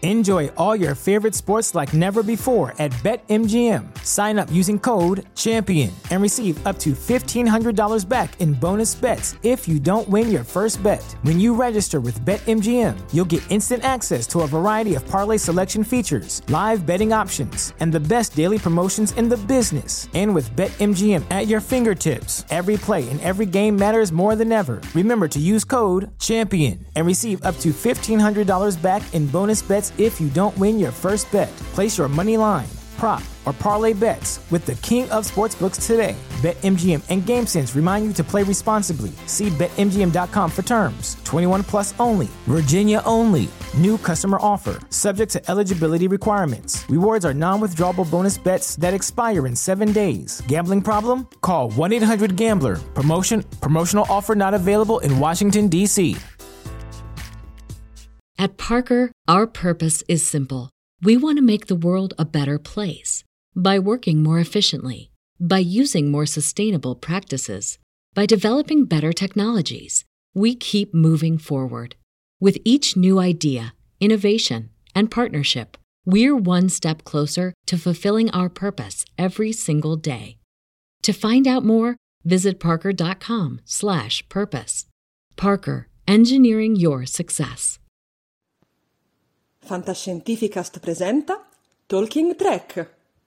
Enjoy all your favorite sports like never before at BetMGM. Sign up using code CHAMPION and receive up to $1,500 back in bonus bets if you don't win your first bet. When you register with BetMGM, you'll get instant access to a variety of parlay selection features, live betting options, and the best daily promotions in the business. And with BetMGM at your fingertips, every play and every game matters more than ever. Remember to use code CHAMPION and receive up to $1,500 back in bonus bets if you don't win your first bet. Place your money line, prop, or parlay bets with the king of sportsbooks today. BetMGM and GameSense remind you to play responsibly. See BetMGM.com for terms. 21 plus only. Virginia only. New customer offer. Subject to eligibility requirements. Rewards are non-withdrawable bonus bets that expire in 7 days. Gambling problem? Call 1-800-GAMBLER. Promotional offer not available in Washington, D.C. At Parker, our purpose is simple. We want to make the world a better place by working more efficiently, by using more sustainable practices, by developing better technologies. We keep moving forward. With each new idea, innovation, and partnership, we're one step closer to fulfilling our purpose every single day. To find out more, visit parker.com/purpose. Parker, engineering your success. Fantascientificast presenta Talking Trek.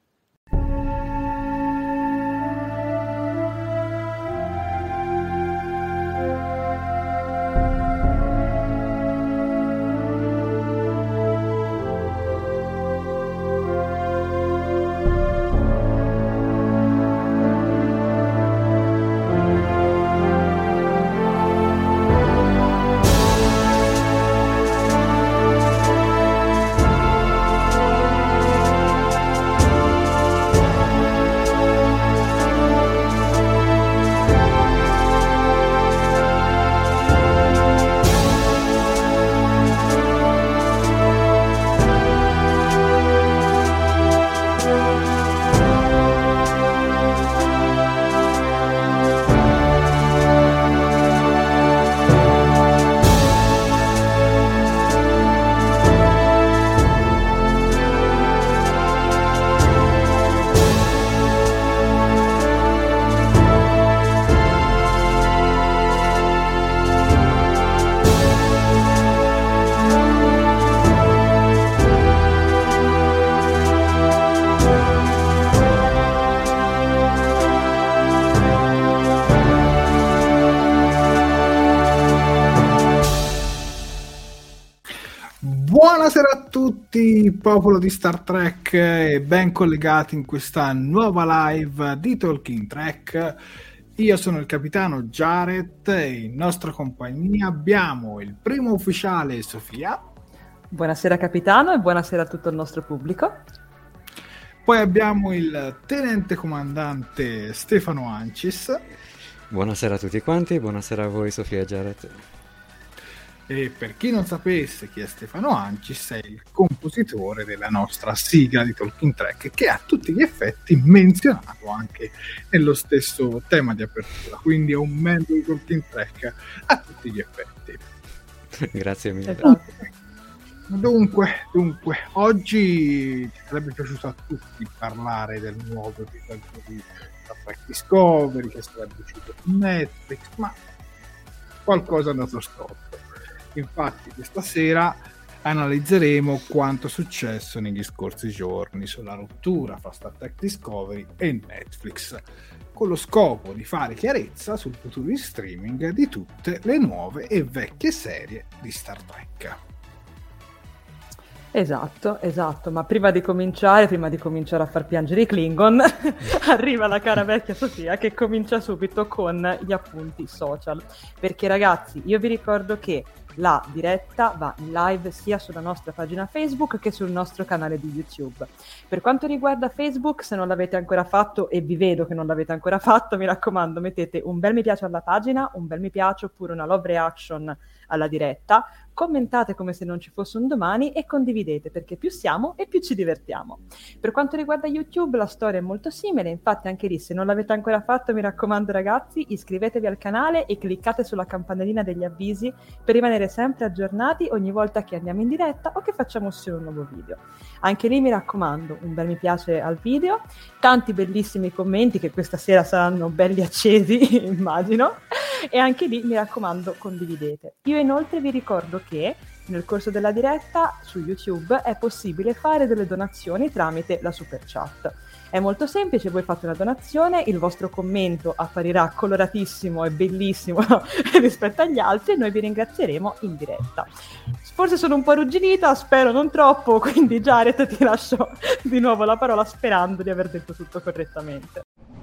Buonasera a tutti, popolo di Star Trek, e ben collegati in questa nuova live di Talking Trek. Io sono il capitano Jared e in nostra compagnia abbiamo il primo ufficiale Sofia. Buonasera capitano e buonasera a tutto il nostro pubblico. Poi abbiamo il tenente comandante Stefano Ancis. Buonasera a tutti quanti, buonasera a voi Sofia e Jared. E per chi non sapesse chi è Stefano Ancis, è il compositore della nostra sigla di Talking Trek, che è a tutti gli effetti menzionato anche nello stesso tema di apertura, quindi è un membro di Talking Trek a tutti gli effetti. Grazie mille. Esatto. Dunque, oggi ci sarebbe piaciuto a tutti parlare del nuovo episodio di Star Trek Discovery che sarebbe uscito su Netflix, ma qualcosa è andato storto. Infatti questa sera analizzeremo quanto è successo negli scorsi giorni sulla rottura fra Star Trek Discovery e Netflix, con lo scopo di fare chiarezza sul futuro di streaming di tutte le nuove e vecchie serie di Star Trek. Esatto, ma prima di cominciare a far piangere i Klingon, arriva la cara vecchia Sofia che comincia subito con gli appunti social. Perché ragazzi, io vi ricordo che la diretta va in live sia sulla nostra pagina Facebook che sul nostro canale di YouTube. Per quanto riguarda Facebook, se non l'avete ancora fatto, e vi vedo che non l'avete ancora fatto, mi raccomando, mettete un bel mi piace alla pagina, un bel mi piace oppure una love reaction alla diretta. commentate come se non ci fosse un domani e condividete, perché più siamo e più ci divertiamo. Per quanto riguarda YouTube la storia è molto simile, infatti anche lì se non l'avete ancora fatto mi raccomando ragazzi iscrivetevi al canale e cliccate sulla campanellina degli avvisi per rimanere sempre aggiornati ogni volta che andiamo in diretta o che facciamo uscire un nuovo video. Anche lì mi raccomando un bel mi piace al video, tanti bellissimi commenti che questa sera saranno belli accesi immagino, e anche lì mi raccomando condividete. Io inoltre vi ricordo che nel corso della diretta su YouTube è possibile fare delle donazioni tramite la super chat. È molto semplice, voi fate una donazione, il vostro commento apparirà coloratissimo e bellissimo rispetto agli altri e noi vi ringrazieremo in diretta. Forse sono un po' arrugginita, spero non troppo, quindi Jared ti lascio di nuovo la parola sperando di aver detto tutto correttamente.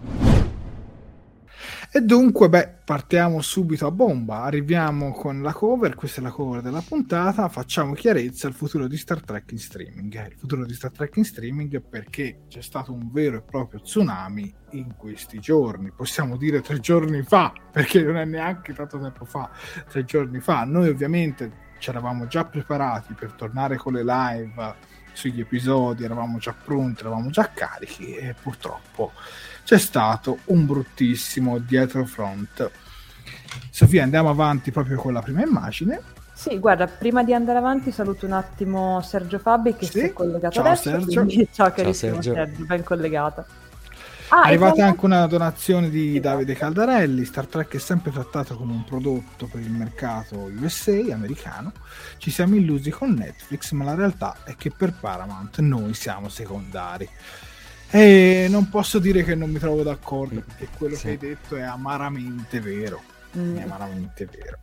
E dunque, partiamo subito a bomba, arriviamo con la cover, questa è la cover della puntata, facciamo chiarezza al futuro di Star Trek in streaming. Il futuro di Star Trek in streaming perché c'è stato un vero e proprio tsunami in questi giorni, possiamo dire 3 giorni fa, perché non è neanche tanto tempo fa, 3 giorni fa. Noi ovviamente ci eravamo già preparati per tornare con le live sugli episodi, eravamo già pronti, eravamo già carichi e purtroppo c'è stato un bruttissimo dietro front. Sofia, andiamo avanti proprio con la prima immagine. Sì, guarda, prima di andare avanti saluto un attimo Sergio Fabi che si è collegato ciao, adesso. Sergio. Ciao carissimo Sergio, ben collegato. È arrivata anche una donazione di Davide Caldarelli. Star Trek è sempre trattato come un prodotto per il mercato USA americano. Ci siamo illusi con Netflix, ma la realtà è che per Paramount noi siamo secondari. E non posso dire che non mi trovo d'accordo, perché quello che hai detto è amaramente vero. È amaramente vero.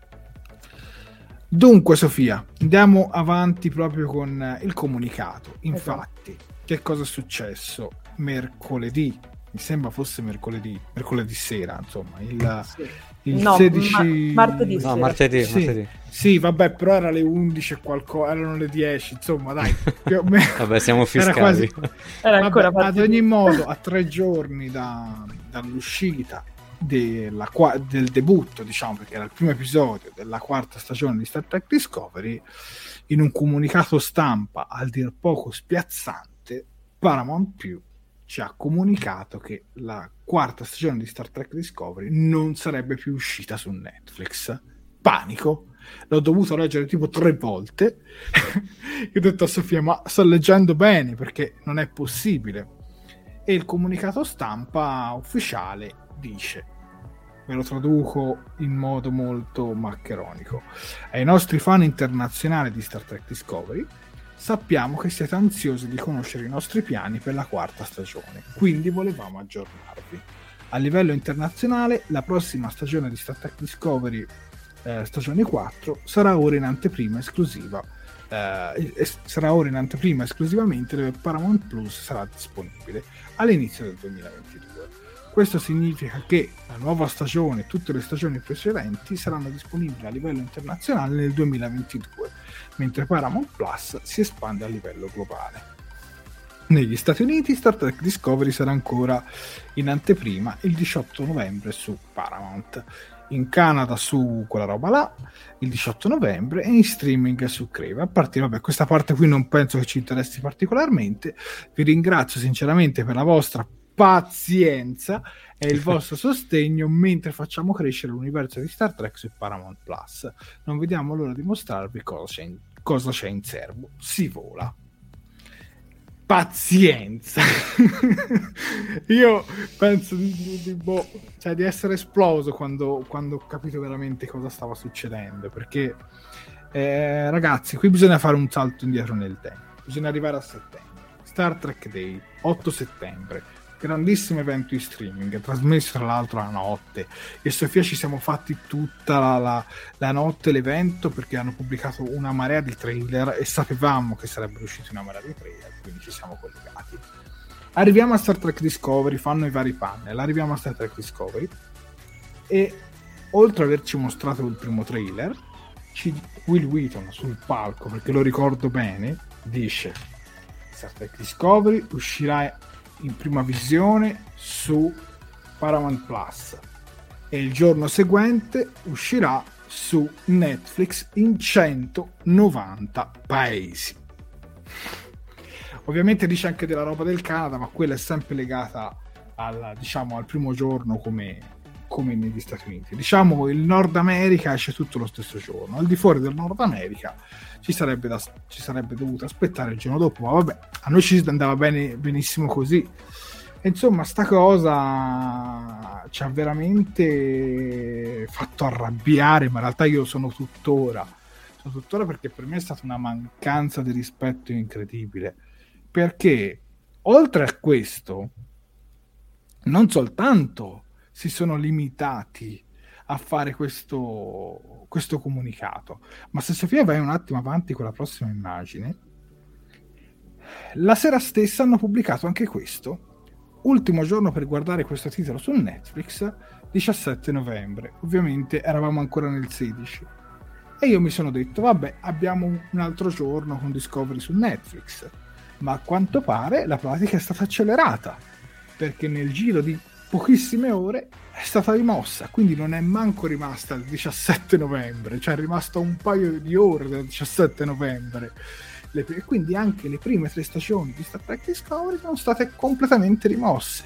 Dunque, Sofia, andiamo avanti proprio con il comunicato. Infatti, che cosa è successo mercoledì? Mi sembra fosse mercoledì sera, insomma, il 16... martedì no, sera. martedì. Sì, vabbè, però era le 11 e qualcosa, erano le 10, insomma, dai. Più o meno. Vabbè, siamo fiscali. Era ancora ad ogni modo, a 3 giorni dall'uscita del debutto, diciamo, perché era il primo episodio della 4ª stagione di Star Trek Discovery, in un comunicato stampa al dir poco spiazzante, Paramount Più ci ha comunicato che la 4ª stagione di Star Trek Discovery non sarebbe più uscita su Netflix. Panico, l'ho dovuto leggere tipo 3 volte. Io ho detto a Sofia, ma sto leggendo bene perché non è possibile. E il comunicato stampa ufficiale dice, ve lo traduco in modo molto maccheronico: ai nostri fan internazionali di Star Trek Discovery, sappiamo che siete ansiosi di conoscere i nostri piani per la 4ª stagione, quindi volevamo aggiornarvi. A livello internazionale, la prossima stagione di Star Trek Discovery, stagione 4, sarà ora in anteprima esclusivamente dove Paramount Plus sarà disponibile all'inizio del 2022. Questo significa che la nuova stagione e tutte le stagioni precedenti saranno disponibili a livello internazionale nel 2022, mentre Paramount Plus si espande a livello globale. Negli Stati Uniti Star Trek Discovery sarà ancora in anteprima il 18 novembre su Paramount, in Canada su quella roba là il 18 novembre e in streaming su Crave. A partire, questa parte qui non penso che ci interessi particolarmente. Vi ringrazio sinceramente per la vostra pazienza e il vostro sostegno mentre facciamo crescere l'universo di Star Trek su Paramount Plus. Non vediamo l'ora di mostrarvi cosa c'è in serbo. Si vola. Pazienza. Io penso di essere esploso quando ho capito veramente cosa stava succedendo, perché ragazzi, qui bisogna fare un salto indietro nel tempo, bisogna arrivare a settembre. Star Trek Day, 8 settembre, grandissimo evento in streaming, trasmesso tra l'altro la notte, e Sofia ci siamo fatti tutta la notte l'evento, perché hanno pubblicato una marea di trailer e sapevamo che sarebbero usciti una marea di trailer, quindi ci siamo collegati. Arriviamo a Star Trek Discovery, fanno i vari panel, arriviamo a Star Trek Discovery e oltre ad averci mostrato il primo trailer, Will Wheaton sul palco, perché lo ricordo bene, dice: Star Trek Discovery uscirà in prima visione su Paramount Plus e il giorno seguente uscirà su Netflix in 190 paesi. Ovviamente dice anche della roba del Canada, ma quella è sempre legata al primo giorno come negli Stati Uniti. Diciamo il Nord America esce tutto lo stesso giorno, al di fuori del Nord America ci sarebbe dovuto aspettare il giorno dopo, ma vabbè, a noi ci andava benissimo così. E insomma, sta cosa ci ha veramente fatto arrabbiare, ma in realtà io sono tuttora perché per me è stata una mancanza di rispetto incredibile, perché oltre a questo non soltanto si sono limitati a fare questo comunicato, ma se Sofia vai un attimo avanti con la prossima immagine, la sera stessa hanno pubblicato anche questo. Ultimo giorno per guardare questo titolo su Netflix, 17 novembre. Ovviamente eravamo ancora nel 16. E io mi sono detto, vabbè, abbiamo un altro giorno con Discovery su Netflix. Ma a quanto pare la pratica è stata accelerata, perché nel giro di pochissime ore è stata rimossa. Quindi non è manco rimasta il 17 novembre, cioè è rimasta un paio di ore del 17 novembre. Quindi anche le prime 3 stagioni di Star Trek Discovery sono state completamente rimosse,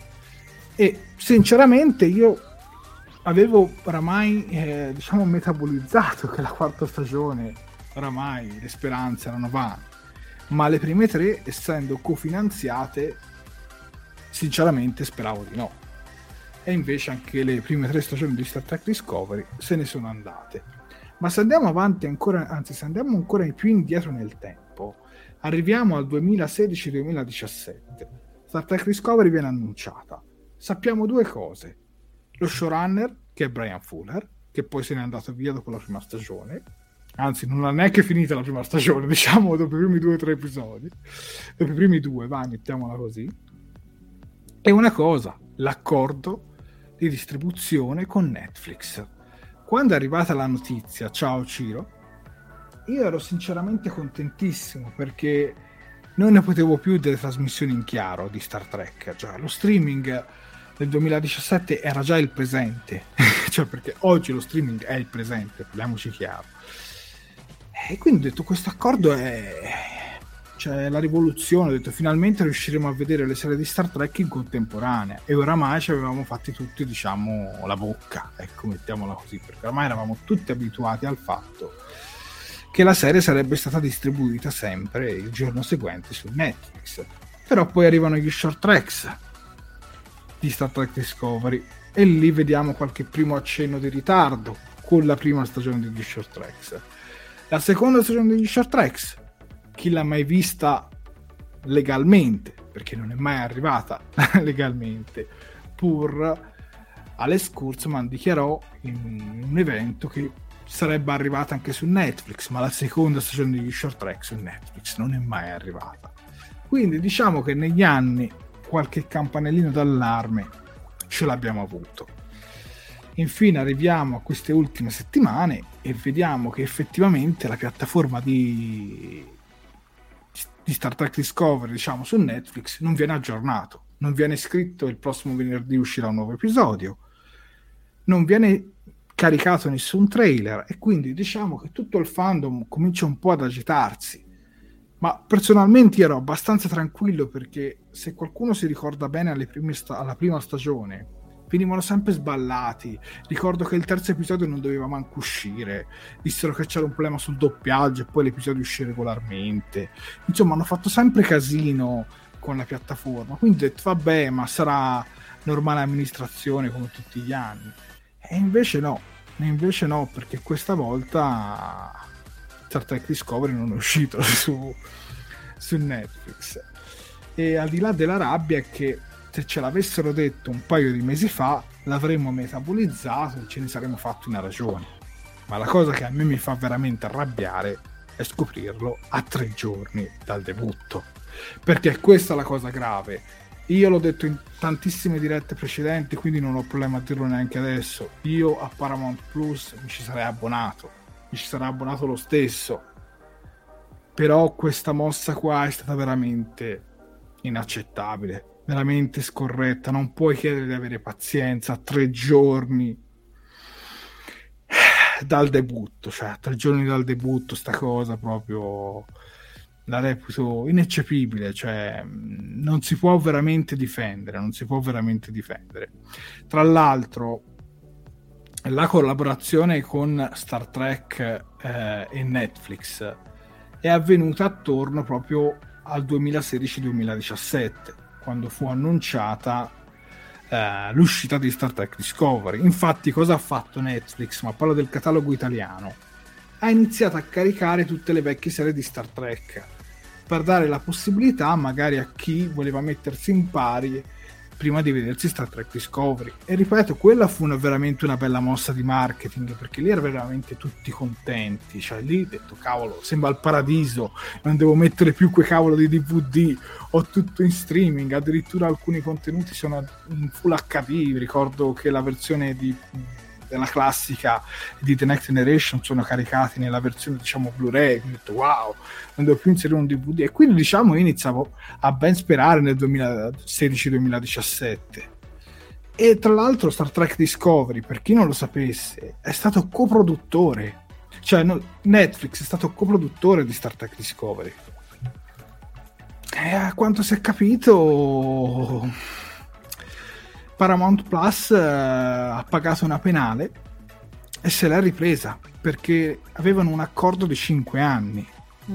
e sinceramente io avevo oramai metabolizzato che la 4ª stagione oramai le speranze erano vane, ma le prime 3, essendo cofinanziate, sinceramente speravo di no, e invece anche le prime 3 stagioni di Star Trek Discovery se ne sono andate. Ma se andiamo avanti ancora, anzi se andiamo ancora più indietro nel tempo, arriviamo al 2016-2017. Star Trek Discovery viene annunciata. Sappiamo 2 cose. Lo showrunner, che è Brian Fuller, che poi se n'è andato via dopo la prima stagione. Anzi, non è neanche finita la prima stagione, diciamo, dopo i primi 2 o 3 episodi. Dopo i primi 2, vai, mettiamola così. E una cosa, l'accordo di distribuzione con Netflix. Quando è arrivata la notizia, ciao Ciro, io ero sinceramente contentissimo, perché non ne potevo più delle trasmissioni in chiaro di Star Trek. Cioè, lo streaming del 2017 era già il presente, cioè perché oggi lo streaming è il presente, parliamoci chiaro. E quindi ho detto, questo accordo è la rivoluzione. Ho detto, finalmente riusciremo a vedere le serie di Star Trek in contemporanea, e oramai ci avevamo fatti tutti, diciamo, la bocca, ecco, mettiamola così, perché oramai eravamo tutti abituati al fatto che la serie sarebbe stata distribuita sempre il giorno seguente su Netflix. Però poi arrivano gli short tracks di Star Trek Discovery e lì vediamo qualche primo accenno di ritardo con la prima stagione degli short tracks. La seconda stagione degli short tracks, chi l'ha mai vista legalmente, perché non è mai arrivata legalmente, pur Alex Kurtzman dichiarò in un evento che sarebbe arrivata anche su Netflix, ma la seconda stagione degli short track su Netflix non è mai arrivata. Quindi diciamo che negli anni qualche campanellino d'allarme ce l'abbiamo avuto. Infine arriviamo a queste ultime settimane e vediamo che effettivamente la piattaforma di Star Trek Discovery, diciamo, su Netflix non viene aggiornato, non viene scritto il prossimo venerdì uscirà un nuovo episodio, non viene caricato nessun trailer, e quindi diciamo che tutto il fandom comincia un po' ad agitarsi. Ma personalmente ero abbastanza tranquillo, perché se qualcuno si ricorda bene alla prima stagione venivano sempre sballati. Ricordo che il 3° episodio non doveva manco uscire, dissero che c'era un problema sul doppiaggio e poi l'episodio uscì regolarmente. Insomma, hanno fatto sempre casino con la piattaforma, quindi ho detto vabbè, ma sarà normale amministrazione come tutti gli anni. E invece no, perché questa volta Star Trek Discovery non è uscito su Netflix. E al di là della rabbia è che se ce l'avessero detto un paio di mesi fa l'avremmo metabolizzato e ce ne saremmo fatti una ragione. Ma la cosa che a me mi fa veramente arrabbiare è scoprirlo a 3 giorni dal debutto, perché questa è la cosa grave. Io l'ho detto in tantissime dirette precedenti, quindi non ho problema a dirlo neanche adesso. Io a Paramount Plus mi ci sarei abbonato lo stesso, però questa mossa qua è stata veramente inaccettabile, veramente scorretta. Non puoi chiedere di avere pazienza a 3 giorni dal debutto, cioè a 3 giorni dal debutto, sta cosa proprio la reputo ineccepibile, cioè non si può veramente difendere. Tra l'altro la collaborazione con Star Trek e Netflix è avvenuta attorno proprio al 2016-2017, quando fu annunciata l'uscita di Star Trek Discovery. Infatti cosa ha fatto Netflix? Ma parlo del catalogo italiano. Ha iniziato a caricare tutte le vecchie serie di Star Trek per dare la possibilità magari a chi voleva mettersi in pari prima di vedersi Star Trek Discovery. E ripeto, quella fu veramente una bella mossa di marketing, perché lì erano veramente tutti contenti, cioè lì ho detto cavolo, sembra il paradiso, non devo mettere più quei cavolo di DVD, ho tutto in streaming, addirittura alcuni contenuti sono in Full HD. Ricordo che la versione della classica di The Next Generation sono caricati nella versione diciamo Blu-ray. Ho detto wow, non devo più inserire un DVD, e quindi diciamo iniziavo a ben sperare nel 2016-2017. E tra l'altro Star Trek Discovery, per chi non lo sapesse, è stato coproduttore, cioè Netflix è stato coproduttore di Star Trek Discovery, e a quanto si è capito Paramount Plus ha pagato una penale e se l'è ripresa, perché avevano un accordo di 5 anni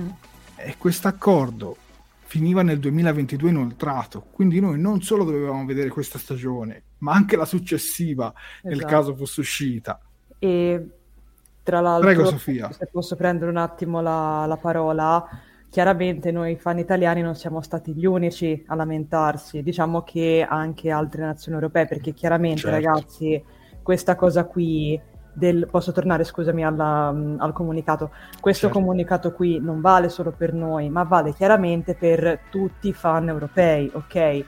e questo accordo finiva nel 2022 inoltrato, quindi noi non solo dovevamo vedere questa stagione ma anche la successiva, nel caso fosse uscita. E tra l'altro, prego Sofia, se posso prendere un attimo la parola, chiaramente noi fan italiani non siamo stati gli unici a lamentarsi, diciamo che anche altre nazioni europee, perché chiaramente certo, ragazzi, questa cosa qui posso tornare, scusami, al comunicato. Questo certo, comunicato qui non vale solo per noi, ma vale chiaramente per tutti i fan europei, ok?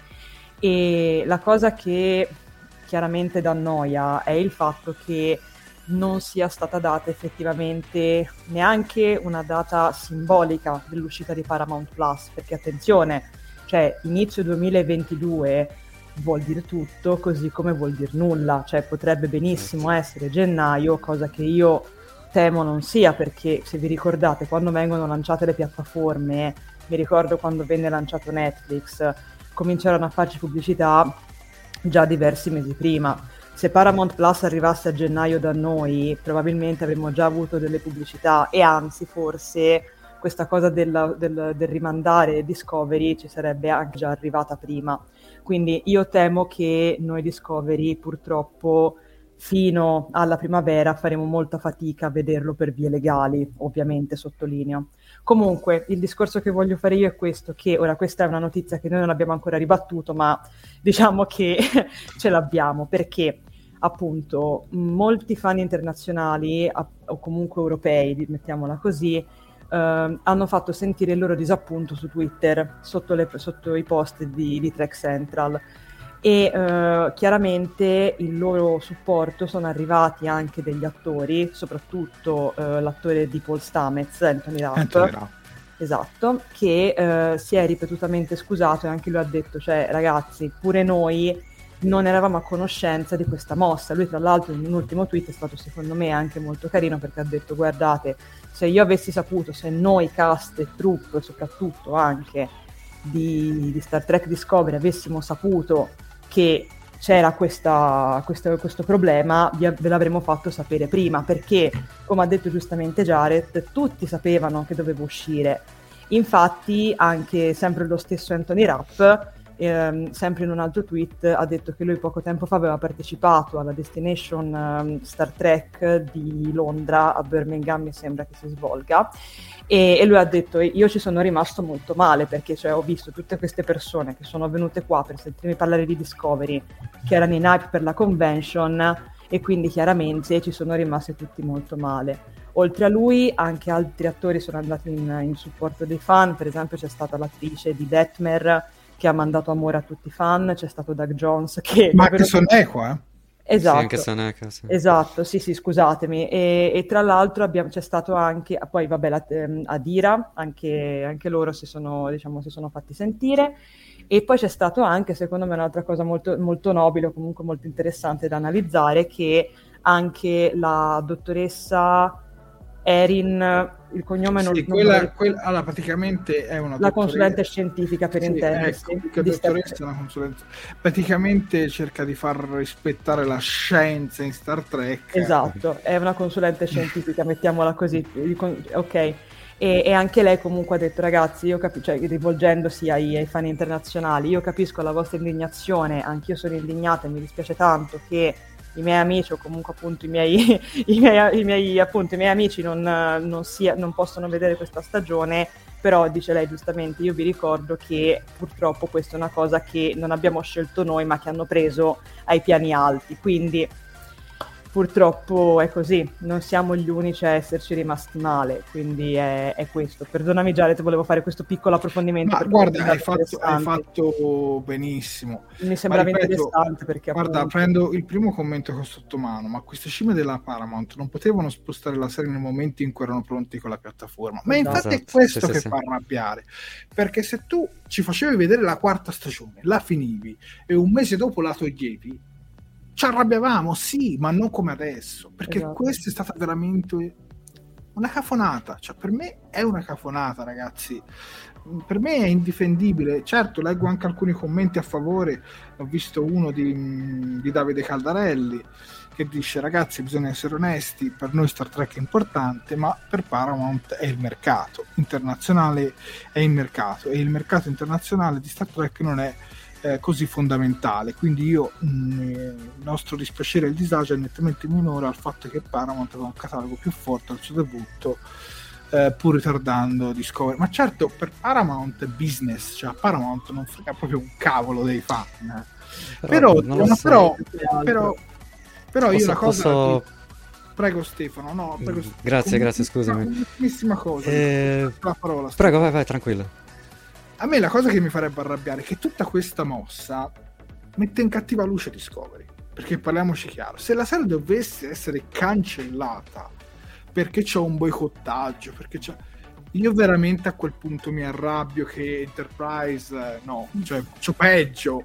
E la cosa che chiaramente dà noia è il fatto che non sia stata data effettivamente neanche una data simbolica dell'uscita di Paramount Plus, perché attenzione, cioè inizio 2022 vuol dire tutto, così come vuol dire nulla, cioè potrebbe benissimo essere gennaio, cosa che io temo non sia, perché se vi ricordate quando vengono lanciate le piattaforme, mi ricordo quando venne lanciato Netflix, cominciarono a farci pubblicità già diversi mesi prima. Se Paramount Plus arrivasse a gennaio da noi, probabilmente avremmo già avuto delle pubblicità, e anzi forse questa cosa del rimandare Discovery ci sarebbe anche già arrivata prima. Quindi io temo che noi Discovery purtroppo fino alla primavera faremo molta fatica a vederlo per vie legali, ovviamente sottolineo. Comunque il discorso che voglio fare io è questo, che ora questa è una notizia che noi non abbiamo ancora ribattuto, ma diciamo che ce l'abbiamo, perché appunto molti fan internazionali o comunque europei, mettiamola così, hanno fatto sentire il loro disappunto su Twitter sotto i post di Trek Central, e chiaramente il loro supporto sono arrivati anche degli attori, soprattutto l'attore di Paul Stamets, Anthony Rapp. Esatto, che si è ripetutamente scusato, e anche lui ha detto, cioè ragazzi, pure noi non eravamo a conoscenza di questa mossa. Lui tra l'altro in un ultimo tweet è stato secondo me anche molto carino, perché ha detto guardate, se io avessi saputo, se noi cast e troupe soprattutto anche di Star Trek Discovery avessimo saputo che c'era questo problema, ve l'avremmo fatto sapere prima, perché come ha detto giustamente Jared, tutti sapevano che doveva uscire. Infatti anche sempre lo stesso Anthony Rapp, sempre in un altro tweet, ha detto che lui poco tempo fa aveva partecipato alla Destination Star Trek di Londra, a Birmingham mi sembra che si svolga, e lui ha detto io ci sono rimasto molto male, perché cioè, ho visto tutte queste persone che sono venute qua per sentirmi parlare di Discovery, che erano in hype per la convention, e quindi chiaramente ci sono rimasti tutti molto male. Oltre a lui anche altri attori sono andati in supporto dei fan, per esempio c'è stata l'attrice di Detmer che ha mandato amore a tutti i fan, c'è stato Doug Jones che... Ma che sono qua? Esatto, sì, anche Soneca, sì. Esatto, sì, scusatemi, e tra l'altro c'è stato anche, poi vabbè, Adira, anche loro si sono fatti sentire, e poi c'è stato anche, secondo me, un'altra cosa molto, molto nobile, o comunque molto interessante da analizzare, che anche la dottoressa Erin, il cognome non allora praticamente è una la consulente scientifica, per intendersi. Ecco, che dottoressa è una consulente, praticamente cerca di far rispettare la scienza in Star Trek. Esatto, è una consulente scientifica, mettiamola così, ok. E anche lei comunque ha detto: ragazzi, io cioè, rivolgendosi ai fan internazionali, io capisco la vostra indignazione, anch'io sono indignata e mi dispiace tanto che i miei amici, o comunque appunto i miei amici non possono vedere questa stagione, però dice lei giustamente: io vi ricordo che purtroppo questa è una cosa che non abbiamo scelto noi, ma che hanno preso ai piani alti, quindi purtroppo è così, non siamo gli unici a esserci rimasti male, quindi è questo. Perdonami Jared, volevo fare questo piccolo approfondimento. Ma guarda, hai fatto benissimo. Mi sembrava interessante perché guarda, appunto... prendo il primo commento che ho sotto mano, ma queste scimmie della Paramount non potevano spostare la serie nel momento in cui erano pronti con la piattaforma. Ma infatti è questo che fa arrabbiare, perché se tu ci facevi vedere la quarta stagione, la finivi e un mese dopo la toglievi, ci arrabbiavamo, sì, ma non come adesso, perché questa è stata veramente una cafonata. Cioè, per me è una cafonata, ragazzi, per me è indifendibile. Certo, leggo anche alcuni commenti a favore, ho visto uno di Davide Caldarelli che dice: ragazzi, bisogna essere onesti, per noi Star Trek è importante, ma per Paramount è il mercato internazionale, è il mercato, e il mercato internazionale di Star Trek non è così fondamentale, quindi il nostro dispiacere e il disagio è nettamente minore al fatto che Paramount aveva un catalogo più forte al suo debutto, pur ritardando Discovery. Ma certo, per Paramount è business, cioè Paramount non frega proprio un cavolo dei fan, però io una cosa prego Stefano, no, prego Stefano. Grazie, scusami, un'ultimissima cosa, la parola, prego, vai tranquillo. A me la cosa che mi farebbe arrabbiare è che tutta questa mossa mette in cattiva luce Discovery, perché parliamoci chiaro, se la serie dovesse essere cancellata perché c'è un boicottaggio, io veramente a quel punto mi arrabbio che Enterprise cioè c'ho peggio.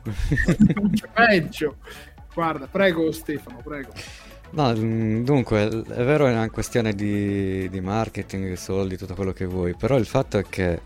Guarda, prego Stefano, prego. No, dunque è vero, è una questione di marketing, soldi, tutto quello che vuoi, però il fatto è che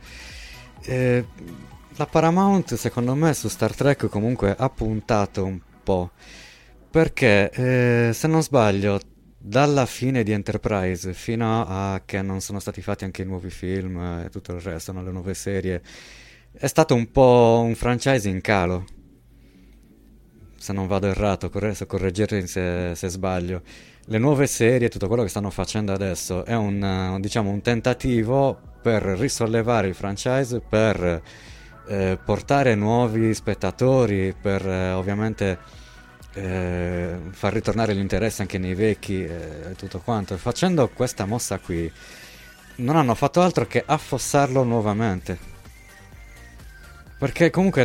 la Paramount secondo me su Star Trek comunque ha puntato un po', perché se non sbaglio dalla fine di Enterprise fino a che non sono stati fatti anche i nuovi film e tutto il resto, le nuove serie, è stato un po' un franchise in calo, se non vado errato, correggetemi se sbaglio. Le nuove serie, tutto quello che stanno facendo adesso è un tentativo per risollevare il franchise, per portare nuovi spettatori, per ovviamente far ritornare l'interesse anche nei vecchi e tutto quanto. Facendo questa mossa qui non hanno fatto altro che affossarlo nuovamente, perché comunque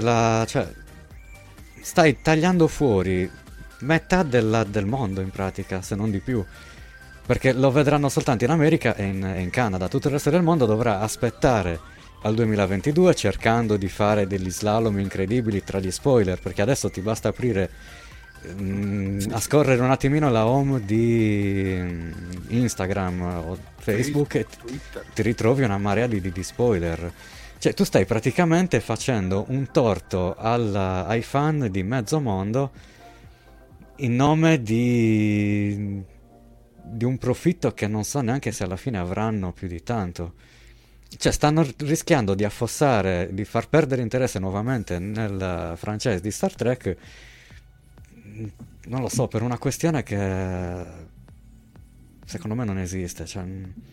stai tagliando fuori metà del mondo in pratica, se non di più, perché lo vedranno soltanto in America e in Canada. Tutto il resto del mondo dovrà aspettare al 2022 cercando di fare degli slalom incredibili tra gli spoiler, perché adesso ti basta aprire a scorrere un attimino la home di Instagram o Facebook e ti ritrovi una marea di spoiler. Cioè tu stai praticamente facendo un torto ai fan di mezzo mondo in nome di un profitto che non so neanche se alla fine avranno più di tanto. Cioè stanno rischiando di affossare, di far perdere interesse nuovamente nel franchise di Star Trek, non lo so, per una questione che secondo me non esiste, cioè...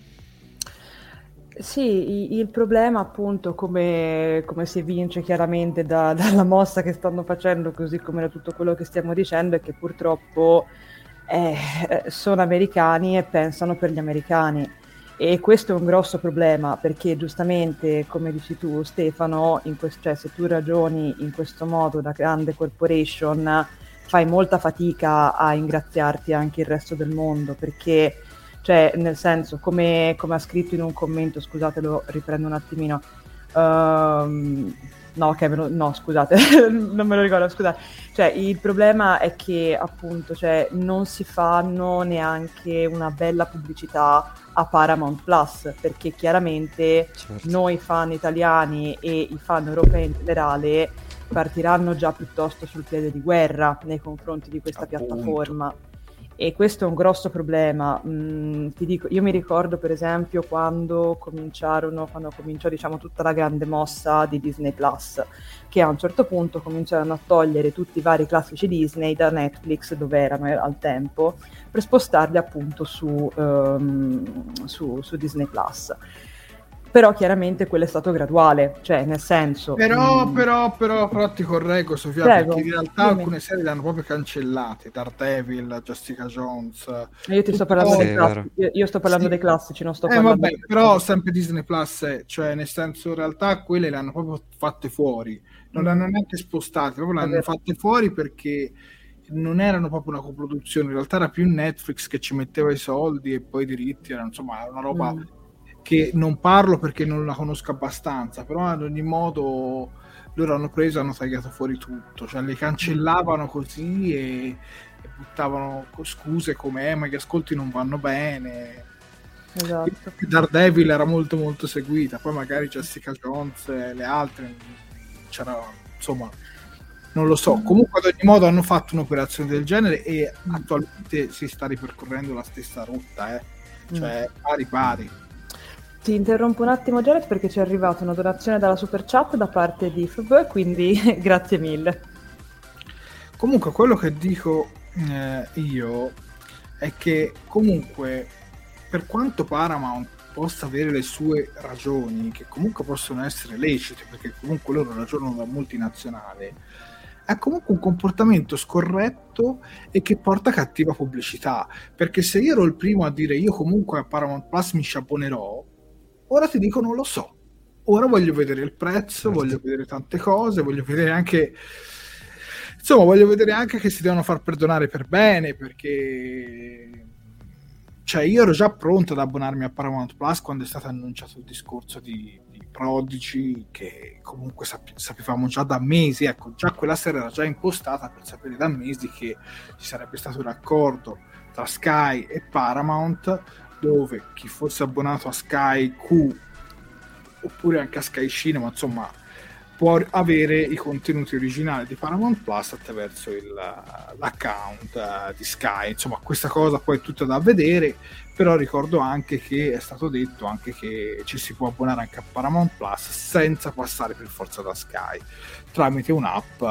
Sì, il problema appunto, come si evince chiaramente dalla mossa che stanno facendo, così come da tutto quello che stiamo dicendo, è che purtroppo sono americani e pensano per gli americani, e questo è un grosso problema, perché giustamente, come dici tu Stefano, cioè, se tu ragioni in questo modo da grande corporation, fai molta fatica a ingraziarti anche il resto del mondo, perché, cioè, nel senso, come ha scritto in un commento, scusate, lo riprendo un attimino, No, no, scusate, non me lo ricordo, scusate. Cioè, il problema è che appunto, cioè, non si fanno neanche una bella pubblicità a Paramount Plus, perché chiaramente noi fan italiani e i fan europei in generale partiranno già piuttosto sul piede di guerra nei confronti di questa piattaforma. E questo è un grosso problema. Ti dico, io mi ricordo per esempio quando cominciò diciamo tutta la grande mossa di Disney Plus, che a un certo punto cominciarono a togliere tutti i vari classici Disney da Netflix, dove erano al tempo, per spostarli appunto su Disney Plus. Però chiaramente quello è stato graduale, cioè nel senso... Però ti correggo, Sofia, Prego, perché in realtà dimmi. alcune serie le hanno proprio cancellate, Daredevil, Jessica Jones. Io ti sto parlando dei classici, io sto parlando dei classici, non sto parlando Vabbè, però sempre Disney Plus cioè nel senso in realtà quelle le hanno proprio fatte fuori, non le hanno neanche spostate, proprio le hanno fatte fuori perché non erano proprio una coproduzione, in realtà era più Netflix che ci metteva i soldi e poi i diritti, era una roba... che non parlo perché non la conosco abbastanza, però ad ogni modo loro hanno tagliato fuori tutto, cioè le cancellavano così e buttavano scuse come ma gli ascolti non vanno bene. Esatto. Daredevil era molto molto seguita, poi magari Jessica Jones e le altre c'era, insomma, non lo so, comunque ad ogni modo hanno fatto un'operazione del genere e attualmente si sta ripercorrendo la stessa rotta, cioè pari. Ti interrompo un attimo, Jared, perché ci è arrivata una donazione dalla super chat da parte di FB, quindi grazie mille. Comunque quello che dico io è che comunque per quanto Paramount possa avere le sue ragioni, che comunque possono essere lecite, perché comunque loro ragionano da multinazionale, è comunque un comportamento scorretto e che porta cattiva pubblicità, perché se io ero il primo a dire io comunque a Paramount Plus mi sciabonerò, ora ti dico non lo so, ora voglio vedere il prezzo, voglio vedere tante cose, voglio vedere anche che si devono far perdonare per bene, perché cioè io ero già pronto ad abbonarmi a Paramount Plus quando è stato annunciato il discorso di Prodigy, che comunque sapevamo già da mesi, ecco, già quella serie era già impostata per sapere da mesi che ci sarebbe stato un accordo tra Sky e Paramount, dove chi fosse abbonato a Sky Q oppure anche a Sky Cinema, insomma, può avere i contenuti originali di Paramount Plus attraverso l'account di Sky. Insomma, questa cosa poi è tutta da vedere, però ricordo anche che è stato detto anche che ci si può abbonare anche a Paramount Plus senza passare per forza da Sky, tramite un'app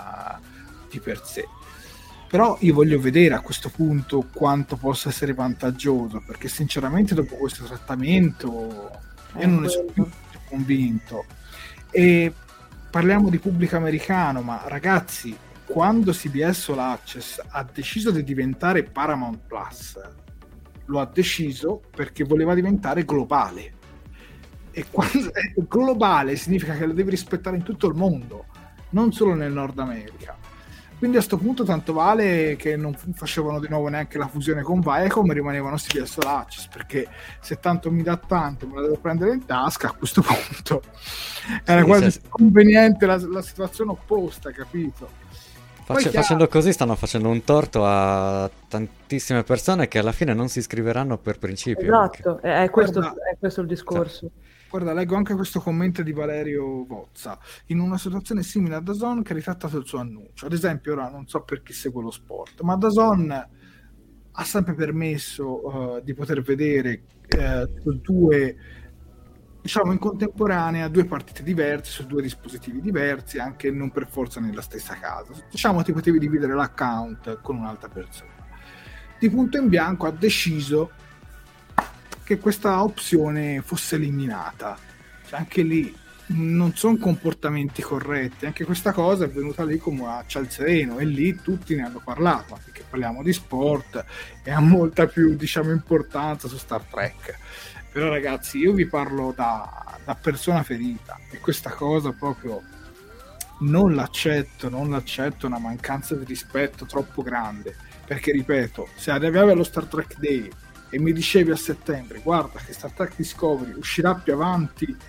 di per sé. Però io voglio vedere a questo punto quanto possa essere vantaggioso, perché sinceramente dopo questo trattamento io non ne sono più convinto. E parliamo di pubblico americano, ma ragazzi, quando CBS All Access ha deciso di diventare Paramount Plus, lo ha deciso perché voleva diventare globale, e quando è globale significa che lo devi rispettare in tutto il mondo, non solo nel Nord America. Quindi a sto punto tanto vale che non facevano di nuovo neanche la fusione con Viacom e rimanevano CBS All Access, perché se tanto mi dà tanto me la devo prendere in tasca, a questo punto era quasi conveniente la situazione opposta, capito? Facendo così stanno facendo un torto a tantissime persone che alla fine non si iscriveranno per principio. Esatto, è questo il discorso. Guarda, leggo anche questo commento di Valerio Vozza. In una situazione simile a DAZN che ha ritrattato il suo annuncio. Ad esempio, ora non so per chi segue lo sport, ma DAZN ha sempre permesso di poter vedere due, diciamo in contemporanea, due partite diverse su due dispositivi diversi, anche non per forza nella stessa casa. Diciamo ti potevi dividere l'account con un'altra persona. Di punto in bianco ha deciso che questa opzione fosse eliminata. Cioè, anche lì non sono comportamenti corretti, anche questa cosa è venuta lì come a ciel sereno e lì tutti ne hanno parlato, perché parliamo di sport e ha molta più, diciamo, importanza su Star Trek. Però ragazzi, io vi parlo da persona ferita e questa cosa proprio non l'accetto, una mancanza di rispetto troppo grande, perché ripeto, se arrivavi allo Star Trek Day e mi dicevi a settembre guarda che Star Trek Discovery uscirà più avanti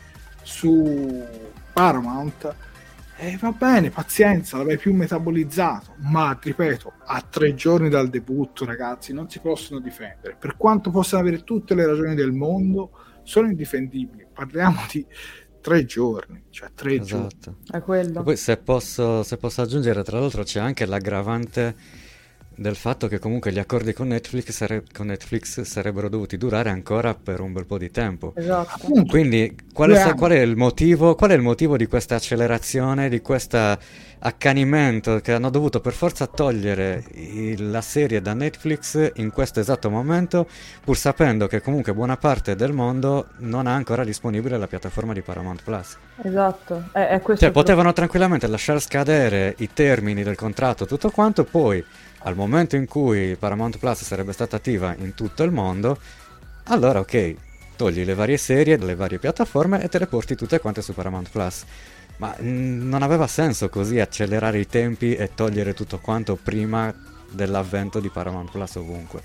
su Paramount, e va bene, pazienza, l'avrei più metabolizzato, ma ripeto, a 3 giorni dal debutto, ragazzi, non si possono difendere, per quanto possano avere tutte le ragioni del mondo, sono indifendibili. Parliamo di 3 giorni, cioè 3 giorni. È quello. E poi se posso aggiungere, tra l'altro c'è anche l'aggravante del fatto che comunque gli accordi con Netflix sarebbero dovuti durare ancora per un bel po' di tempo. Esatto. Quindi qual è il motivo di questa accelerazione, di questo accanimento che hanno dovuto per forza togliere la serie da Netflix in questo esatto momento, pur sapendo che comunque buona parte del mondo non ha ancora disponibile la piattaforma di Paramount Plus? Esatto, è questo. Cioè potevano tranquillamente lasciare scadere i termini del contratto, tutto quanto, poi al momento in cui Paramount Plus sarebbe stata attiva in tutto il mondo, allora ok, togli le varie serie, le varie piattaforme e te le porti tutte quante su Paramount Plus. Ma non aveva senso così accelerare i tempi e togliere tutto quanto prima dell'avvento di Paramount Plus ovunque.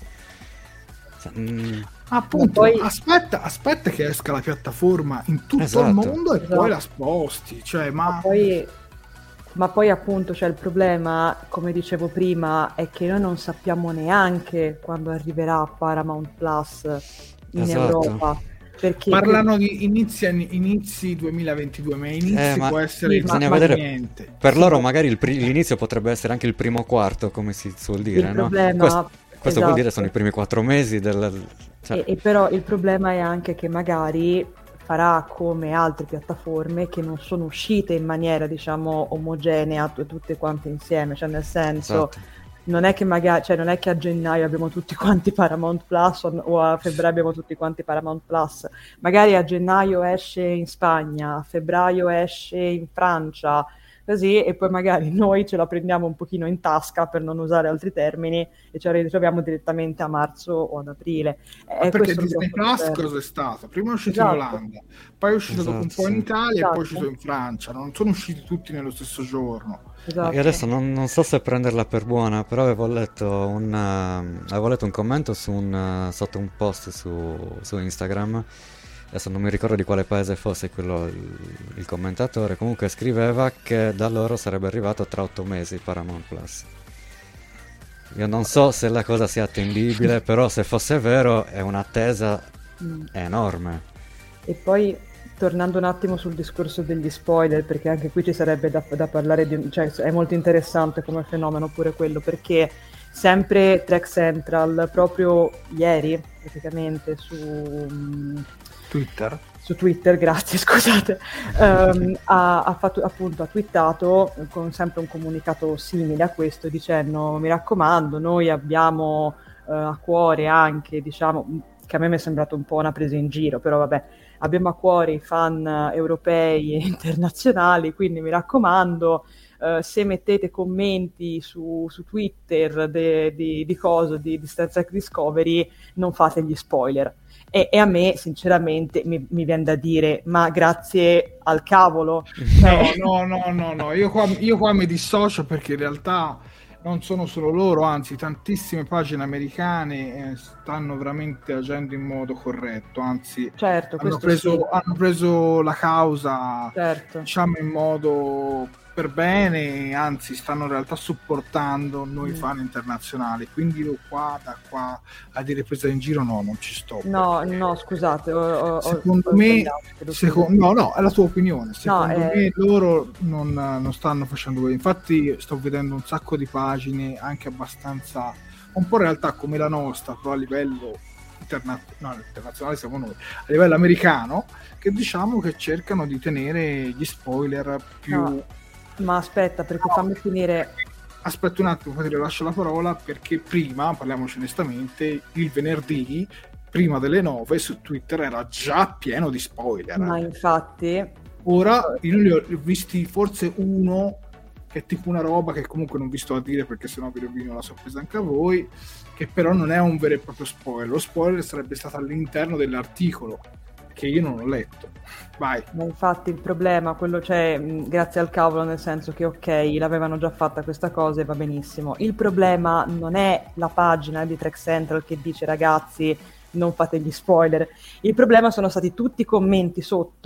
Appunto, poi... aspetta che esca la piattaforma in tutto il mondo e poi la sposti, cioè, Ma poi appunto c'è il problema, come dicevo prima, è che noi non sappiamo neanche quando arriverà Paramount Plus in Europa. Perché parlano di inizi 2022, ma può essere bisogna vedere niente. Per loro magari l'inizio potrebbe essere anche il primo quarto, come si suol dire, il no? Problema, questo vuol dire sono i primi 4 mesi e però il problema è anche che magari farà come altre piattaforme che non sono uscite in maniera, diciamo, omogenea tutte quante insieme, cioè nel senso non è che magari, cioè non è che a gennaio abbiamo tutti quanti Paramount Plus o a febbraio abbiamo tutti quanti Paramount Plus, magari a gennaio esce in Spagna, a febbraio esce in Francia, così, e poi magari noi ce la prendiamo un pochino in tasca, per non usare altri termini, e ce la ritroviamo direttamente a marzo o ad aprile. Perché Disney Plus cosa è stato? Prima è uscito in Olanda, poi è uscito dopo un po' in Italia e poi è uscito in Francia, non sono usciti tutti nello stesso giorno. Io adesso non so se prenderla per buona, però avevo letto un commento sotto un post su Instagram. Adesso non mi ricordo di quale paese fosse quello, il commentatore, comunque scriveva che da loro sarebbe arrivato tra 8 mesi Paramount Plus. Io non so se la cosa sia attendibile, però se fosse vero è un'attesa enorme. E poi, tornando un attimo sul discorso degli spoiler, perché anche qui ci sarebbe da parlare cioè è molto interessante come fenomeno pure quello, perché sempre Trek Central, proprio ieri, praticamente, su Twitter, grazie, scusate, ha twittato con sempre un comunicato simile a questo, dicendo: mi raccomando, noi abbiamo a cuore anche, diciamo, che a me mi è sembrato un po' una presa in giro, però vabbè, abbiamo a cuore i fan europei e internazionali, quindi mi raccomando, se mettete commenti su Twitter di Star Trek Discovery, non fate gli spoiler. E a me sinceramente mi viene da dire: ma grazie al cavolo. No, io qua mi dissocio, perché in realtà non sono solo loro, anzi tantissime pagine americane stanno veramente agendo in modo corretto, anzi certo, hanno preso la causa, certo, diciamo, in modo per bene, anzi stanno in realtà supportando noi fan internazionali, quindi io da qua a dire presa in giro non ci sto. No, scusate, secondo me no, è la tua opinione, secondo me loro non stanno facendo quello. Infatti sto vedendo un sacco di pagine anche abbastanza, un po' in realtà come la nostra, però a livello internazionale siamo noi, a livello americano, che diciamo che cercano di tenere gli spoiler più... No. Ma aspetta, perché fammi finire. Aspetta un attimo, poi ti lascio la parola, perché prima, parliamoci onestamente, il venerdì, prima delle 9, su Twitter era già pieno di spoiler. Ma infatti... Ora, io ne ho visti forse uno, che è tipo una roba che comunque non vi sto a dire, perché sennò vi rovino la sorpresa anche a voi, che però non è un vero e proprio spoiler. Lo spoiler sarebbe stato all'interno dell'articolo, che io non ho letto. Vai. Ma infatti il problema, quello c'è, grazie al cavolo, nel senso che ok, l'avevano già fatta questa cosa e va benissimo. Il problema non è la pagina di Trek Central che dice: ragazzi, non fate gli spoiler. Il problema sono stati tutti i commenti sotto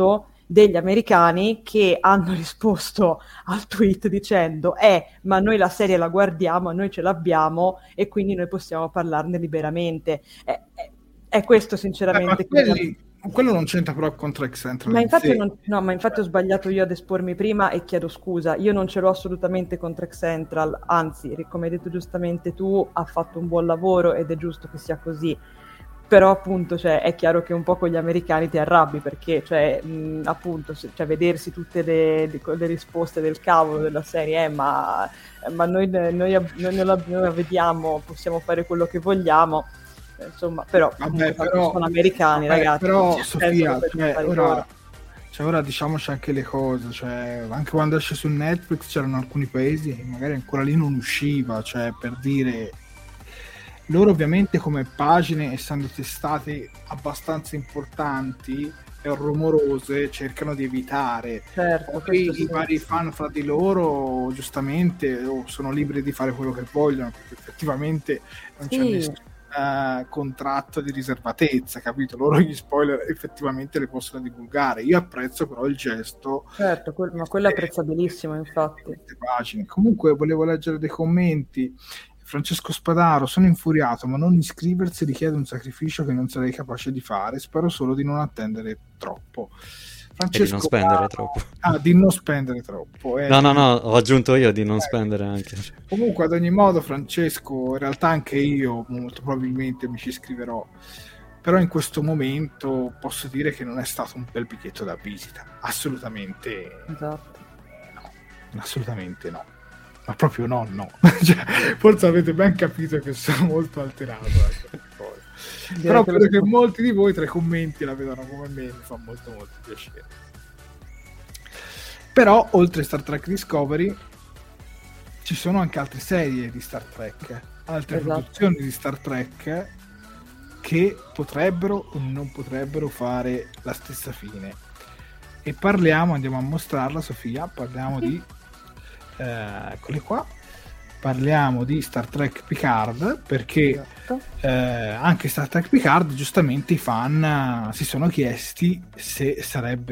degli americani che hanno risposto al tweet dicendo ma noi la serie la guardiamo, noi ce l'abbiamo e quindi noi possiamo parlarne liberamente. È questo sinceramente quello non c'entra però con Track Central. Ma infatti, ma infatti ho sbagliato io ad espormi prima e chiedo scusa. Io non ce l'ho assolutamente con Track Central, anzi, come hai detto giustamente tu, ha fatto un buon lavoro ed è giusto che sia così. Però appunto è chiaro che un po' con gli americani ti arrabbi perché appunto vedersi tutte le risposte del cavolo della serie ma noi la vediamo, possiamo fare quello che vogliamo. Insomma, però sono americani, ragazzi. Però Sofia, ora diciamoci anche le cose, anche quando esce su Netflix c'erano alcuni paesi che magari ancora lì non usciva, per dire, loro ovviamente come pagine, essendo testate abbastanza importanti e rumorose, cercano di evitare. Certo, poi i vari fan fra di loro giustamente sono liberi di fare quello che vogliono, perché effettivamente non c'è nessun contratto di riservatezza, capito? Loro gli spoiler effettivamente le possono divulgare. Io apprezzo però il gesto. Certo, ma quello è apprezzabilissimo, infatti. Pagine. Comunque volevo leggere dei commenti. Francesco Spadaro: sono infuriato, ma non iscriversi richiede un sacrificio che non sarei capace di fare. Spero solo di non attendere troppo. Francesco, e di non spendere troppo. Di non spendere troppo. No, ho aggiunto io di non spendere anche. Comunque, ad ogni modo, Francesco, in realtà anche io molto probabilmente mi ci iscriverò. Però in questo momento posso dire che non è stato un bel biglietto da visita. Assolutamente esatto. No. Assolutamente no. Ma proprio no. Forse avete ben capito che sono molto alterato. Però credo che molti di voi tra i commenti la vedano come me, mi fa molto piacere. Però oltre a Star Trek Discovery ci sono anche altre serie di Star Trek, altre produzioni di Star Trek che potrebbero o non potrebbero fare la stessa fine. E andiamo a mostrarla, Sofia, parliamo di eccole qua. Parliamo di Star Trek Picard perché anche Star Trek Picard, giustamente i fan si sono chiesti se sarebbe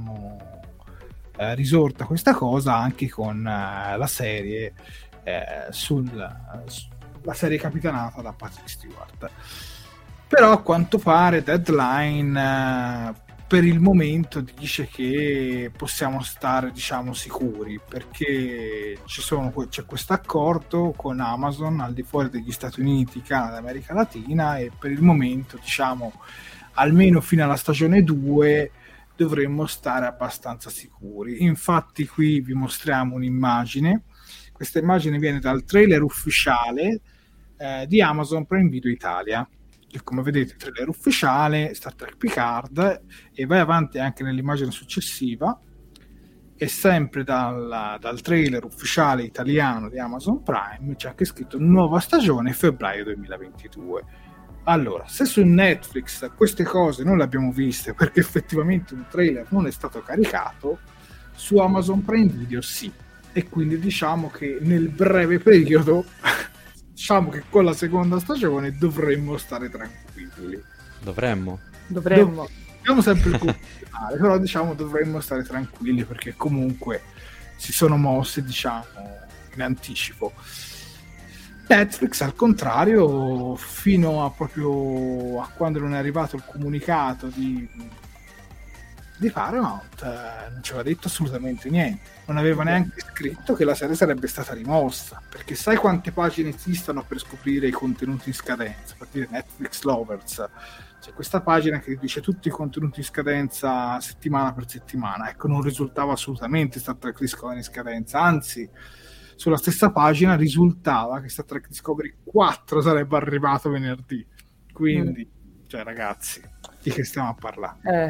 risorta questa cosa anche con la serie la serie capitanata da Patrick Stewart. Però a quanto pare Deadline per il momento dice che possiamo stare sicuri perché c'è questo accordo con Amazon al di fuori degli Stati Uniti, Canada e America Latina, e per il momento almeno fino alla stagione 2 dovremmo stare abbastanza sicuri. Infatti qui vi mostriamo un'immagine. Questa immagine viene dal trailer ufficiale di Amazon Prime Video Italia. Come vedete, trailer ufficiale Star Trek Picard, e vai avanti anche nell'immagine successiva e sempre dal trailer ufficiale italiano di Amazon Prime c'è anche scritto nuova stagione febbraio 2022. Allora, se su Netflix queste cose non le abbiamo viste perché effettivamente un trailer non è stato caricato, su Amazon Prime Video sì, e quindi diciamo che nel breve periodo diciamo che con la seconda stagione dovremmo stare tranquilli. Dovremmo. Diciamo sempre il condizionale, però dovremmo stare tranquilli perché comunque si sono mossi in anticipo. Netflix al contrario, fino a proprio a quando non è arrivato il comunicato di Paramount, non ci aveva detto assolutamente niente, non aveva neanche scritto che la serie sarebbe stata rimossa, perché sai quante pagine esistono per scoprire i contenuti in scadenza, per dire Netflix Lovers, c'è questa pagina che dice tutti i contenuti in scadenza settimana per settimana. Ecco, non risultava assolutamente Star Trek Discovery in scadenza, anzi sulla stessa pagina risultava che Star Trek Discovery 4 sarebbe arrivato venerdì, quindi ragazzi, di che stiamo a parlare?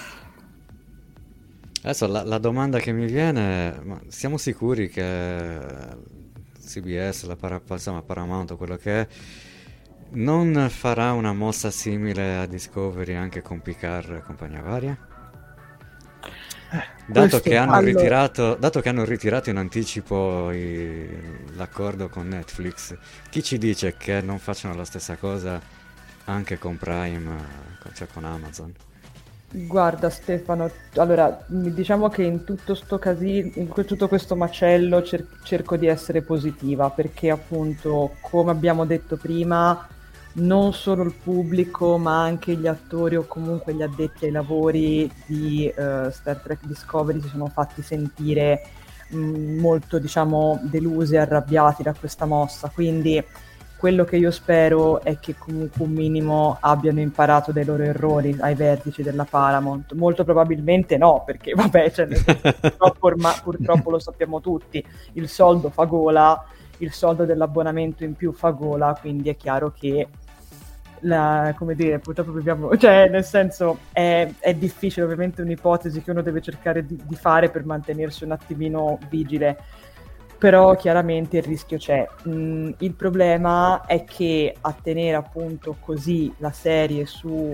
Adesso la domanda che mi viene è: ma siamo sicuri che CBS, Paramount o quello che è, non farà una mossa simile a Discovery anche con Picard e compagnia varia? Dato che hanno ritirato in anticipo l'accordo con Netflix, chi ci dice che non facciano la stessa cosa anche con Prime, cioè con Amazon? Guarda Stefano, allora diciamo che in tutto sto casino, tutto questo macello cerco di essere positiva perché appunto, come abbiamo detto prima, non solo il pubblico ma anche gli attori o comunque gli addetti ai lavori di Star Trek Discovery si sono fatti sentire molto, diciamo, delusi e arrabbiati da questa mossa, quindi quello che io spero è che comunque un minimo abbiano imparato dai loro errori ai vertici della Paramount. Molto probabilmente no, perché vabbè, cioè, purtroppo lo sappiamo tutti, il soldo fa gola, il soldo dell'abbonamento in più fa gola, quindi è chiaro che come dire, purtroppo viviamo, cioè nel senso è difficile, ovviamente è un'ipotesi che uno deve cercare di fare per mantenersi un attimino vigile, però chiaramente il rischio c'è. Il problema è che a tenere appunto così la serie su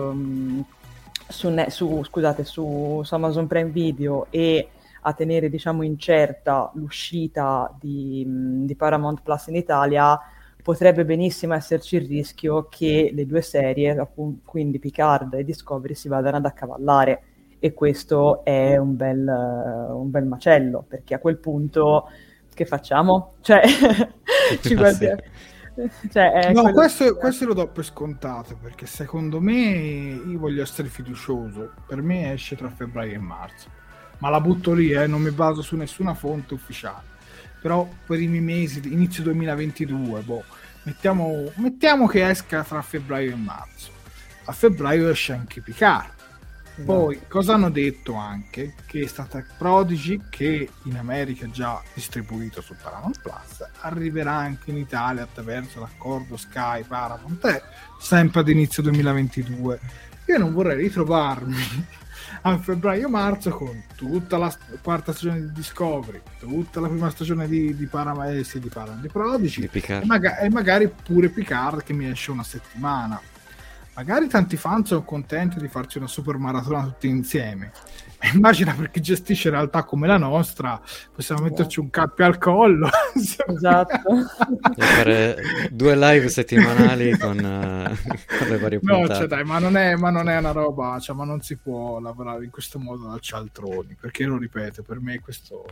Amazon Prime Video e a tenere, diciamo, incerta l'uscita di Paramount Plus in Italia, potrebbe benissimo esserci il rischio che le due serie, appunto, quindi Picard e Discovery, si vadano ad accavallare, e questo è un bel macello, perché a quel punto che facciamo? Cioè, ci guardiamo. Cioè, no, questo lo do per scontato, perché secondo me, io voglio essere fiducioso, per me esce tra febbraio e marzo, ma la butto lì, non mi baso su nessuna fonte ufficiale, però per i miei mesi, inizio 2022, mettiamo che esca tra febbraio e marzo. A febbraio esce anche Picard. Poi cosa hanno detto anche? Che Star Trek Prodigy, che in America è già distribuito su Paramount Plus, arriverà anche in Italia attraverso l'accordo Sky Paramount, sempre ad inizio 2022. Io non vorrei ritrovarmi a febbraio-marzo con tutta la quarta stagione di Discovery, tutta la prima stagione di Prodigy, di Picard. E magari pure Picard, che mi esce una settimana. Magari tanti fan sono contenti di farci una super maratona tutti insieme. Immagina, per chi gestisce realtà come la nostra, possiamo metterci un cappio al collo. Esatto. E fare 2 live settimanali con le varie puntate. No, cioè, dai, ma non è una roba, cioè, ma non si può lavorare in questo modo da cialtroni, perché lo ripeto, per me questo...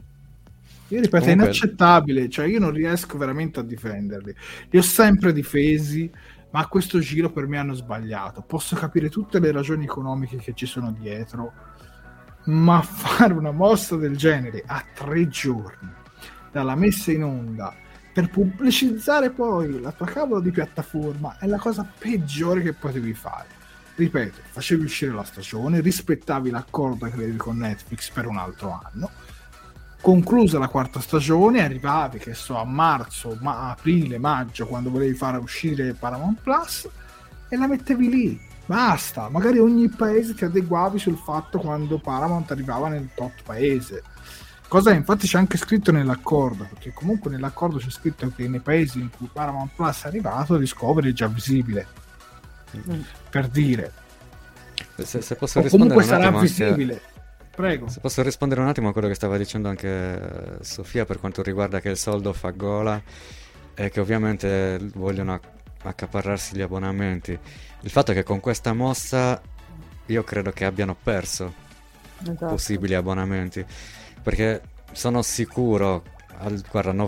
Io ripeto, comunque... è inaccettabile, cioè io non riesco veramente a difenderli. Li ho sempre difesi, ma a questo giro per me hanno sbagliato. Posso capire tutte le ragioni economiche che ci sono dietro, ma fare una mossa del genere a 3 giorni dalla messa in onda per pubblicizzare poi la tua cavolo di piattaforma è la cosa peggiore che potevi fare. Ripeto, facevi uscire la stagione, rispettavi l'accordo che avevi con Netflix per un altro anno, conclusa la quarta stagione, arrivavi che so a marzo, aprile, maggio, quando volevi fare uscire Paramount Plus, e la mettevi lì, basta. Magari ogni paese ti adeguavi sul fatto quando Paramount arrivava nel tot paese, cosa infatti c'è anche scritto nell'accordo, perché comunque nell'accordo c'è scritto che nei paesi in cui Paramount Plus è arrivato, Discovery è già visibile, per dire, se posso rispondere, comunque sarà visibile. Prego. Se posso rispondere un attimo a quello che stava dicendo anche Sofia per quanto riguarda che il soldo fa gola e che ovviamente vogliono accaparrarsi gli abbonamenti. Il fatto è che con questa mossa io credo che abbiano perso possibili abbonamenti, perché sono sicuro al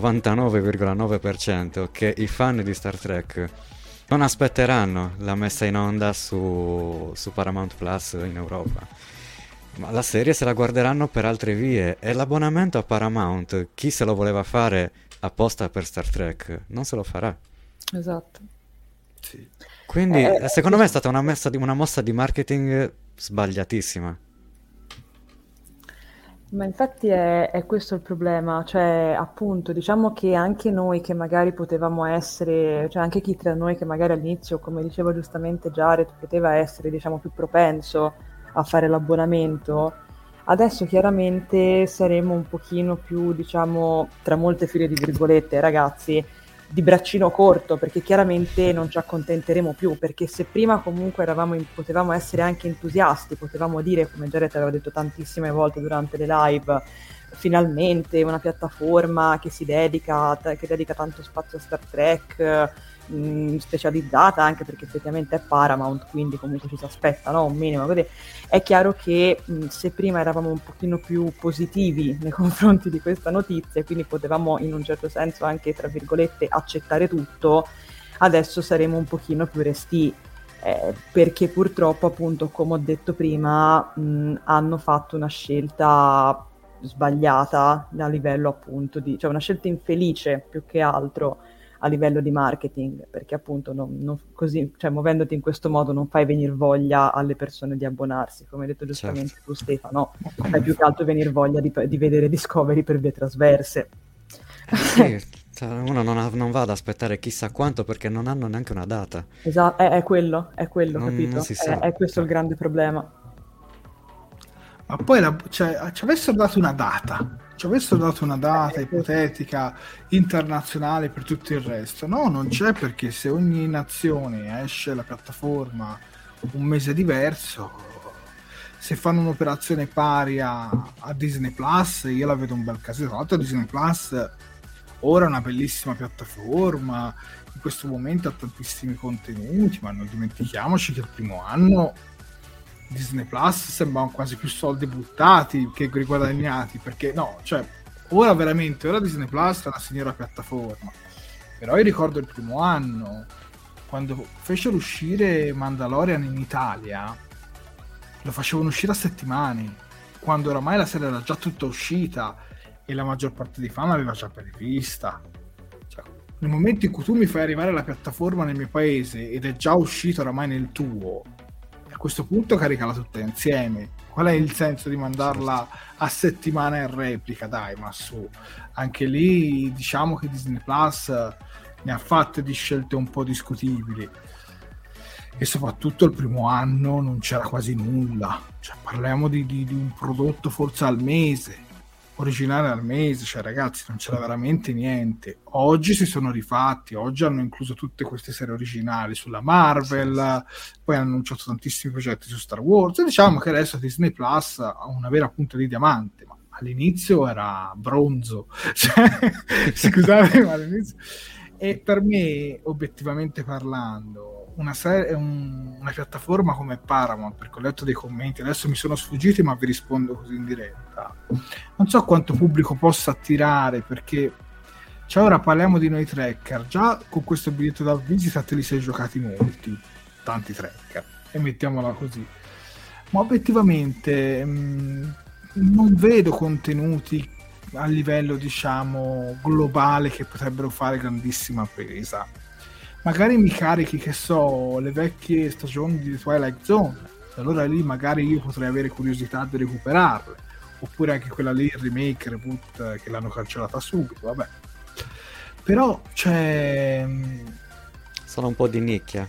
99,9% che i fan di Star Trek non aspetteranno la messa in onda su Paramount Plus in Europa, ma la serie se la guarderanno per altre vie, e l'abbonamento a Paramount, chi se lo voleva fare apposta per Star Trek non se lo farà. Esatto. Sì. Quindi secondo me è stata una mossa di marketing sbagliatissima. Ma infatti è questo il problema, cioè appunto diciamo che anche noi che magari potevamo essere, cioè anche chi tra noi che magari all'inizio, come diceva giustamente Jared, poteva essere diciamo più propenso a fare l'abbonamento, adesso chiaramente saremo un pochino più, diciamo, tra molte file di virgolette, ragazzi, di braccino corto, perché chiaramente non ci accontenteremo più, perché se prima comunque potevamo essere anche entusiasti, potevamo dire, come Jared aveva detto tantissime volte durante le live, finalmente una piattaforma che dedica tanto spazio a Star Trek, specializzata, anche perché effettivamente è Paramount, quindi comunque ci si aspetta, no? Un minimo. Quindi è chiaro che se prima eravamo un pochino più positivi nei confronti di questa notizia, quindi potevamo in un certo senso anche, tra virgolette, accettare tutto, adesso saremo un pochino più restii. Perché purtroppo, appunto, come ho detto prima, hanno fatto una scelta sbagliata a livello, appunto, cioè una scelta infelice più che altro a livello di marketing, perché appunto così, cioè, muovendoti in questo modo non fai venire voglia alle persone di abbonarsi, come hai detto giustamente tu, Stefano, fai più che altro venire voglia di vedere Discovery per vie trasverse. Sì. Uno non va ad aspettare chissà quanto, perché non hanno neanche una data. Esatto, è quello, capito? Non si sa. È questo il grande problema. Ma poi ci avessero dato una data, ipotetica, internazionale per tutto il resto. No, non c'è, perché se ogni nazione esce la piattaforma un mese diverso, se fanno un'operazione pari a Disney Plus, io la vedo un bel caso. Tra l'altro Disney Plus ora è una bellissima piattaforma, in questo momento ha tantissimi contenuti, ma non dimentichiamoci che il primo anno Disney Plus sembrano quasi più soldi buttati che riguadagnati, perché ora Disney Plus è una signora piattaforma. Però io ricordo il primo anno, quando fecero uscire Mandalorian in Italia, lo facevano uscire a settimane, quando oramai la serie era già tutta uscita e la maggior parte dei fan l'aveva già prevista. Cioè, nel momento in cui tu mi fai arrivare la piattaforma nel mio paese ed è già uscita oramai nel tuo, a questo punto caricala tutta insieme. Qual è il senso di mandarla a settimana in replica? Dai, ma su, anche lì diciamo che Disney Plus ne ha fatte di scelte un po' discutibili, e soprattutto il primo anno non c'era quasi nulla. Cioè, parliamo di un prodotto forse al mese, originale al mese, cioè ragazzi, non c'era veramente niente. Oggi si sono rifatti, oggi hanno incluso tutte queste serie originali sulla Marvel, poi hanno annunciato tantissimi progetti su Star Wars, e diciamo che adesso Disney Plus ha una vera punta di diamante, ma all'inizio era bronzo, cioè, scusate, ma all'inizio. E per me, obiettivamente parlando, una piattaforma come Paramount, perché ho letto dei commenti, adesso mi sono sfuggiti ma vi rispondo così in diretta, non so quanto pubblico possa attirare, perché ora parliamo di noi tracker, già con questo biglietto da visita te li sei giocati tanti tracker, e mettiamola così, ma obiettivamente non vedo contenuti a livello diciamo globale che potrebbero fare grandissima presa. Magari mi carichi, che so, le vecchie stagioni di Twilight Zone, allora lì magari io potrei avere curiosità di recuperarle, oppure anche quella lì, il remake, reboot, che l'hanno cancellata subito, vabbè. Però sono un po' di nicchia.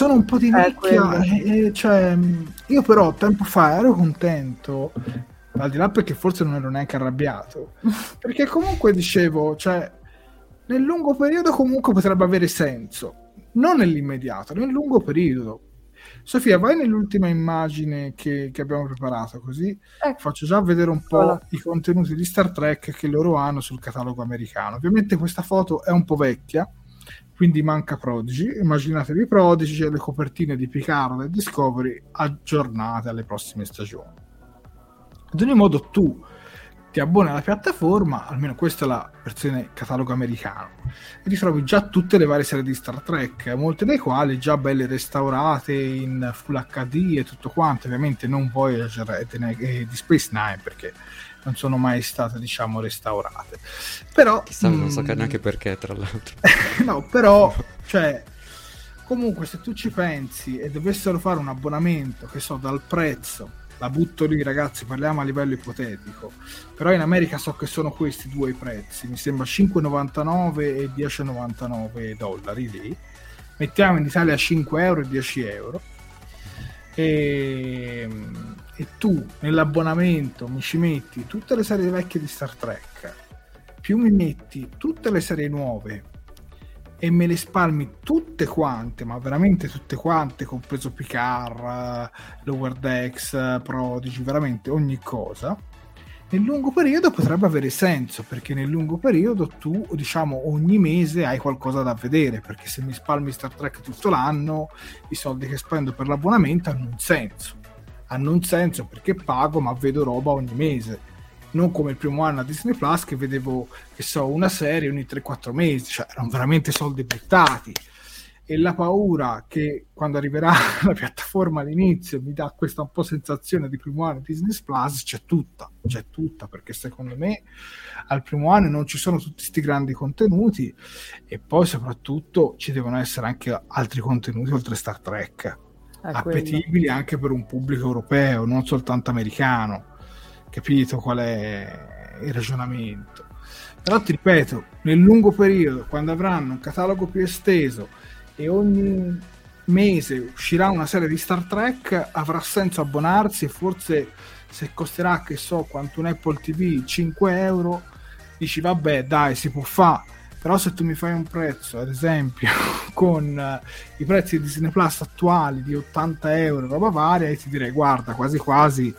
Io però tempo fa ero contento, al di là perché forse non ero neanche arrabbiato, perché comunque dicevo, nel lungo periodo comunque potrebbe avere senso, non nell'immediato, nel lungo periodo. Sofia, vai nell'ultima immagine che abbiamo preparato, così faccio già vedere un po' i contenuti di Star Trek che loro hanno sul catalogo americano. Ovviamente questa foto è un po' vecchia, quindi manca Prodigy. Immaginatevi Prodigy e le copertine di Picard e Discovery aggiornate alle prossime stagioni. Ad ogni modo, tu ti abboni alla piattaforma, almeno questa è la versione catalogo americano, e ritrovi già tutte le varie serie di Star Trek, molte delle quali già belle restaurate in Full HD e tutto quanto. Ovviamente non Voyager e di Space Nine, perché non sono mai state, diciamo, restaurate. Però chissà, non so neanche perché, tra l'altro. No, però comunque se tu ci pensi e dovessero fare un abbonamento, che so, dal prezzo, la butto lì, ragazzi, parliamo a livello ipotetico, però in America so che sono questi due i prezzi, mi sembra $5,99 e $10,99 lì, mettiamo in Italia 5 euro e 10 euro, e tu nell'abbonamento mi ci metti tutte le serie vecchie di Star Trek, più mi metti tutte le serie nuove e me le spalmi tutte quante, ma veramente tutte quante, compreso Picard, Lower Decks, Prodigy, veramente ogni cosa, Nel lungo periodo potrebbe avere senso, perché nel lungo periodo tu, diciamo, ogni mese hai qualcosa da vedere, perché se mi spalmi Star Trek tutto l'anno, i soldi che spendo per l'abbonamento hanno un senso. Hanno un senso perché pago, ma vedo roba ogni mese. Non come il primo anno a Disney Plus, che vedevo, che so, una serie ogni 3-4 mesi, cioè erano veramente soldi buttati. E la paura che quando arriverà la piattaforma all'inizio mi dà questa un po' sensazione di primo anno Disney Plus, c'è tutta, perché secondo me al primo anno non ci sono tutti questi grandi contenuti, e poi soprattutto ci devono essere anche altri contenuti oltre Star Trek, appetibili anche per un pubblico europeo, non soltanto americano. Capito qual è il ragionamento? Però ti ripeto, nel lungo periodo, quando avranno un catalogo più esteso e ogni mese uscirà una serie di Star Trek, avrà senso abbonarsi, e forse se costerà, che so, quanto un Apple TV, 5 euro, dici vabbè dai, si può fare. Però se tu mi fai un prezzo, ad esempio, con i prezzi di Disney Plus attuali di 80 euro, roba varia, e ti direi guarda, quasi quasi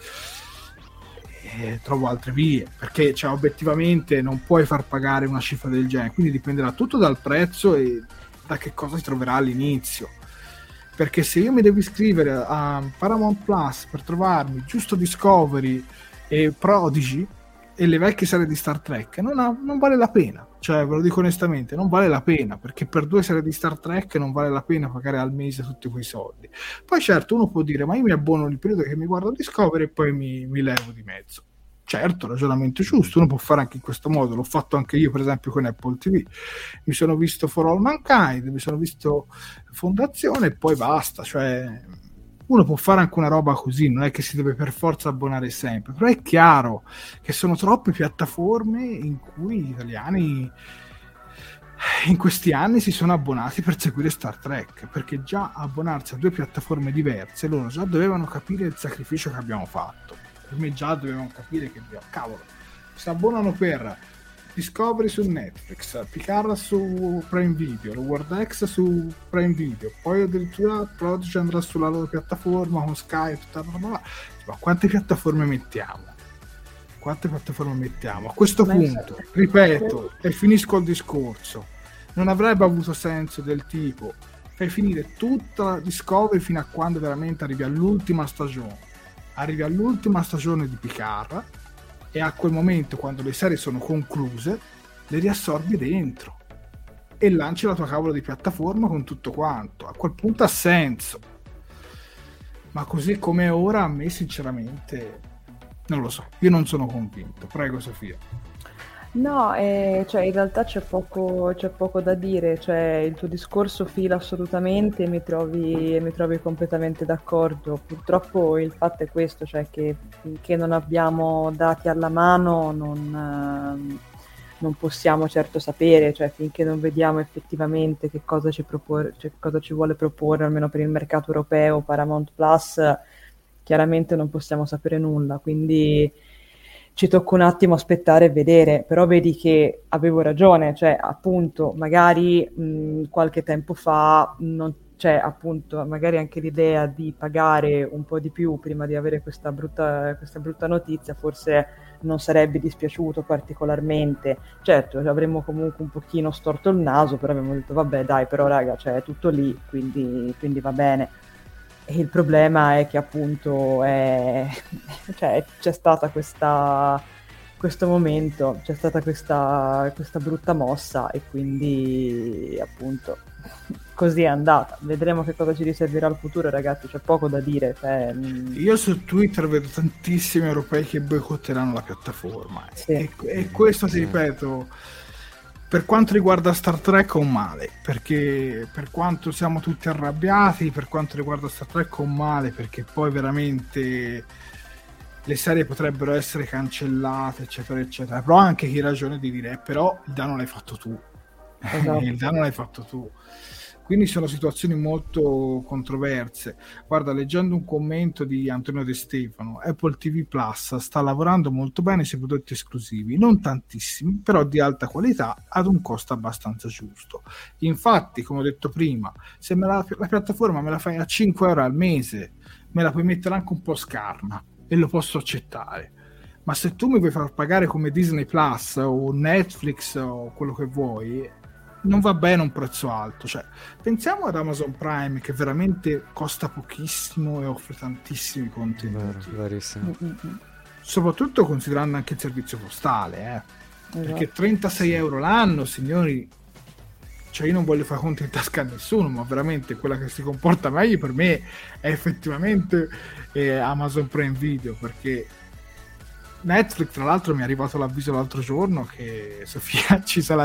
trovo altre vie, perché cioè, obiettivamente non puoi far pagare una cifra del genere, quindi dipenderà tutto dal prezzo e da che cosa si troverà all'inizio. Perché se io mi devo iscrivere a Paramount Plus per trovarmi giusto Discovery e Prodigy e le vecchie serie di Star Trek, non vale la pena, cioè ve lo dico onestamente, non vale la pena, perché per 2 serie di Star Trek non vale la pena pagare al mese tutti quei soldi. Poi certo uno può dire ma io mi abbono il periodo che mi guardo Discovery e poi mi levo di mezzo. Certo, ragionamento giusto, uno può fare anche in questo modo, l'ho fatto anche io per esempio con Apple TV, mi sono visto For All Mankind, mi sono visto Fondazione e poi basta, cioè uno può fare anche una roba così, non è che si deve per forza abbonare sempre, però è chiaro che sono troppe piattaforme in cui gli italiani in questi anni si sono abbonati per seguire Star Trek, perché già abbonarsi a 2 piattaforme diverse, loro già dovevano capire il sacrificio che abbiamo fatto. Per me già dovevano capire che cavolo, si abbonano per Discovery su Netflix, Picard su Prime Video, lo World X su Prime Video, poi addirittura Prodigy andrà sulla loro piattaforma con Sky e tutta la roba. Ma quante piattaforme mettiamo? A questo punto, ripeto e finisco il discorso, non avrebbe avuto senso del tipo fai finire tutta la Discovery fino a quando veramente arrivi all'ultima stagione di Picard, e a quel momento, quando le serie sono concluse, le riassorbi dentro e lanci la tua cavolo di piattaforma con tutto quanto. A quel punto ha senso, ma così come ora a me sinceramente non lo so, io non sono convinto. Prego Sofia. No, cioè in realtà c'è poco da dire, cioè il tuo discorso fila assolutamente e mi trovi completamente d'accordo. Purtroppo il fatto è questo, cioè che finché non abbiamo dati alla mano non possiamo certo sapere, cioè finché non vediamo effettivamente che cosa ci vuole proporre, almeno per il mercato europeo, Paramount Plus, chiaramente non possiamo sapere nulla, quindi ci tocca un attimo aspettare e vedere, però vedi che avevo ragione, cioè appunto magari qualche tempo fa cioè appunto magari anche l'idea di pagare un po' di più prima di avere questa brutta notizia forse non sarebbe dispiaciuto particolarmente. Certo, avremmo comunque un pochino storto il naso, però abbiamo detto vabbè dai, però raga, cioè è tutto lì, quindi va bene. E il problema è che appunto cioè, c'è stata questo momento, c'è stata questa brutta mossa e quindi appunto così è andata. Vedremo che cosa ci riserverà il futuro, ragazzi, c'è poco da dire. Cioè, io su Twitter vedo tantissimi europei che boicotteranno la piattaforma, sì. e questo ti ripeto, per quanto riguarda Star Trek è un male, perché per quanto siamo tutti arrabbiati, per quanto riguarda Star Trek è un male, perché poi veramente le serie potrebbero essere cancellate eccetera eccetera, però anche chi ha ragione di dire però il danno l'hai fatto tu. Esatto. Il danno l'hai fatto tu. Quindi sono situazioni molto controverse. Guarda, leggendo un commento di Antonio De Stefano, Apple TV Plus sta lavorando molto bene sui prodotti esclusivi, non tantissimi, però di alta qualità ad un costo abbastanza giusto. Infatti, come ho detto prima, se la piattaforma me la fai a 5 euro al mese, me la puoi mettere anche un po' scarna e lo posso accettare. ma se tu mi vuoi far pagare come Disney Plus o Netflix o quello che vuoi, non va bene un prezzo alto. Cioè, pensiamo ad Amazon Prime, che veramente costa pochissimo e offre tantissimi contenuti. Verissimo. Soprattutto considerando anche il servizio postale, perché 36 euro l'anno, signori, cioè io non voglio fare conti in tasca a nessuno, ma veramente quella che si comporta meglio per me è effettivamente Amazon Prime Video, perché Netflix, tra l'altro, mi è arrivato l'avviso l'altro giorno che Sofia ci sarà a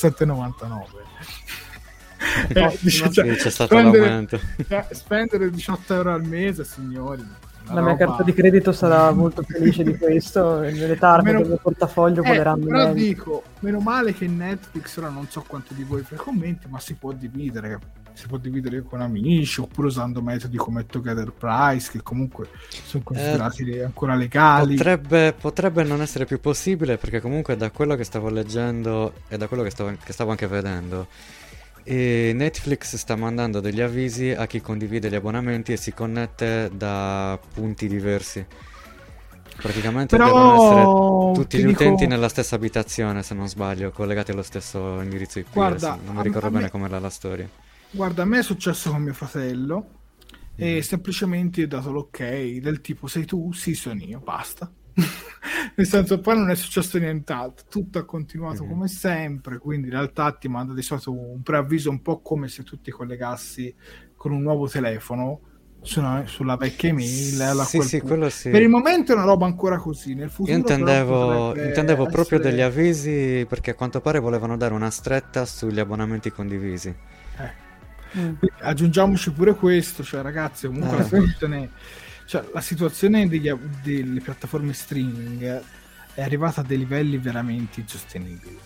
17,99. Sì, c'è stato l'aumento. Spendere 18 euro al mese, signori. La mia carta di credito sarà molto felice di questo, le tarme del mio portafoglio voleranno però meglio. dico, meno male che Netflix, ora non so quanto di voi fa i commenti, ma si può dividere con amici, oppure usando metodi come Together Price, che comunque sono considerati ancora legali. Potrebbe non essere più possibile, perché comunque da quello che stavo leggendo e da quello che stavo anche vedendo, e Netflix sta mandando degli avvisi a chi condivide gli abbonamenti e si connette da punti diversi. Praticamente devono essere tutti gli utenti nella stessa abitazione, se non sbaglio, collegati allo stesso indirizzo IP. Guarda, non mi ricordo bene com'era la storia. Guarda, a me è successo con mio fratello e semplicemente ho dato l'ok del tipo: sei tu? Sì, sono io, basta. Nel senso, poi non è successo nient'altro, tutto ha continuato come sempre, quindi in realtà ti manda di solito un preavviso, un po' come se tu ti collegassi con un nuovo telefono sulla vecchia email. Quello sì. Per il momento è una roba ancora così, nel futuro io intendevo proprio degli avvisi, perché a quanto pare volevano dare una stretta sugli abbonamenti condivisi. Aggiungiamoci pure questo, cioè ragazzi, comunque la situazione delle piattaforme streaming è arrivata a dei livelli veramente insostenibili,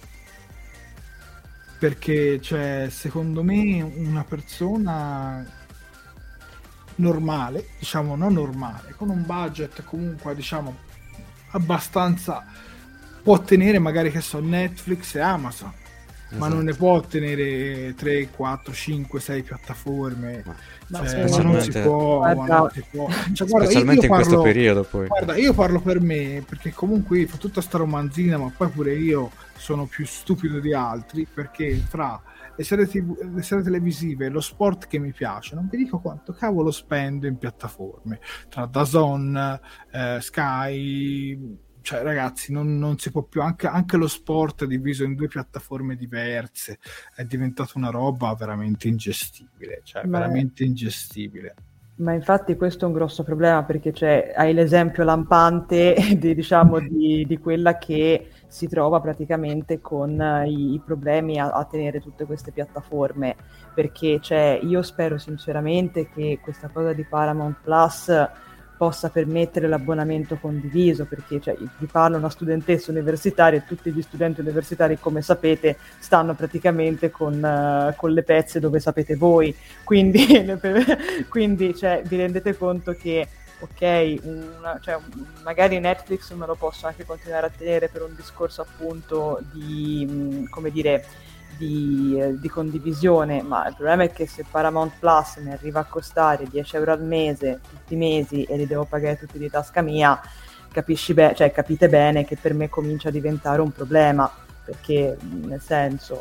perché cioè, secondo me una persona normale, diciamo non normale, con un budget comunque diciamo abbastanza, può tenere magari, che so, Netflix e Amazon, ma non ne può ottenere 3, 4, 5, 6 piattaforme. Ma non si può. Cioè, specialmente in questo periodo poi. Guarda, io parlo per me, perché comunque io fa tutta sta romanzina, ma poi pure io sono più stupido di altri, perché fra le serie televisive e lo sport che mi piace, non vi dico quanto cavolo spendo in piattaforme, tra DAZN, Sky. Cioè ragazzi, non si può più, anche lo sport diviso in 2 piattaforme diverse è diventata una roba veramente ingestibile, veramente ingestibile. Ma infatti questo è un grosso problema, perché hai l'esempio lampante di quella che si trova praticamente con i problemi a tenere tutte queste piattaforme, perché io spero sinceramente che questa cosa di Paramount Plus possa permettere l'abbonamento condiviso, perché vi parla una studentessa universitaria e tutti gli studenti universitari, come sapete, stanno praticamente con le pezze dove sapete voi, quindi vi rendete conto che magari Netflix me lo posso anche continuare a tenere per un discorso appunto di condivisione, ma il problema è che se Paramount Plus mi arriva a costare 10 euro al mese tutti i mesi e li devo pagare tutti di tasca mia, capite bene che per me comincia a diventare un problema, perché nel senso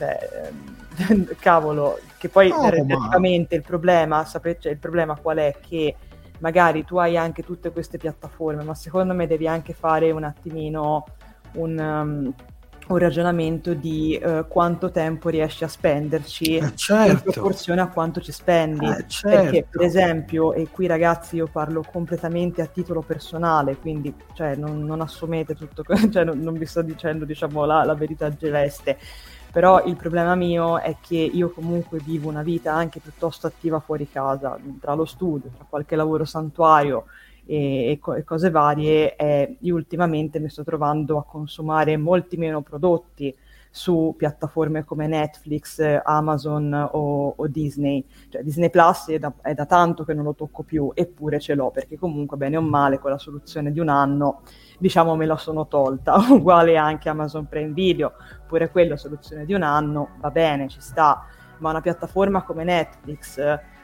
cavolo, che poi relativamente il problema qual è? Che magari tu hai anche tutte queste piattaforme, ma secondo me devi anche fare un attimino un ragionamento di quanto tempo riesci a spenderci in proporzione a quanto ci spendi, perché per esempio, e qui ragazzi io parlo completamente a titolo personale, quindi non assumete tutto, non vi sto dicendo la verità celeste, però il problema mio è che io comunque vivo una vita anche piuttosto attiva fuori casa, tra lo studio, tra qualche lavoro santuario e cose varie, io ultimamente mi sto trovando a consumare molti meno prodotti su piattaforme come Netflix, Amazon o Disney. Disney Plus è da tanto che non lo tocco più, eppure ce l'ho, perché comunque bene o male con la soluzione di un anno me la sono tolta. Uguale anche Amazon Prime Video, pure quella soluzione di un anno va bene, ci sta, ma una piattaforma come Netflix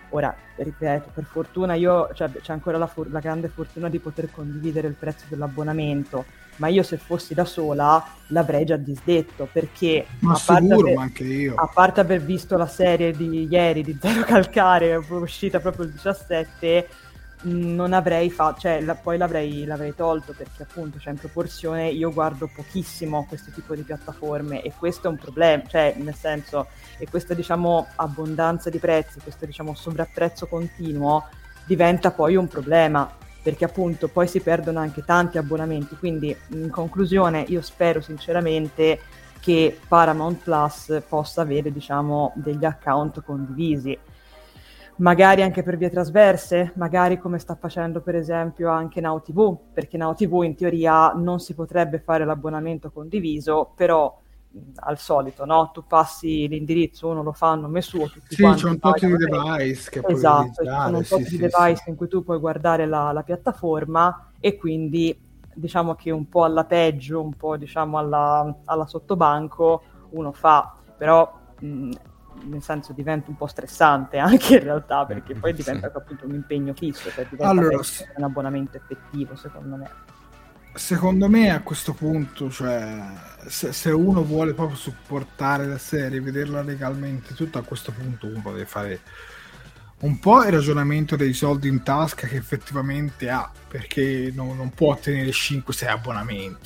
Ora, ripeto, per fortuna c'è ancora la grande fortuna di poter condividere il prezzo dell'abbonamento, ma io se fossi da sola l'avrei già disdetto, perché ma sicuro, ma anche io, a parte aver visto la serie di ieri di Zero Calcare, uscita proprio il 17, non avrei fatto, cioè poi l'avrei tolto, perché appunto, cioè, in proporzione io guardo pochissimo questo tipo di piattaforme, e questo è un problema, cioè nel senso, e questa diciamo abbondanza di prezzi, questo diciamo sovrapprezzo continuo diventa poi un problema, perché appunto poi si perdono anche tanti abbonamenti. Quindi in conclusione io spero sinceramente che Paramount Plus possa avere diciamo degli account condivisi, magari anche per vie trasverse, magari come sta facendo per esempio anche Now TV, perché Now TV in teoria non si potrebbe fare l'abbonamento condiviso, però al solito, no? Tu passi l'indirizzo, uno lo fa a nome suo, tutti quanti. Sì, c'è un tot di device che puoi esatto, ci sono un tot di device sì, in cui tu puoi guardare la piattaforma, e quindi diciamo che un po' alla peggio, un po' diciamo alla sottobanco uno fa, però nel senso diventa un po' stressante anche in realtà, perché poi diventa appunto un impegno fisso, cioè diventa un abbonamento effettivo, secondo me. Secondo me a questo punto, cioè, se uno vuole proprio supportare la serie, vederla legalmente, tutto, a questo punto uno deve fare un po' il ragionamento dei soldi in tasca che effettivamente ha, perché non può ottenere 5-6 abbonamenti.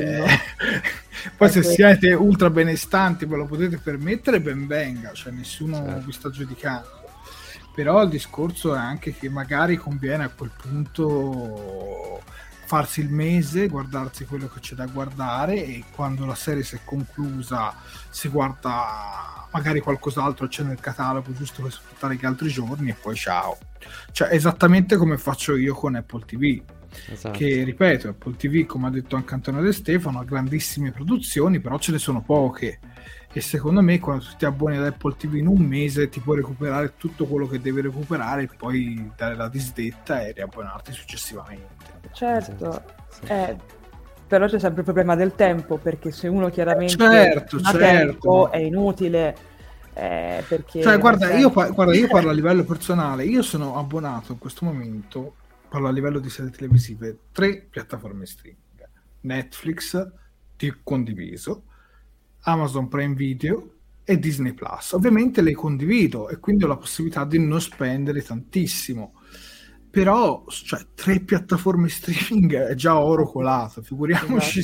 Poi se siete ultra benestanti, ve lo potete permettere, ben venga, cioè nessuno vi sta giudicando. Però il discorso è anche che magari conviene a quel punto farsi il mese, guardarsi quello che c'è da guardare, e quando la serie si è conclusa si guarda magari qualcos'altro c'è nel catalogo, giusto per sfruttare gli altri giorni, e poi ciao. Cioè esattamente come faccio io con Apple TV. Esatto. Che ripeto, Apple TV, come ha detto anche Antonio De Stefano, ha grandissime produzioni, però ce ne sono poche, e secondo me quando tu ti abboni ad Apple TV in un mese ti puoi recuperare tutto quello che devi recuperare, e poi dare la disdetta e riabbonarti successivamente. Certo, però c'è sempre il problema del tempo, perché se uno chiaramente ha tempo è inutile, perché cioè guarda, io parlo a livello personale, io sono abbonato in questo momento, parlo a livello di serie televisive, 3 piattaforme streaming: Netflix condiviso, Amazon Prime Video e Disney Plus. Ovviamente le condivido e quindi ho la possibilità di non spendere tantissimo, però cioè 3 piattaforme streaming è già oro colato, figuriamoci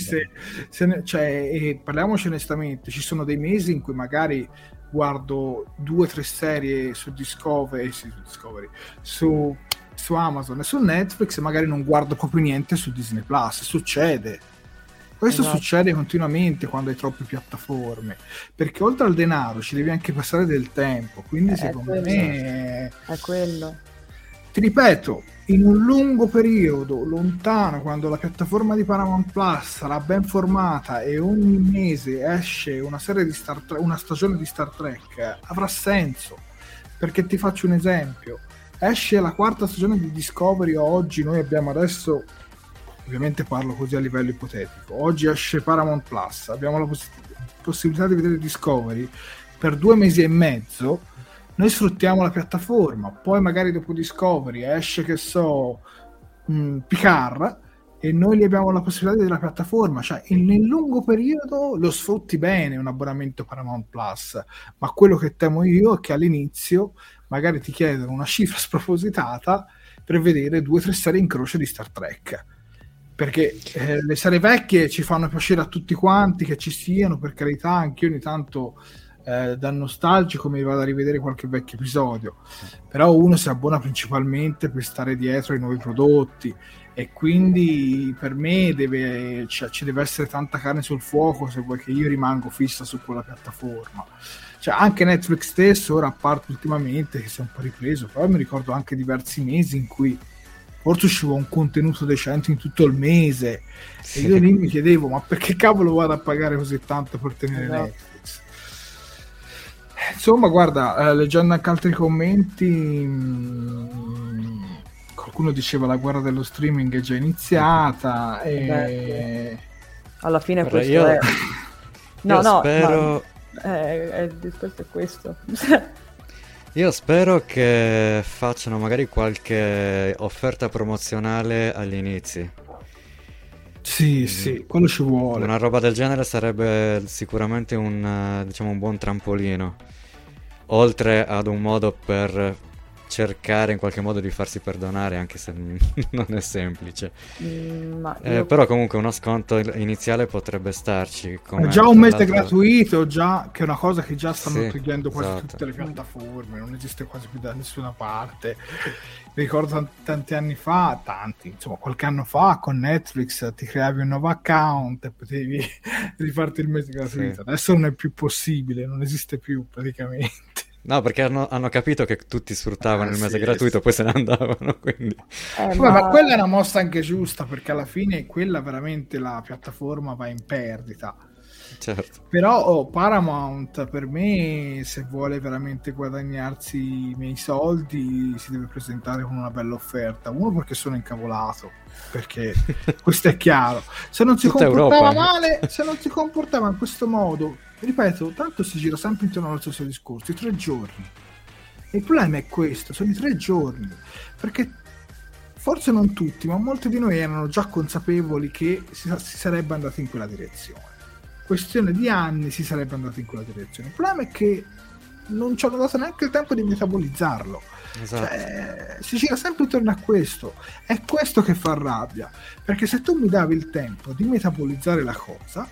se parliamoci onestamente, ci sono dei mesi in cui magari guardo 2-3 serie su Discovery, su Amazon e su Netflix, e magari non guardo proprio niente su Disney Plus. Questo succede continuamente quando hai troppe piattaforme, perché oltre al denaro ci devi anche passare del tempo, quindi secondo me è quello. Ti ripeto, in un lungo periodo lontano, quando la piattaforma di Paramount Plus sarà ben formata e ogni mese esce una serie di una stagione di Star Trek, avrà senso. Perché ti faccio un esempio: esce la 4ª stagione di Discovery oggi, noi abbiamo adesso, ovviamente parlo così a livello ipotetico, oggi esce Paramount Plus, abbiamo la possibilità di vedere Discovery per 2 mesi e mezzo, noi sfruttiamo la piattaforma, poi magari dopo Discovery esce, che so, Picard, e noi abbiamo la possibilità di vedere la piattaforma, cioè nel lungo periodo lo sfrutti bene un abbonamento Paramount Plus, ma quello che temo io è che all'inizio magari ti chiedono una cifra spropositata per vedere 2-3 serie in croce di Star Trek, perché le serie vecchie ci fanno piacere a tutti quanti che ci siano, per carità, anche io ogni tanto da nostalgico mi vado a rivedere qualche vecchio episodio, però uno si abbona principalmente per stare dietro ai nuovi prodotti, e quindi per me ci deve essere tanta carne sul fuoco se vuoi che io rimango fissa su quella piattaforma. Cioè anche Netflix stesso ora, a parte ultimamente che si è un po' ripreso, però mi ricordo anche diversi mesi in cui forse usciva un contenuto decente in tutto il mese, e io lì mi chiedevo: ma perché cavolo vado a pagare così tanto per tenere Netflix? Insomma, guarda, leggendo anche altri commenti, qualcuno diceva la guerra dello streaming è già iniziata, e alla fine però questo è io spero il discorso è questo. Io spero che facciano magari qualche offerta promozionale agli inizi. Sì, quello ci vuole. Una roba del genere sarebbe sicuramente diciamo, un buon trampolino, oltre ad un modo per cercare in qualche modo di farsi perdonare, anche se non è semplice. Però comunque uno sconto iniziale potrebbe starci. È già un mese gratuito, già, che è una cosa che già stanno togliendo quasi esatto. tutte le piattaforme, non esiste quasi più da nessuna parte. Ricordo tanti anni fa, insomma qualche anno fa con Netflix ti creavi un nuovo account e potevi rifarti il mese gratuito. Adesso non è più possibile, non esiste più praticamente. No, perché hanno capito che tutti sfruttavano il mese gratuito, poi se ne andavano, quindi... ma quella è una mossa anche giusta, perché alla fine quella veramente la piattaforma va in perdita. Certo. Però Paramount, per me, se vuole veramente guadagnarsi i miei soldi, si deve presentare con una bella offerta. Uno, perché sono incavolato, perché questo è chiaro. Se non si comportava male, se non si comportava in questo modo, ripeto, tanto si gira sempre intorno allo stesso discorso, i 3 giorni. E il problema è questo, sono i 3 giorni, perché forse non tutti, ma molti di noi erano già consapevoli che si sarebbe andati in quella direzione. Questione di anni si sarebbe andati in quella direzione. Il problema è che non ci hanno dato neanche il tempo di metabolizzarlo. Esatto. Cioè, si gira sempre intorno a questo. È questo che fa rabbia, perché se tu mi davi il tempo di metabolizzare la cosa,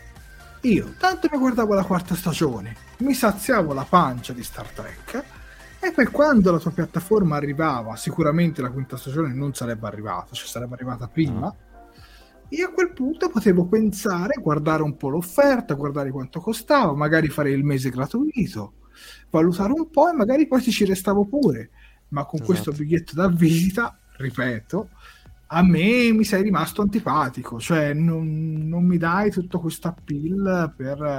io tanto mi guardavo la 4ª stagione, mi saziavo la pancia di Star Trek, e poi quando la tua piattaforma arrivava, sicuramente la 5ª stagione non sarebbe arrivata, cioè sarebbe arrivata prima, io a quel punto potevo pensare, guardare un po' l'offerta, guardare quanto costava, magari fare il mese gratuito, valutare un po' e magari poi ci restavo pure. Ma con questo biglietto da visita, ripeto, a me mi sei rimasto antipatico, cioè non mi dai tutto questo appeal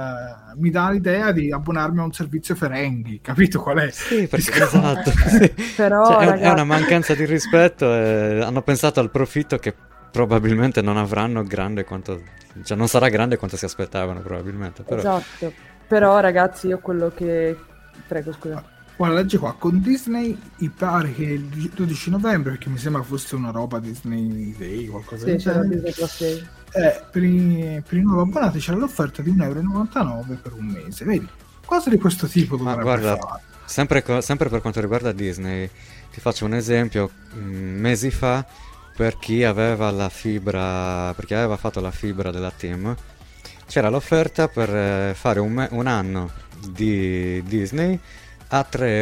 mi dà l'idea di abbonarmi a un servizio Ferenghi, capito qual è? Sì, perché esatto. Sì. Però, cioè, ragazzi... è una mancanza di rispetto e hanno pensato al profitto che probabilmente non avranno grande quanto, cioè non sarà grande quanto si aspettavano probabilmente. Però... Esatto, però ragazzi io quello che... Prego, scusa. Guarda, leggi qua, con Disney mi pare che il 12 novembre, perché mi sembra fosse una roba Disney Day, qualcosa del genere. Disney Plus Day. Per i nuovi abbonati c'era l'offerta di €1,99 per un mese, vedi? Cose di questo tipo dovrebbe fare. Sempre per quanto riguarda Disney, ti faccio un esempio, mesi fa, per chi aveva la fibra, perché aveva fatto la fibra della Team, c'era l'offerta per fare un anno di Disney a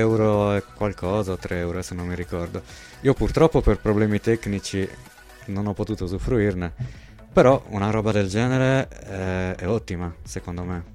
€3 e qualcosa, o €3 se non mi ricordo. Io purtroppo per problemi tecnici non ho potuto usufruirne, però una roba del genere è ottima, secondo me.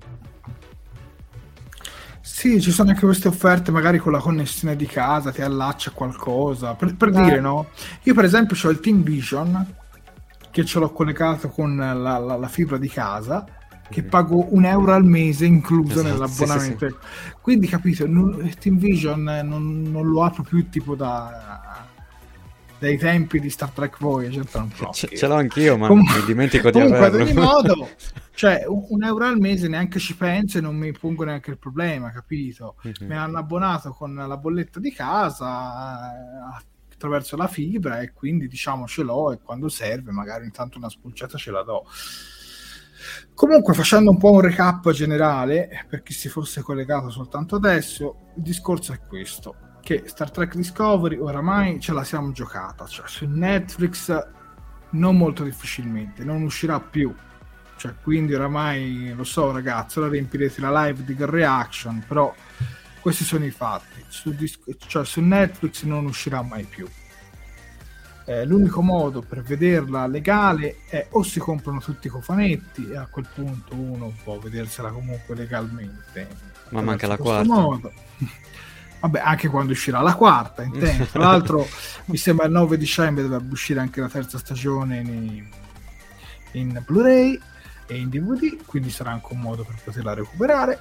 Sì, ci sono anche queste offerte, magari con la connessione di casa ti allaccia a qualcosa, per dire, no? Io per esempio ho il Team Vision, che ce l'ho collegato con la fibra di casa, che pago €1 al mese incluso nell'abbonamento. Sì. Quindi, capito, Team Vision non lo apro più tipo dai tempi di Star Trek Voyager. Ce l'ho anch'io, ma mi dimentico di averlo. Ad ogni modo, cioè €1 al mese neanche ci penso e non mi pongo neanche il problema, capito? Mi hanno abbonato con la bolletta di casa attraverso la fibra e quindi diciamo ce l'ho, e quando serve magari intanto una spulciata ce la do. Comunque, facendo un po' un recap generale per chi si fosse collegato soltanto adesso, il discorso è questo, che Star Trek Discovery oramai ce la siamo giocata, cioè su Netflix non molto difficilmente, non uscirà più, cioè quindi oramai lo so ragazzi, ora riempirete la live di reaction, però questi sono i fatti, cioè su Netflix non uscirà mai più. L'unico modo per vederla legale è o si comprano tutti i cofanetti, e a quel punto uno può vedersela comunque legalmente, ma manca la 4ª modo. Vabbè, anche quando uscirà la 4ª, intendo. Tra l'altro mi sembra il 9 dicembre dovrebbe uscire anche la 3ª stagione in Blu-ray e in DVD, quindi sarà anche un modo per poterla recuperare,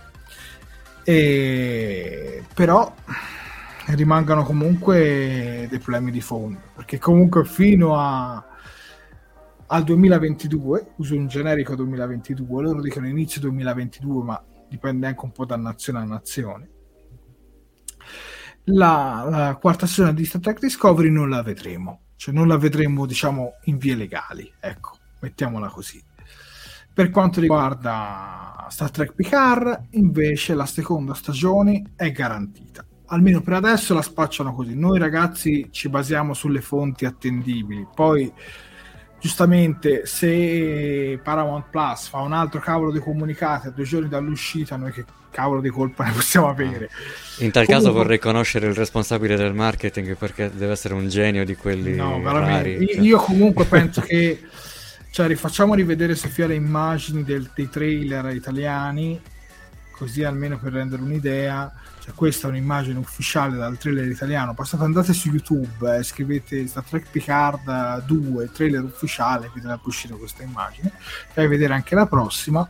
però rimangano comunque dei problemi di fondo, perché comunque fino al 2022, uso un generico 2022, loro dicono inizio 2022, ma dipende anche un po' da nazione a nazione, la quarta stagione di Star Trek Discovery non la vedremo, cioè non la vedremo, diciamo, in vie legali, ecco, mettiamola così. Per quanto riguarda Star Trek Picard, invece, la seconda stagione è garantita. Almeno per adesso la spacciano così. Noi ragazzi ci basiamo sulle fonti attendibili. Poi, giustamente, se Paramount Plus fa un altro cavolo di comunicati a 2 giorni dall'uscita, noi che cavolo di colpa ne possiamo avere? In tal caso vorrei conoscere il responsabile del marketing, perché deve essere un genio di quelli rari. Io comunque penso che... Cioè, rifacciamo rivedere Sofia le immagini dei trailer italiani, così almeno per rendere un'idea. Cioè, questa è un'immagine ufficiale dal trailer italiano. Passate, andate su YouTube, scrivete Star Trek Picard 2, trailer ufficiale, vi deve uscire questa immagine. Fai vedere anche la prossima.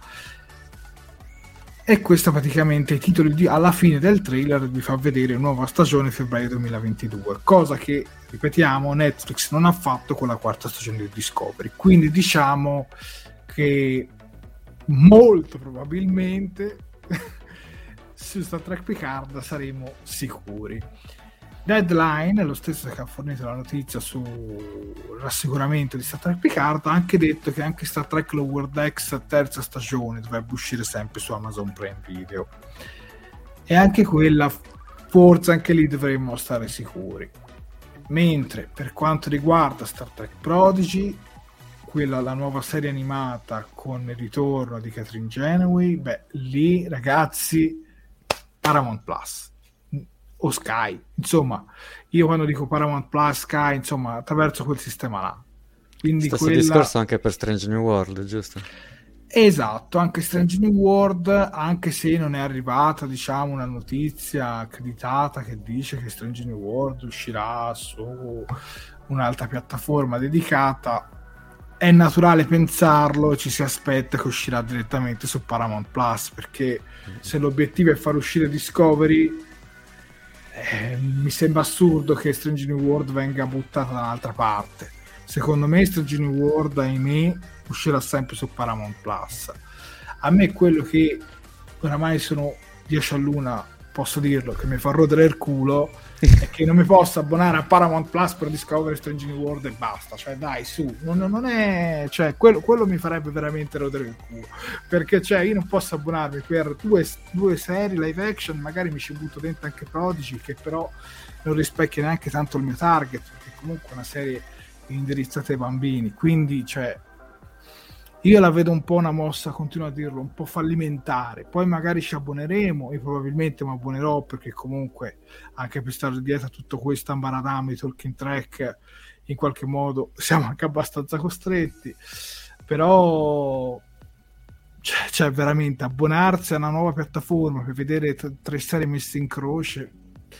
E questo praticamente i titoli alla fine del trailer vi fa vedere nuova stagione febbraio 2022, cosa che, ripetiamo, Netflix non ha fatto con la quarta stagione di Discovery. Quindi diciamo che molto probabilmente su Star Trek Picard saremo sicuri. Deadline, lo stesso che ha fornito la notizia sul rassicuramento di Star Trek Picard, ha anche detto che anche Star Trek Lower Decks terza stagione dovrebbe uscire sempre su Amazon Prime Video, e anche quella forse anche lì dovremmo stare sicuri. Mentre per quanto riguarda Star Trek Prodigy, quella, la nuova serie animata con il ritorno di Catherine Janeway, lì ragazzi Paramount Plus o Sky, insomma, io quando dico Paramount Plus, Sky, insomma, attraverso quel sistema là. Quindi stesso discorso anche per Strange New World, giusto? Esatto, anche Strange New World, anche se non è arrivata, diciamo, una notizia accreditata che dice che Strange New World uscirà su un'altra piattaforma dedicata, è naturale pensarlo, ci si aspetta che uscirà direttamente su Paramount Plus, perché se l'obiettivo è far uscire Discovery, mi sembra assurdo che Strange New World venga buttata da un'altra parte. Secondo me Strange New World, ahimè, uscirà sempre su Paramount Plus. A me quello che oramai sono 10 all'una, posso dirlo, che mi fa rodere il culo è che non mi posso abbonare a Paramount Plus per Discovery Strange New World e basta. Cioè dai, su, non è, cioè quello mi farebbe veramente rodere il culo, perché cioè io non posso abbonarmi per due serie live action, magari mi ci butto dentro anche Prodigy, che però non rispecchia neanche tanto il mio target, perché comunque è una serie indirizzata ai bambini, quindi cioè io la vedo un po' una mossa, continuo a dirlo, un po' fallimentare. Poi magari ci abboneremo, io probabilmente mi abbonerò, perché comunque anche per stare dietro a tutto questo ambaradame di Talking Track in qualche modo siamo anche abbastanza costretti, però cioè veramente abbonarsi a una nuova piattaforma per vedere 3 serie messe in croce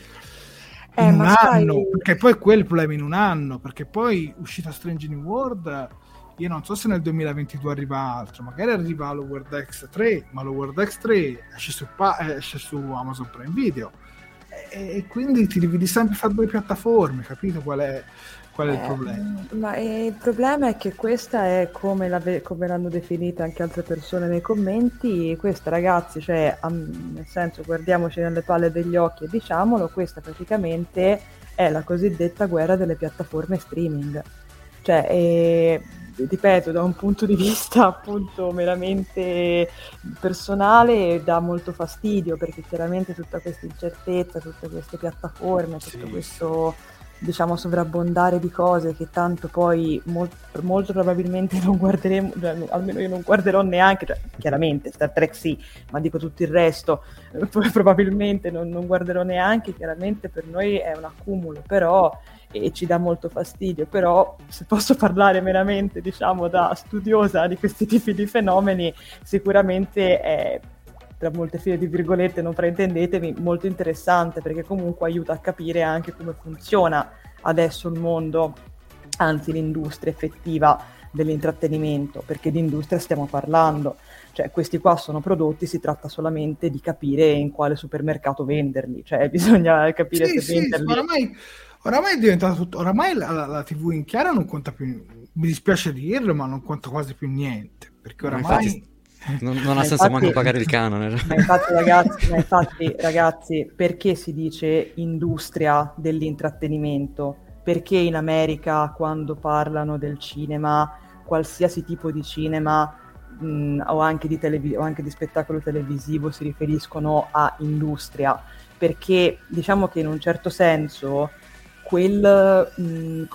in un anno, perché poi quel problema in un anno, perché poi uscita Strange New World, io non so se nel 2022 arriva altro, magari arriva Lower Decks 3, ma Lower Decks 3 esce su Amazon Prime Video, e quindi ti devi sempre fare 2 piattaforme, capito qual è il problema? Ma il problema è che questa è come l'hanno definita anche altre persone nei commenti, questa ragazzi, cioè nel senso, guardiamoci nelle palle degli occhi e diciamolo, questa praticamente è la cosiddetta guerra delle piattaforme streaming, cioè ripeto, da un punto di vista appunto meramente personale dà molto fastidio, perché chiaramente tutta questa incertezza, tutte queste piattaforme, tutto questo diciamo sovrabbondare di cose che tanto poi molto probabilmente non guarderemo, almeno io non guarderò neanche, cioè, chiaramente Star Trek sì, ma dico tutto il resto probabilmente non guarderò neanche, chiaramente per noi è un accumulo, però e ci dà molto fastidio, però se posso parlare meramente diciamo da studiosa di questi tipi di fenomeni, sicuramente è, tra molte file di virgolette, non fraintendetemi, molto interessante, perché comunque aiuta a capire anche come funziona adesso il mondo, anzi l'industria effettiva dell'intrattenimento, perché di industria stiamo parlando, cioè questi qua sono prodotti, si tratta solamente di capire in quale supermercato venderli, cioè bisogna capire se venderli. Oramai è diventato tutto, oramai la TV in chiaro non conta più, mi dispiace dirlo, ma non conta quasi più niente, perché oramai Non ha senso manco pagare il canone. Ma infatti, ragazzi, perché si dice industria dell'intrattenimento? Perché in America, quando parlano del cinema, qualsiasi tipo di cinema o anche di spettacolo televisivo, si riferiscono a industria? Perché diciamo che in un certo senso quel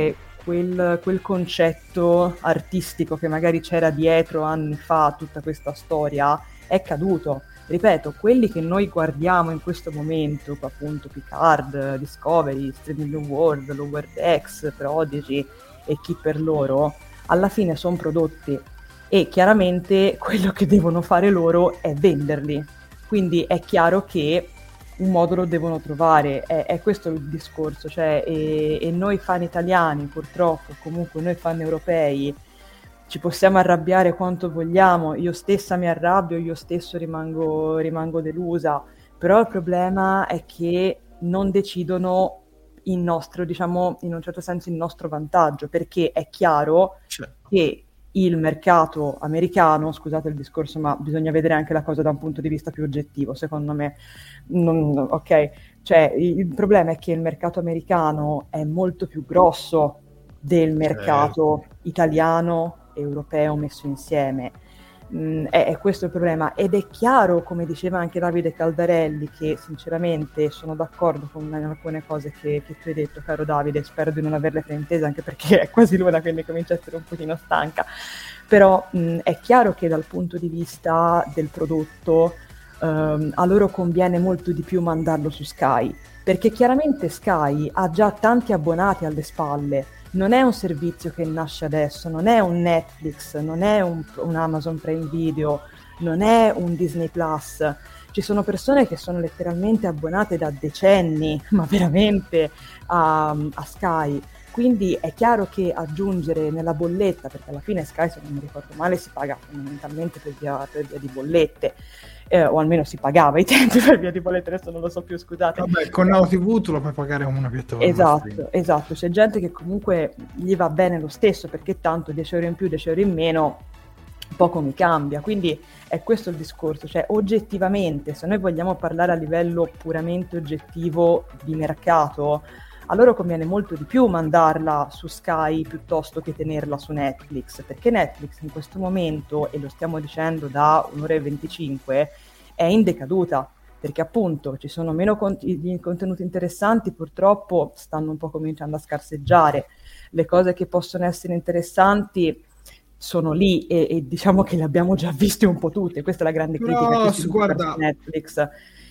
concetto artistico che magari c'era dietro anni fa a tutta questa storia è caduto. Ripeto, quelli che noi guardiamo in questo momento, appunto Picard, Discovery, Strange New World, Lower Decks, Prodigy e chi per loro, alla fine sono prodotti e chiaramente quello che devono fare loro è venderli. Quindi è chiaro che un modo lo devono trovare, è questo il discorso, cioè, e noi fan italiani purtroppo, comunque noi fan europei, ci possiamo arrabbiare quanto vogliamo, io stessa mi arrabbio, io stesso rimango delusa, però il problema è che non decidono in nostro, diciamo, in un certo senso il nostro vantaggio, perché è chiaro che il mercato americano, scusate il discorso, ma bisogna vedere anche la cosa da un punto di vista più oggettivo, secondo me. Ok, cioè il problema è che il mercato americano è molto più grosso del mercato italiano, europeo messo insieme. È questo il problema, ed è chiaro, come diceva anche Davide Caldarelli, che sinceramente sono d'accordo con alcune cose che tu hai detto, caro Davide, spero di non averle fraintese, anche perché è quasi l'una, quindi comincio a essere un pochino stanca, però è chiaro che dal punto di vista del prodotto a loro conviene molto di più mandarlo su Sky, perché chiaramente Sky ha già tanti abbonati alle spalle. Non è un servizio che nasce adesso, non è un Netflix, non è un Amazon Prime Video, non è un Disney Plus. Ci sono persone che sono letteralmente abbonate da decenni, ma veramente, a Sky. Quindi è chiaro che aggiungere nella bolletta, perché alla fine Sky, se non mi ricordo male, si paga fondamentalmente per via di bollette, o almeno si pagava ai tempi per via di bollette, adesso non lo so più, scusate. Vabbè, con Now TV tu lo puoi pagare come una piattaforma. Esatto, c'è gente che comunque gli va bene lo stesso, perché tanto 10 euro in più, 10 euro in meno, poco mi cambia. Quindi è questo il discorso, cioè oggettivamente, se noi vogliamo parlare a livello puramente oggettivo di mercato, a loro conviene molto di più mandarla su Sky piuttosto che tenerla su Netflix, perché Netflix in questo momento, e lo stiamo dicendo da 1 ora e 25, è in decaduta, perché appunto ci sono meno contenuti interessanti, purtroppo stanno un po' cominciando a scarseggiare, le cose che possono essere interessanti sono lì e diciamo che le abbiamo già viste un po' tutte, questa è la grande critica che si fa su Netflix.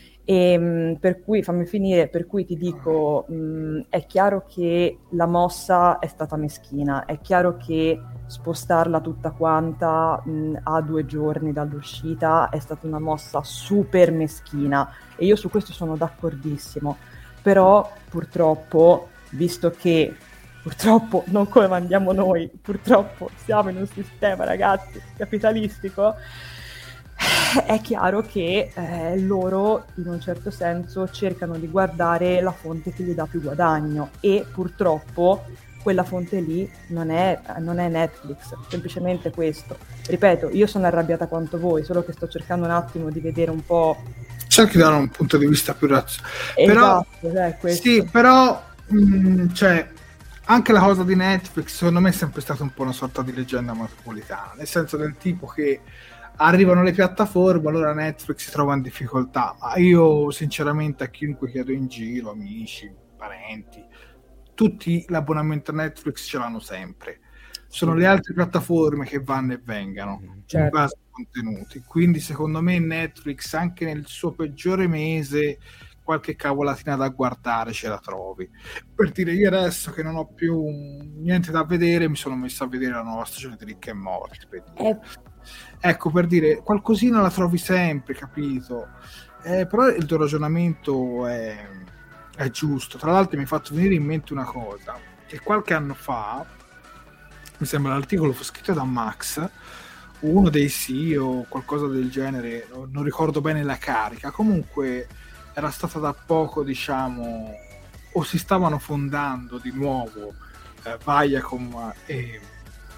E per cui fammi finire, per cui ti dico, è chiaro che la mossa è stata meschina, è chiaro che spostarla tutta quanta a 2 giorni dall'uscita è stata una mossa super meschina, e io su questo sono d'accordissimo, però purtroppo, visto che purtroppo non come mandiamo noi, purtroppo siamo in un sistema, ragazzi, capitalistico, è chiaro che loro in un certo senso cercano di guardare la fonte che gli dà più guadagno, e purtroppo quella fonte lì non è Netflix, semplicemente questo. Ripeto, io sono arrabbiata quanto voi, solo che sto cercando un attimo di vedere un po', cerchi di dare un punto di vista più razionale. Esatto, sì, però cioè anche la cosa di Netflix secondo me è sempre stata un po' una sorta di leggenda metropolitana, nel senso del tipo che arrivano le piattaforme, allora Netflix si trova in difficoltà. Ma io sinceramente a chiunque chiedo in giro, amici, parenti, tutti l'abbonamento a Netflix ce l'hanno sempre. Sono le altre piattaforme che vanno e vengano in base ai contenuti. Quindi secondo me Netflix anche nel suo peggiore mese qualche cavolatina da guardare ce la trovi. Per dire, io adesso che non ho più niente da vedere mi sono messo a vedere la nuova stagione di Rick and Morty, per dire. Ecco, per dire, qualcosina la trovi sempre, capito? Però il tuo ragionamento è giusto. Tra l'altro mi ha fatto venire in mente una cosa, che qualche anno fa, mi sembra l'articolo fu scritto da Max, uno dei CEO, qualcosa del genere, non ricordo bene la carica, comunque era stata da poco, diciamo, o si stavano fondando di nuovo Viacom e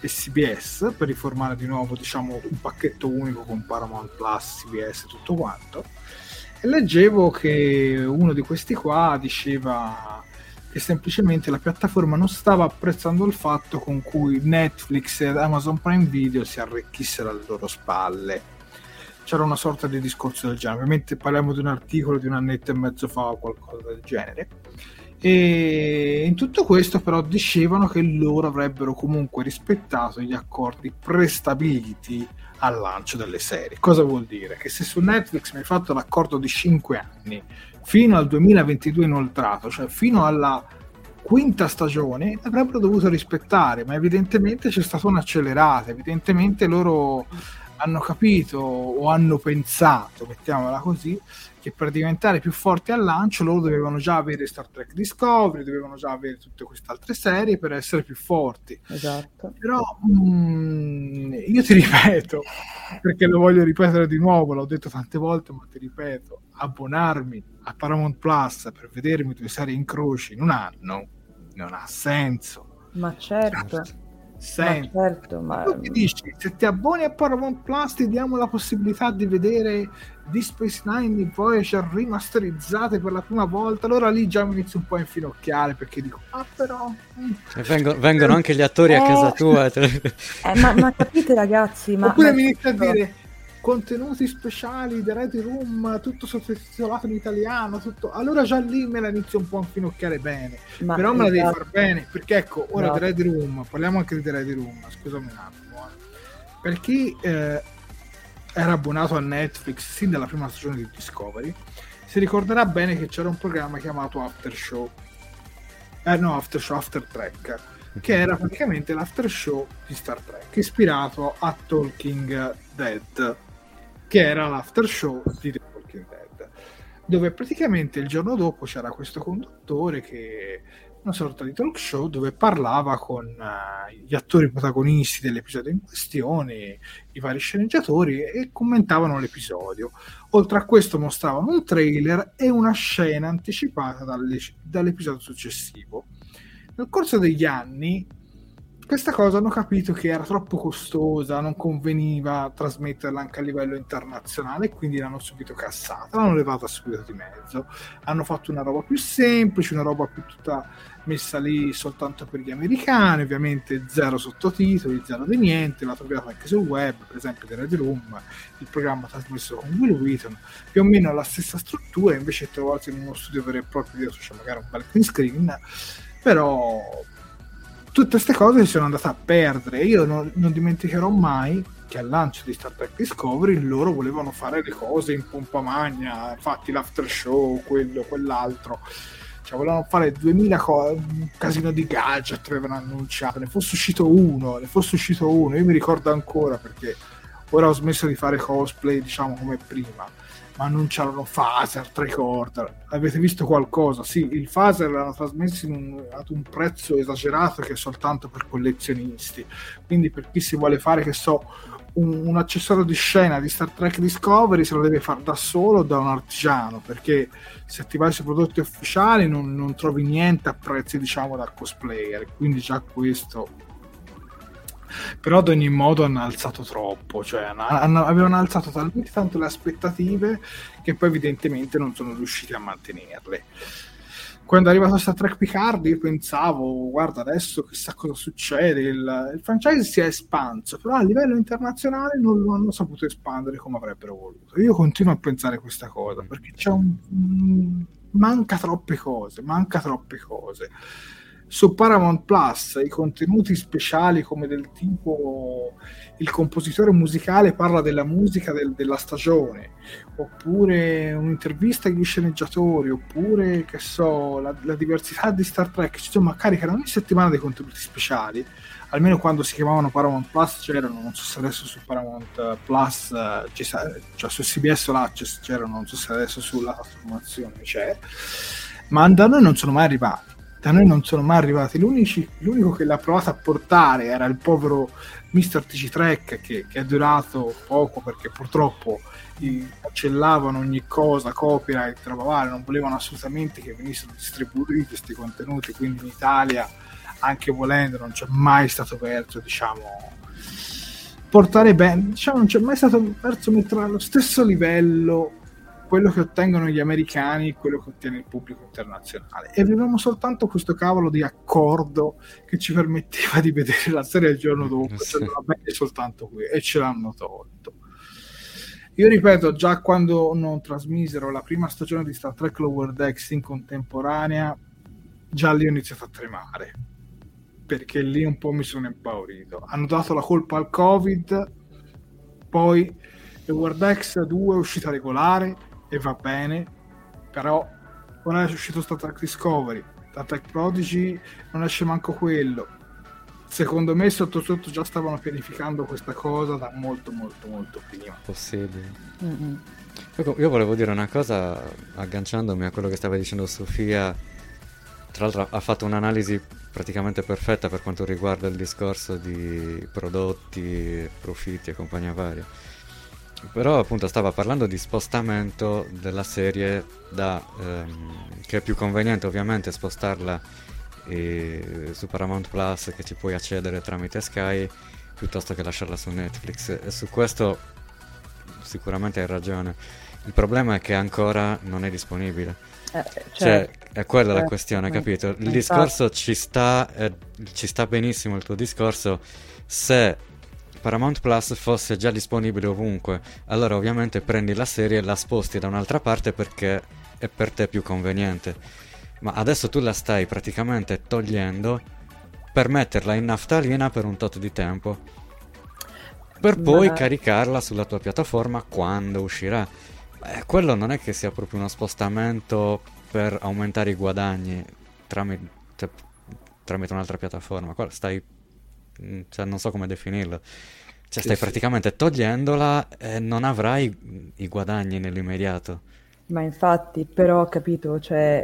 e CBS per riformare di nuovo, diciamo, un pacchetto unico con Paramount Plus, CBS e tutto quanto. E leggevo che uno di questi qua diceva che semplicemente la piattaforma non stava apprezzando il fatto con cui Netflix e Amazon Prime Video si arricchissero alle loro spalle. C'era una sorta di discorso del genere, ovviamente parliamo di un articolo di un annetto e mezzo fa o qualcosa del genere, e in tutto questo però dicevano che loro avrebbero comunque rispettato gli accordi prestabiliti al lancio delle serie. Cosa vuol dire? Che se su Netflix mi hai fatto l'accordo di 5 anni fino al 2022 inoltrato, cioè fino alla quinta stagione, avrebbero dovuto rispettare, ma evidentemente c'è stata un'accelerata, evidentemente loro hanno capito o hanno pensato, mettiamola così, che per diventare più forti al lancio loro dovevano già avere Star Trek Discovery, dovevano già avere tutte queste altre serie per essere più forti. Esatto. Però io ti ripeto, perché lo voglio ripetere di nuovo, l'ho detto tante volte, ma ti ripeto, abbonarmi a Paramount Plus per vedermi 2 serie in croce in un anno non ha senso. Ma certo. Senti, ma certo, ma... tu ti dici, se ti abboni a Paramount Plus ti diamo la possibilità di vedere Deep Space Nine e Voyager rimasterizzate per la prima volta, allora lì già mi inizio un po' a infinocchiare, perché dico, però vengono anche gli attori a casa tua. ma capite ragazzi, oppure mi inizia a dire contenuti speciali, The Ready Room, tutto sottotitolato in italiano, tutto, allora già lì me la inizio un po' a infinocchiare bene, però me la devi far bene, perché ecco, ora The Ready Room, parliamo anche di The Ready Room, scusami un attimo, per chi era abbonato a Netflix sin dalla prima stagione di Discovery si ricorderà bene che c'era un programma chiamato After Trek, che era praticamente l'after show di Star Trek, ispirato a Talking Dead, che era l'after show di The Walking Dead, dove praticamente il giorno dopo c'era questo conduttore che una sorta di talk show dove parlava con gli attori protagonisti dell'episodio in questione, i vari sceneggiatori, e commentavano l'episodio. Oltre a questo mostravano un trailer e una scena anticipata dall'episodio successivo. Nel corso degli anni questa cosa hanno capito che era troppo costosa, non conveniva trasmetterla anche a livello internazionale, quindi l'hanno subito cassata, l'hanno levata subito di mezzo, hanno fatto una roba più semplice, una roba più tutta messa lì soltanto per gli americani, ovviamente zero sottotitoli, zero di niente, la trovate anche sul web, per esempio The Ready Room, il programma trasmesso con Will Wheaton, più o meno la stessa struttura, invece trovate in uno studio vero e proprio, dietro c'è magari un bel green screen, però tutte queste cose si sono andate a perdere. Io non dimenticherò mai che al lancio di Star Trek Discovery loro volevano fare le cose in pompa magna, infatti l'after show, quello, quell'altro, cioè volevano fare 2000 un casino di gadget, avevano annunciato, ne fosse uscito uno, io mi ricordo ancora, perché ora ho smesso di fare cosplay, diciamo, come prima, ma annunciarono phaser, tricorder. Avete visto qualcosa? Sì, il phaser l'hanno trasmesso ad un prezzo esagerato che è soltanto per collezionisti, quindi per chi si vuole fare, che so, un accessorio di scena di Star Trek Discovery se lo deve fare da solo, da un artigiano, perché se ti vai sui prodotti ufficiali non trovi niente a prezzi, diciamo, da cosplayer, quindi già questo. Però ad ogni modo hanno alzato troppo, cioè avevano alzato talmente tanto le aspettative che poi evidentemente non sono riusciti a mantenerle. Quando è arrivato Star Trek Picard io pensavo, guarda, adesso chissà cosa succede, il franchise si è espanso, però a livello internazionale non lo hanno saputo espandere come avrebbero voluto. Io continuo a pensare questa cosa, perché c'è manca troppe cose. Su Paramount Plus i contenuti speciali, come del tipo il compositore musicale parla della musica della stagione, oppure un'intervista agli sceneggiatori, oppure che so, la diversità di Star Trek, insomma caricano ogni settimana dei contenuti speciali, almeno quando si chiamavano Paramount Plus c'erano, non so se adesso su Paramount Plus cioè su CBS All Access c'erano, non so se adesso sulla trasformazione c'è, ma da noi non sono mai arrivati. L'unico che l'ha provato a portare era il povero Mr. TG Trek, che è durato poco perché purtroppo cancellavano ogni cosa, copyright, roba varia, non volevano assolutamente che venissero distribuiti questi contenuti, quindi in Italia anche volendo non c'è mai stato verso, diciamo, portare bene, diciamo, non c'è mai stato verso mettere allo stesso livello quello che ottengono gli americani e quello che ottiene il pubblico internazionale, e avevamo soltanto questo cavolo di accordo che ci permetteva di vedere la serie il giorno dopo, cioè va bene soltanto qui, e ce l'hanno tolto. Io ripeto, già quando non trasmisero la prima stagione di Star Trek Lower Decks in contemporanea, già lì ho iniziato a tremare, perché lì un po' mi sono impaurito. Hanno dato la colpa al Covid, poi Lower Decks 2 è uscita regolare e va bene, però ora è uscito Star Trek Discovery, Star Trek Prodigy non esce manco quello. Secondo me sotto sotto già stavano pianificando questa cosa da molto prima. Possibile. Io volevo dire una cosa, agganciandomi a quello che stava dicendo Sofia. Tra l'altro ha fatto un'analisi praticamente perfetta per quanto riguarda il discorso di prodotti, profitti e compagnia varia. Però appunto stava parlando di spostamento della serie che è più conveniente ovviamente spostarla su Paramount Plus, che ci puoi accedere tramite Sky, piuttosto che lasciarla su Netflix, e su questo sicuramente hai ragione. Il problema è che ancora non è disponibile, cioè è quella la questione, capito? Il discorso ci sta benissimo il tuo discorso se Paramount Plus fosse già disponibile ovunque, allora ovviamente prendi la serie e la sposti da un'altra parte perché è per te più conveniente. Ma adesso tu la stai praticamente togliendo per metterla in naftalina per un tot di tempo, per poi caricarla sulla tua piattaforma quando uscirà. Quello non è che sia proprio uno spostamento per aumentare i guadagni tramite un'altra piattaforma. Qua stai, cioè, non so come definirlo, cioè stai praticamente togliendola e non avrai i guadagni nell'immediato. Ma infatti, però ho capito, cioè,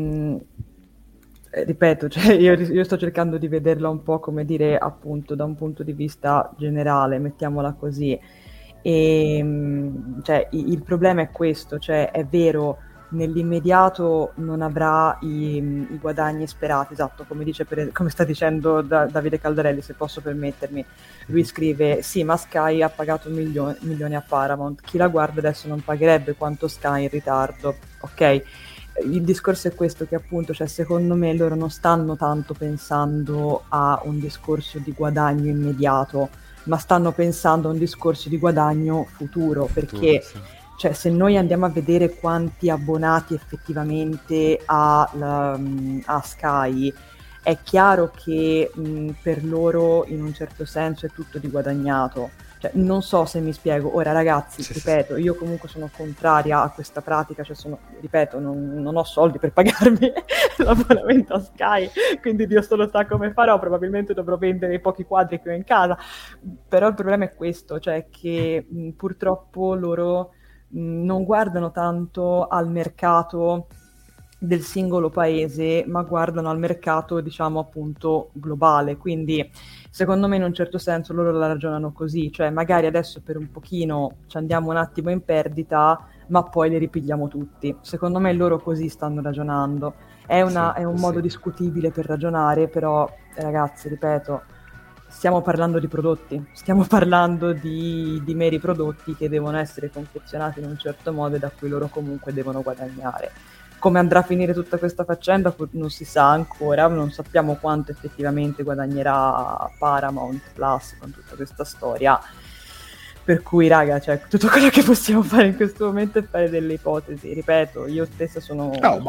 ripeto, cioè, io sto cercando di vederla un po', come dire, appunto, da un punto di vista generale, mettiamola così. E cioè, il problema è questo, cioè, è vero, nell'immediato non avrà i guadagni sperati, esatto, come dice come sta dicendo Davide Caldarelli, se posso permettermi. Lui scrive: sì, ma Sky ha pagato milioni a Paramount, chi la guarda adesso non pagherebbe quanto Sky in ritardo, ok? Il discorso è questo, che appunto, cioè, secondo me loro non stanno tanto pensando a un discorso di guadagno immediato, ma stanno pensando a un discorso di guadagno futuro, perché sì. Cioè, se noi andiamo a vedere quanti abbonati effettivamente ha Sky, è chiaro che per loro in un certo senso è tutto di guadagnato. Cioè, non so se mi spiego. Ora, ragazzi, ripeto, io comunque sono contraria a questa pratica, cioè ripeto, non ho soldi per pagarmi l'abbonamento a Sky, quindi Dio solo sa come farò, probabilmente dovrò vendere i pochi quadri che ho in casa. Però il problema è questo, cioè che purtroppo loro non guardano tanto al mercato del singolo paese, ma guardano al mercato, diciamo, appunto globale. Quindi secondo me in un certo senso loro la ragionano così, cioè magari adesso per un pochino ci andiamo un attimo in perdita, ma poi le ripigliamo tutti. Secondo me loro così stanno ragionando. È un modo discutibile per ragionare, però ragazzi, ripeto, stiamo parlando di prodotti, stiamo parlando di meri prodotti che devono essere confezionati in un certo modo e da cui loro comunque devono guadagnare. Come andrà a finire tutta questa faccenda non si sa ancora, non sappiamo quanto effettivamente guadagnerà Paramount Plus con tutta questa storia, per cui raga, cioè, tutto quello che possiamo fare in questo momento è fare delle ipotesi. Ripeto, io stessa sono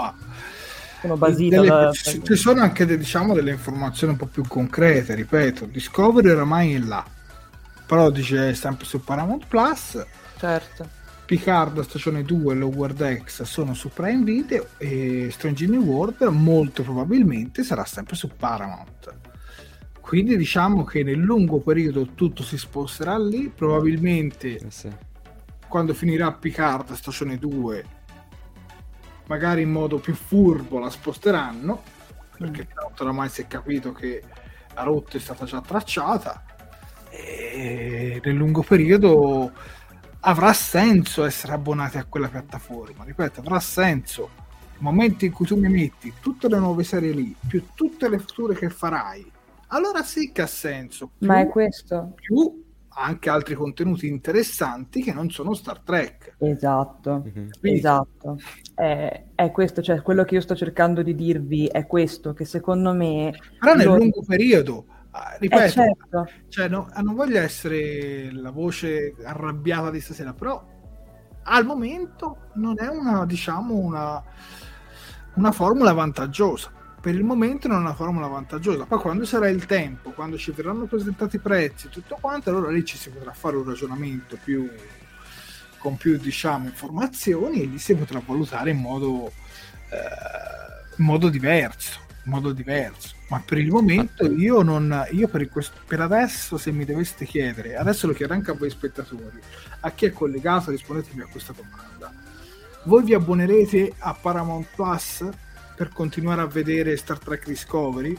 basita ci sono anche delle informazioni un po' più concrete. Ripeto, Discovery oramai è là, però dice sempre su Paramount Plus, certo. Picard stagione 2 e Lower Decks sono su Prime Video, e Strange New World molto probabilmente sarà sempre su Paramount. Quindi diciamo che nel lungo periodo tutto si sposterà lì, probabilmente quando finirà Picard stagione 2 magari in modo più furbo la sposteranno, perché oramai si è capito che la rotta è stata già tracciata, e nel lungo periodo avrà senso essere abbonati a quella piattaforma. Ripeto, avrà senso momento in cui tu mi metti tutte le nuove serie lì, più tutte le future che farai, allora sì che ha senso. Ma è questo? Più anche altri contenuti interessanti che non sono Star Trek. Esatto, Capito? esatto. È questo, cioè quello che io sto cercando di dirvi è questo, che secondo me... Però nel loro- lungo periodo, ripeto, certo. cioè, non voglio essere la voce arrabbiata di stasera, però al momento non è una, diciamo, una formula vantaggiosa. Per il momento non è una formula vantaggiosa. Poi quando sarà il tempo, quando ci verranno presentati i prezzi, tutto quanto, allora lì ci si potrà fare un ragionamento con più, diciamo, informazioni, e lì si potrà valutare in modo diverso. Ma per il momento io per adesso, se mi doveste chiedere, adesso lo chiedo anche a voi spettatori, a chi è collegato, rispondetemi a questa domanda: voi vi abbonerete a Paramount Plus per continuare a vedere Star Trek Discovery?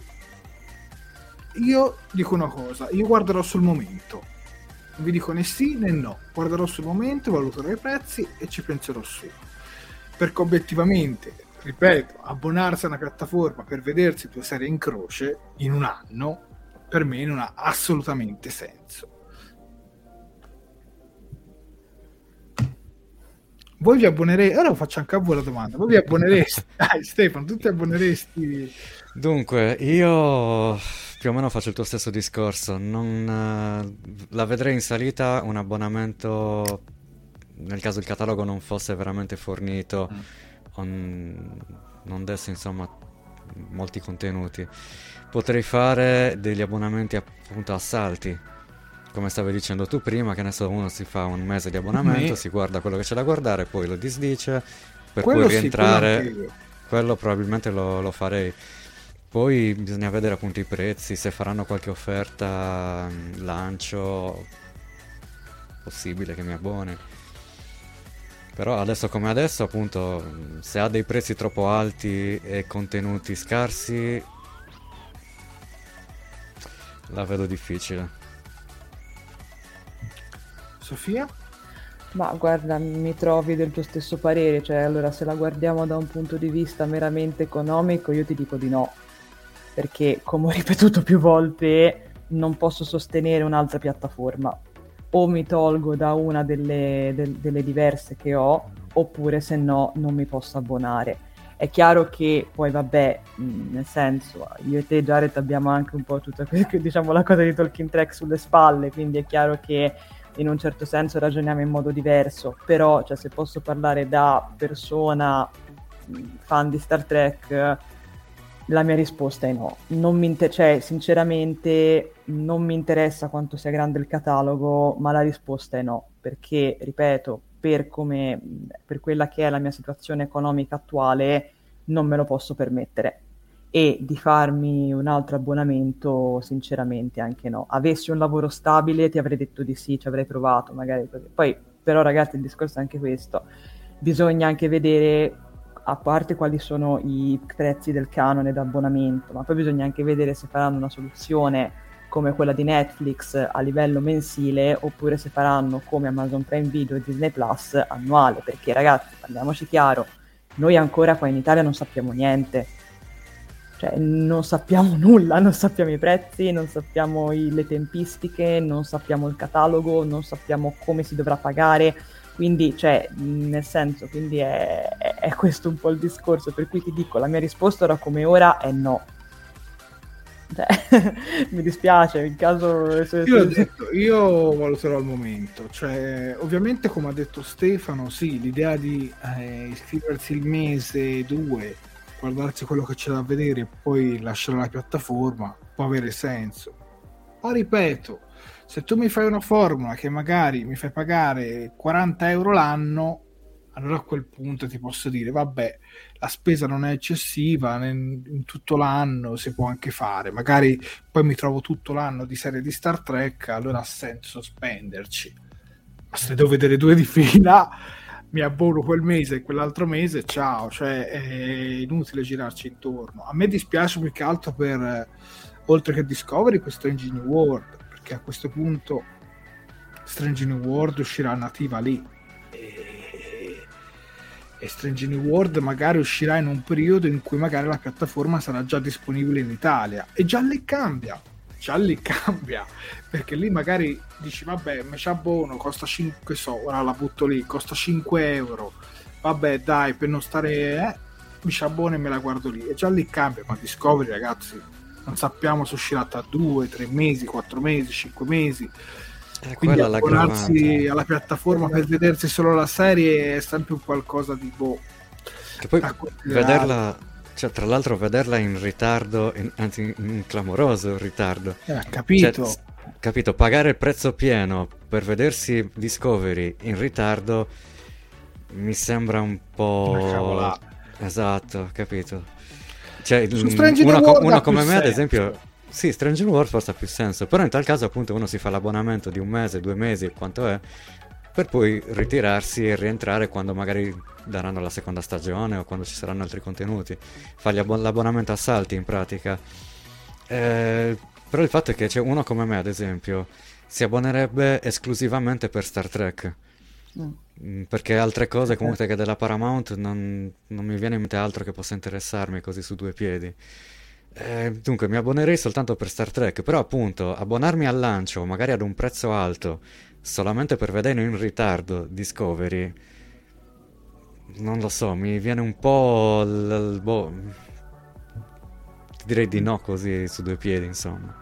Io dico una cosa, io guarderò sul momento, non vi dico né sì né no, guarderò sul momento, valuterò i prezzi e ci penserò su, perché obiettivamente, ripeto, abbonarsi a una piattaforma per vedersi 2 serie in croce in un anno per me non ha assolutamente senso. Voi vi abbonerete? Ora lo faccio anche a voi la domanda. Voi vi abboneresti? Dai, Stefano, tu ti abboneresti? Dunque, io più o meno faccio il tuo stesso discorso. La vedrei in salita un abbonamento nel caso il catalogo non fosse veramente fornito, non desse insomma molti contenuti. Potrei fare degli abbonamenti appunto a salti, come stavi dicendo tu prima, che ne so, uno si fa un mese di abbonamento, si guarda quello che c'è da guardare, poi lo disdice, per Quello poi sì, rientrare. Quello probabilmente lo farei. Poi bisogna vedere appunto i prezzi, se faranno qualche offerta lancio, possibile che mi abboni. Però adesso come adesso, appunto, se ha dei prezzi troppo alti e contenuti scarsi, la vedo difficile. Sofia? Ma guarda, mi trovi del tuo stesso parere, cioè allora se la guardiamo da un punto di vista meramente economico io ti dico di no, perché come ho ripetuto più volte non posso sostenere un'altra piattaforma, o mi tolgo da una delle diverse che ho, oppure se no non mi posso abbonare. È chiaro che poi vabbè, nel senso, io e te Jared abbiamo anche un po' tutta diciamo la cosa di Talking Track sulle spalle, quindi è chiaro che in un certo senso ragioniamo in modo diverso, però cioè, se posso parlare da persona fan di Star Trek, la mia risposta è no. Cioè, sinceramente non mi interessa quanto sia grande il catalogo, ma la risposta è no, perché, ripeto, per quella che è la mia situazione economica attuale, non me lo posso permettere. E di farmi un altro abbonamento, sinceramente anche no. Avessi un lavoro stabile ti avrei detto di sì, ci avrei provato magari così. Poi però ragazzi il discorso è anche questo, bisogna anche vedere a parte quali sono i prezzi del canone d'abbonamento, ma poi bisogna anche vedere se faranno una soluzione come quella di Netflix a livello mensile, oppure se faranno come Amazon Prime Video e Disney Plus annuale, perché ragazzi, parliamoci chiaro, noi ancora qua in Italia non sappiamo niente. Cioè, non sappiamo nulla, non sappiamo i prezzi, non sappiamo le tempistiche, non sappiamo il catalogo, non sappiamo come si dovrà pagare, quindi, cioè, nel senso, quindi è questo un po' il discorso, per cui ti dico, la mia risposta ora come ora è no. Cioè, mi dispiace, in caso... Io l'ho detto, io valuterò al momento, cioè, ovviamente come ha detto Stefano, sì, l'idea di iscriversi il mese, 2, guardarsi quello che c'è da vedere e poi lasciare la piattaforma può avere senso, ma ripeto, se tu mi fai una formula che magari mi fai pagare 40 euro l'anno, allora a quel punto ti posso dire vabbè, la spesa non è eccessiva, in tutto l'anno si può anche fare, magari poi mi trovo tutto l'anno di serie di Star Trek, allora ha senso spenderci, ma se devo vedere 2 di fila mi abbono quel mese e quell'altro mese, ciao, cioè è inutile girarci intorno. A me dispiace più che altro per, oltre che Discovery, per Strange New World, perché a questo punto Strange New World uscirà nativa lì e Strange New World magari uscirà in un periodo in cui magari la piattaforma sarà già disponibile in Italia, e già lì cambia, perché lì magari dici vabbè, mi ci abbono, costa 5, ora la butto lì, costa 5 euro, vabbè dai, per non stare mi ci abbono e me la guardo lì, e già lì cambia. Ma Discovery, ragazzi, non sappiamo se uscirà tra 2, 3 mesi, 4 mesi, 5 mesi, quindi abbonarsi alla piattaforma per vedersi solo la serie è sempre un qualcosa di che poi vederla, cioè tra l'altro vederla in ritardo, anzi in clamoroso ritardo, capito? Cioè, capito, pagare il prezzo pieno per vedersi Discovery in ritardo mi sembra un po' una cavolata. Esatto, capito. Cioè, uno come me ad esempio, sì, Strange New World forse ha più senso, però in tal caso appunto uno si fa l'abbonamento di 1 mese, 2 mesi, quanto è, per poi ritirarsi e rientrare quando magari daranno la seconda stagione o quando ci saranno altri contenuti. Fa l'abbonamento a salti in pratica. Però il fatto è che c'è uno come me ad esempio si abbonerebbe esclusivamente per Star Trek. Perché altre cose comunque che della Paramount non mi viene in mente altro che possa interessarmi così su 2 piedi. Dunque mi abbonerei soltanto per Star Trek, però appunto abbonarmi al lancio magari ad un prezzo alto solamente per vedere in ritardo Discovery, non lo so, mi viene un po' direi di no così su 2 piedi, insomma.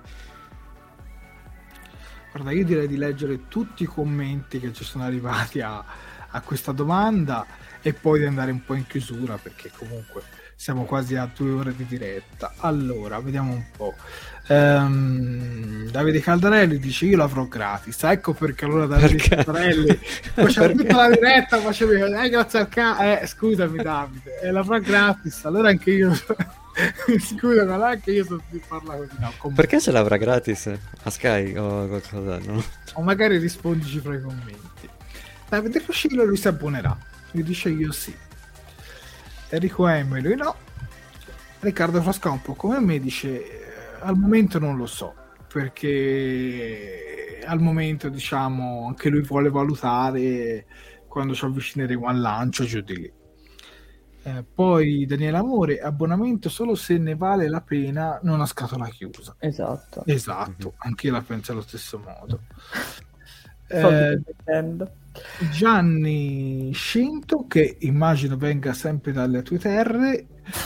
Guarda, io direi di leggere tutti i commenti che ci sono arrivati a questa domanda e poi di andare un po' in chiusura, perché comunque siamo quasi a 2 ore di diretta. Allora, vediamo un po'. Davide Caldarelli dice: io l'avrò gratis. Ecco perché allora Davide Caldarelli faceva tutta la diretta, faceva grazie al scusami Davide, l'avrò gratis, allora anche io scusa, ma anche io sono di parla così, no, perché ce l'avrà gratis a Sky o qualcosa, no? O magari rispondici fra i commenti. Davide Fascillo, lui si abbonerà, lui dice io sì. Enrico M, lui no. Riccardo Frasca un po' come me dice al momento non lo so, perché al momento diciamo anche lui vuole valutare quando ci avvicineremo al lancio, giù di lì. Poi Daniele Amore, abbonamento solo se ne vale la pena, non a scatola chiusa. Esatto, anche io la penso allo stesso modo. Gianni Scinto, che immagino venga sempre dalle tue terre,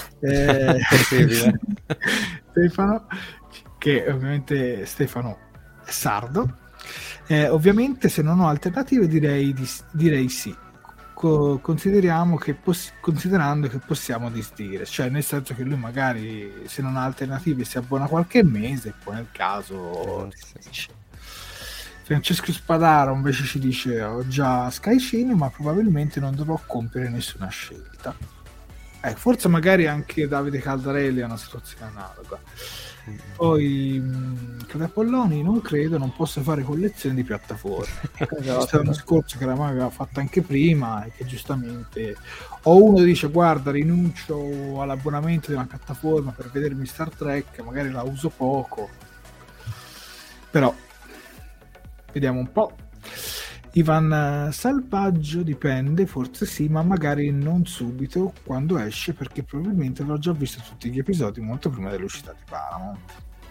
Stefano, che ovviamente Stefano è sardo, ovviamente se non ho alternative direi sì, considerando che possiamo disdire, cioè nel senso che lui magari se non ha alternative si abbona qualche mese e poi nel caso Francesco Spadaro invece ci dice: ho già Sky Cinema, probabilmente non dovrò compiere nessuna scelta. Forse magari anche Davide Caldarelli ha una situazione analoga. Poi Claudia Polloni, non credo, non posso fare collezioni di piattaforme. Questo è un discorso che oramai aveva fatto anche prima e che giustamente o uno dice guarda, rinuncio all'abbonamento di una piattaforma per vedermi Star Trek, magari la uso poco, però vediamo un po'. Ivan Salvaggio, dipende, forse sì, ma magari non subito quando esce, perché probabilmente avrò già visto tutti gli episodi molto prima dell'uscita di Paramount.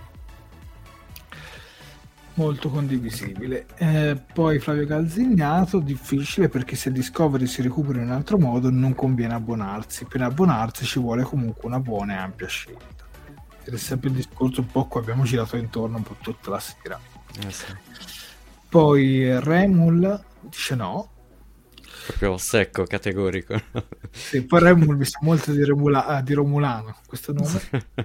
Molto condivisibile. Poi Flavio Calzignato, difficile perché se Discovery si recupera in un altro modo non conviene abbonarsi, per abbonarsi ci vuole comunque una buona e ampia scelta, ed è sempre il discorso un po' che abbiamo girato intorno un po' tutta la sera. Sì. Poi Remul dice no, proprio secco, categorico. Sì, poi Remul mi sa molto di Romulano questo nome.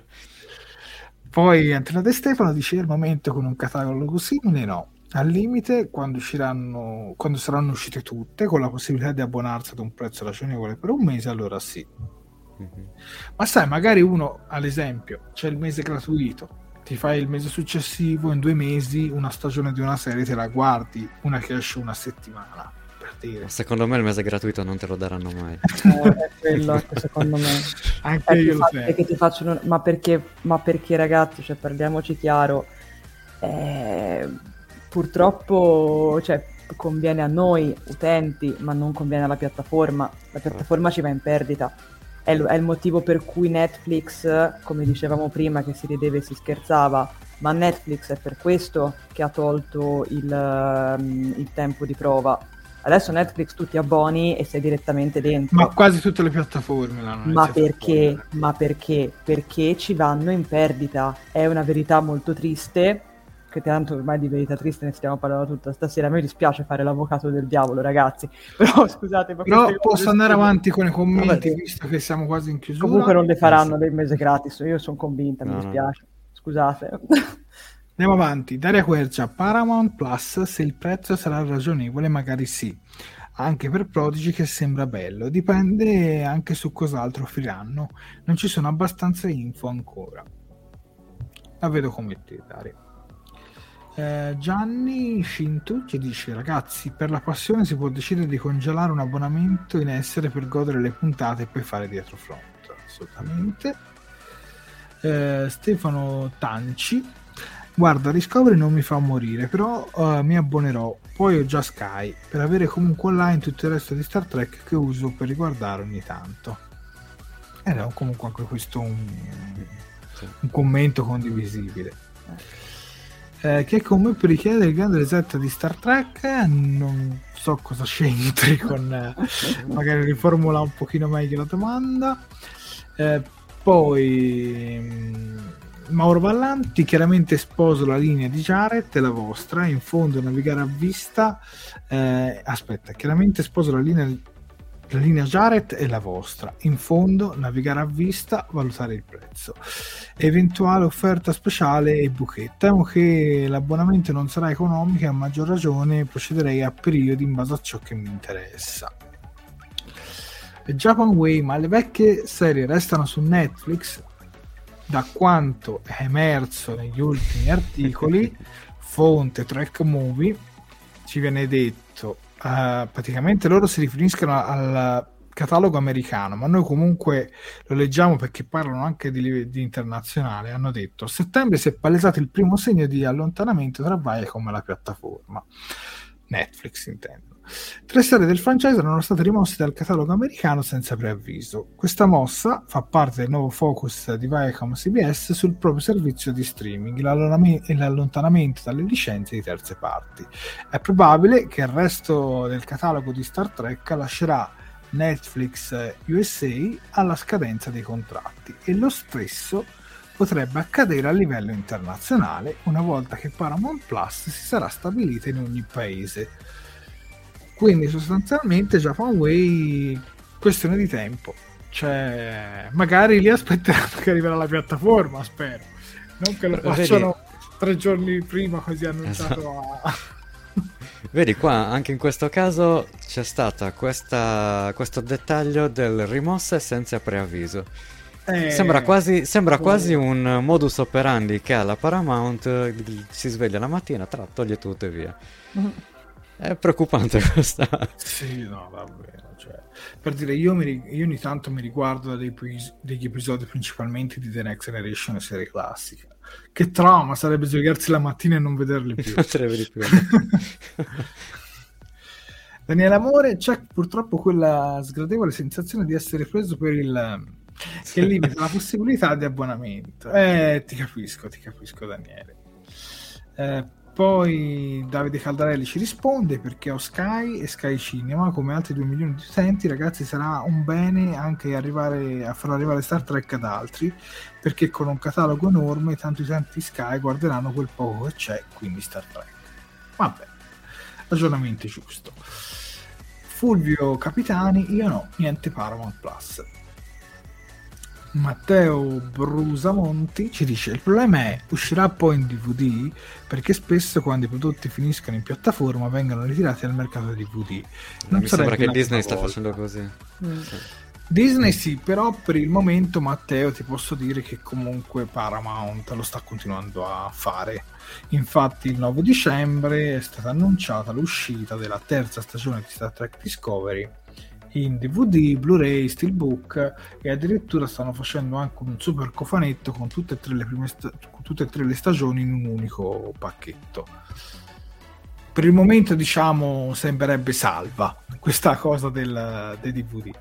Poi Antonio De Stefano dice al momento con un catalogo simile no, al limite quando saranno uscite tutte con la possibilità di abbonarsi ad un prezzo ragionevole per un mese, allora sì. Ma sai, magari uno ad esempio c'è il mese gratuito, ti fai il mese successivo, in 2 mesi una stagione di una serie te la guardi, una che esce una settimana, per dire. Secondo me il mese gratuito non te lo daranno mai. È quello anche secondo me. Anche io lo so. Che ti facciano, ma perché ragazzi, cioè parliamoci chiaro, purtroppo, cioè conviene a noi utenti, ma non conviene alla piattaforma. La piattaforma ci va in perdita. È il motivo per cui Netflix, come dicevamo prima, che si rideva e si scherzava, ma Netflix è per questo che ha tolto il tempo di prova. Adesso Netflix tu ti abboni e sei direttamente dentro. Ma quasi tutte le piattaforme l'hanno Ma perché? Ma perché? Perché ci vanno in perdita. È una verità molto triste, che tanto ormai di verità triste ne stiamo parlando tutta stasera. A me dispiace fare l'avvocato del diavolo, ragazzi, però scusate, ma però posso andare avanti con i commenti. Vabbè, visto che siamo quasi in chiusura. Comunque non le faranno del mese gratis, io sono convinta, mi dispiace, scusate. Andiamo avanti. Daria Quercia, Paramount Plus, se il prezzo sarà ragionevole magari sì, anche per Prodigy che sembra bello, dipende anche su cos'altro offriranno, non ci sono abbastanza info ancora. La vedo come te, Daria. Gianni Shintu ci dice: ragazzi, per la passione si può decidere di congelare un abbonamento in essere per godere le puntate e poi fare dietro front. Assolutamente. Stefano Tanci: guarda, Discovery non mi fa morire, però mi abbonerò, poi ho già Sky per avere comunque online tutto il resto di Star Trek che uso per riguardare ogni tanto. Era comunque anche questo un commento condivisibile. Che come per richiedere il grande reset di Star Trek, non so cosa c'entri con magari riformula un pochino meglio la domanda. Poi Mauro Vallanti: chiaramente sposo la linea di Jarrett e la vostra, in fondo navigare a vista chiaramente sposo la linea Jarrett e la vostra, in fondo navigare a vista, valutare il prezzo, eventuale offerta speciale e bouquet. Temo che l'abbonamento non sarà economico e a maggior ragione procederei a periodi in base a ciò che mi interessa. Japan Way: ma le vecchie serie restano su Netflix? Da quanto è emerso negli ultimi articoli, fonte Trek Movie, ci viene detto praticamente loro si riferiscono al catalogo americano, ma noi comunque lo leggiamo perché parlano anche di internazionale. Hanno detto: a settembre si è palesato il primo segno di allontanamento tra Viacom e la piattaforma Netflix, intendo. 3 serie del franchise erano state rimosse dal catalogo americano senza preavviso. Questa mossa fa parte del nuovo focus di Viacom CBS sul proprio servizio di streaming e l'allontanamento dalle licenze di terze parti. È probabile che il resto del catalogo di Star Trek lascerà Netflix USA alla scadenza dei contratti, e lo stesso potrebbe accadere a livello internazionale una volta che Paramount Plus si sarà stabilita in ogni paese. Quindi sostanzialmente Japan Way, questione di tempo, cioè magari li aspetteranno che arriverà la piattaforma, spero, non che lo facciano 3 giorni prima così annunciato. Vedi qua, anche in questo caso c'è stata questo dettaglio del rimosse senza preavviso. Sembra quasi un modus operandi che ha la Paramount, si sveglia la mattina, toglie tutto e via. È preoccupante questa. Sì, no, davvero. Cioè, per dire, io ogni tanto mi riguardo degli episodi principalmente di The Next Generation e serie classica. Che trauma sarebbe svegliarsi la mattina e non vederli più. Non te ne vedi più. Daniele Amore: c'è purtroppo quella sgradevole sensazione di essere preso per che limita la possibilità di abbonamento. Ti capisco Daniele. Poi Davide Caldarelli ci risponde: perché ho Sky e Sky Cinema come altri 2 milioni di utenti, ragazzi, sarà un bene anche arrivare a far arrivare Star Trek ad altri, perché con un catalogo enorme tanti utenti Sky guarderanno quel poco che c'è, quindi Star Trek. Vabbè, ragionamento giusto. Fulvio Capitani: io no, niente Paramount Plus. Matteo Brusamonti ci dice: il problema è, uscirà poi in DVD, perché spesso quando i prodotti finiscono in piattaforma vengono ritirati dal mercato DVD. Mi sembra che Disney sta facendo così. Sì. Disney sì, però per il momento, Matteo, ti posso dire che comunque Paramount lo sta continuando a fare. Infatti il 9 dicembre è stata annunciata l'uscita della 3ª stagione di Star Trek Discovery in DVD, Blu-ray, Steelbook, e addirittura stanno facendo anche un super cofanetto con tutte e tre le stagioni in un unico pacchetto. per il momento diciamo sembrerebbe salva questa cosa dei DVD.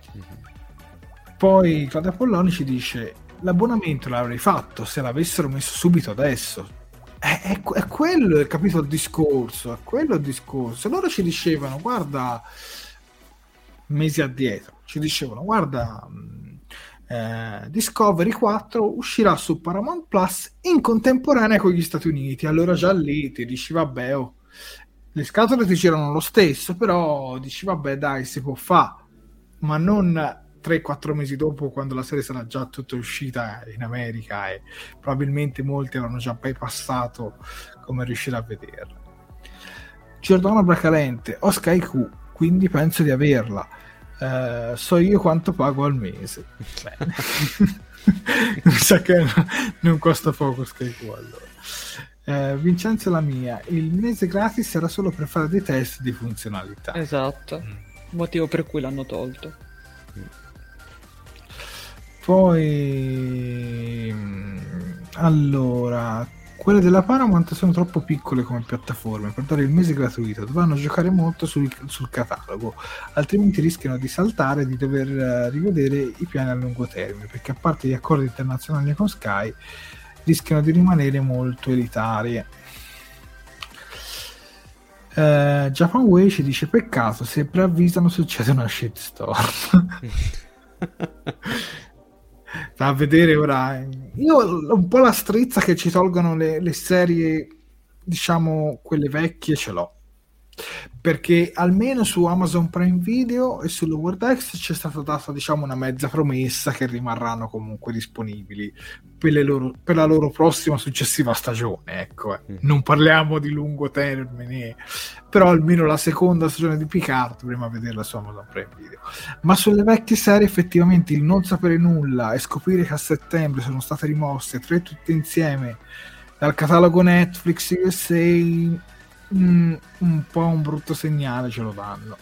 Poi Claudia Polloni ci dice: l'abbonamento l'avrei fatto se l'avessero messo subito adesso. È quello, capito il discorso, è quello il discorso. Loro ci dicevano, guarda, mesi addietro ci dicevano, guarda, Discovery 4 uscirà su Paramount Plus in contemporanea con gli Stati Uniti. Allora già lì ti dici vabbè, le scatole ti girano lo stesso, però dici vabbè dai, si può fare, ma non 3-4 mesi dopo, quando la serie sarà già tutta uscita in America e probabilmente molti avranno già bypassato come riuscire a vederla. Giordano Bracalente: ho Sky Q, quindi penso di averla. So io quanto pago al mese. Mi sa che non costa poco Sky Q, allora. Vincenzo Lamia: il mese gratis era solo per fare dei test di funzionalità. Esatto, motivo per cui l'hanno tolto. Poi allora, quelle della Paramount sono troppo piccole come piattaforme per dare il mese gratuito, dovranno giocare molto sul catalogo, altrimenti rischiano di saltare e di dover rivedere i piani a lungo termine, perché a parte gli accordi internazionali con Sky rischiano di rimanere molto elitarie. Japan Way ci dice: peccato, se preavvisano succede una shitstorm. Da vedere ora. Io un po' la strizza che ci tolgono le serie, diciamo quelle vecchie, ce l'ho, perché almeno su Amazon Prime Video e su Lower Decks c'è stata data, diciamo, una mezza promessa che rimarranno comunque disponibili per la loro prossima successiva stagione, ecco. Non parliamo di lungo termine, però almeno la seconda stagione di Picard dovremo vederla su Amazon Prime Video. Ma sulle vecchie serie effettivamente il non sapere nulla e scoprire che a settembre sono state rimosse 3 tutte insieme dal catalogo Netflix USA, un po' un brutto segnale ce lo danno.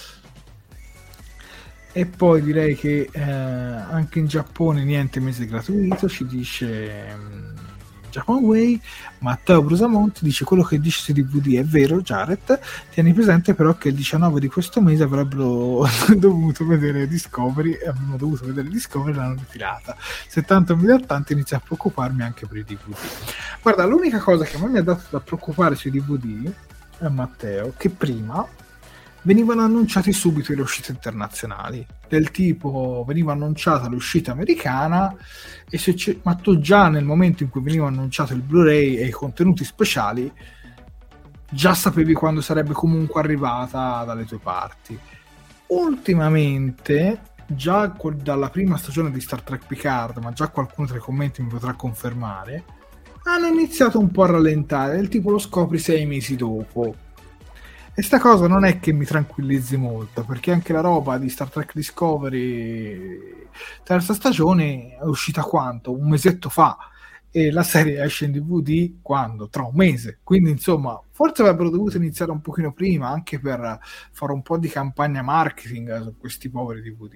E poi direi che anche in Giappone niente mese gratuito, ci dice Japan Way. Matteo Brusamonte dice: quello che dice su DVD è vero, Jared, tieni presente però che il 19 di questo mese avrebbero dovuto vedere Discovery e l'hanno ritirata. Se tanto mi dà tanto, inizia a preoccuparmi anche per i DVD. Guarda, l'unica cosa che a me mi ha dato da preoccupare sui DVD, Matteo, che prima venivano annunciati subito le uscite internazionali, del tipo veniva annunciata l'uscita americana ma tu già nel momento in cui veniva annunciato il Blu-ray e i contenuti speciali già sapevi quando sarebbe comunque arrivata dalle tue parti. Ultimamente, già dalla prima stagione di Star Trek Picard, ma già qualcuno tra i commenti mi potrà confermare, hanno iniziato un po' a rallentare, del tipo lo scopri 6 mesi dopo. E sta cosa non è che mi tranquillizzi molto, perché anche la roba di Star Trek Discovery terza stagione è uscita quanto? Un mesetto fa, e la serie esce in DVD quando? Tra un mese. Quindi insomma, forse avrebbero dovuto iniziare un pochino prima, anche per fare un po' di campagna marketing su questi poveri DVD.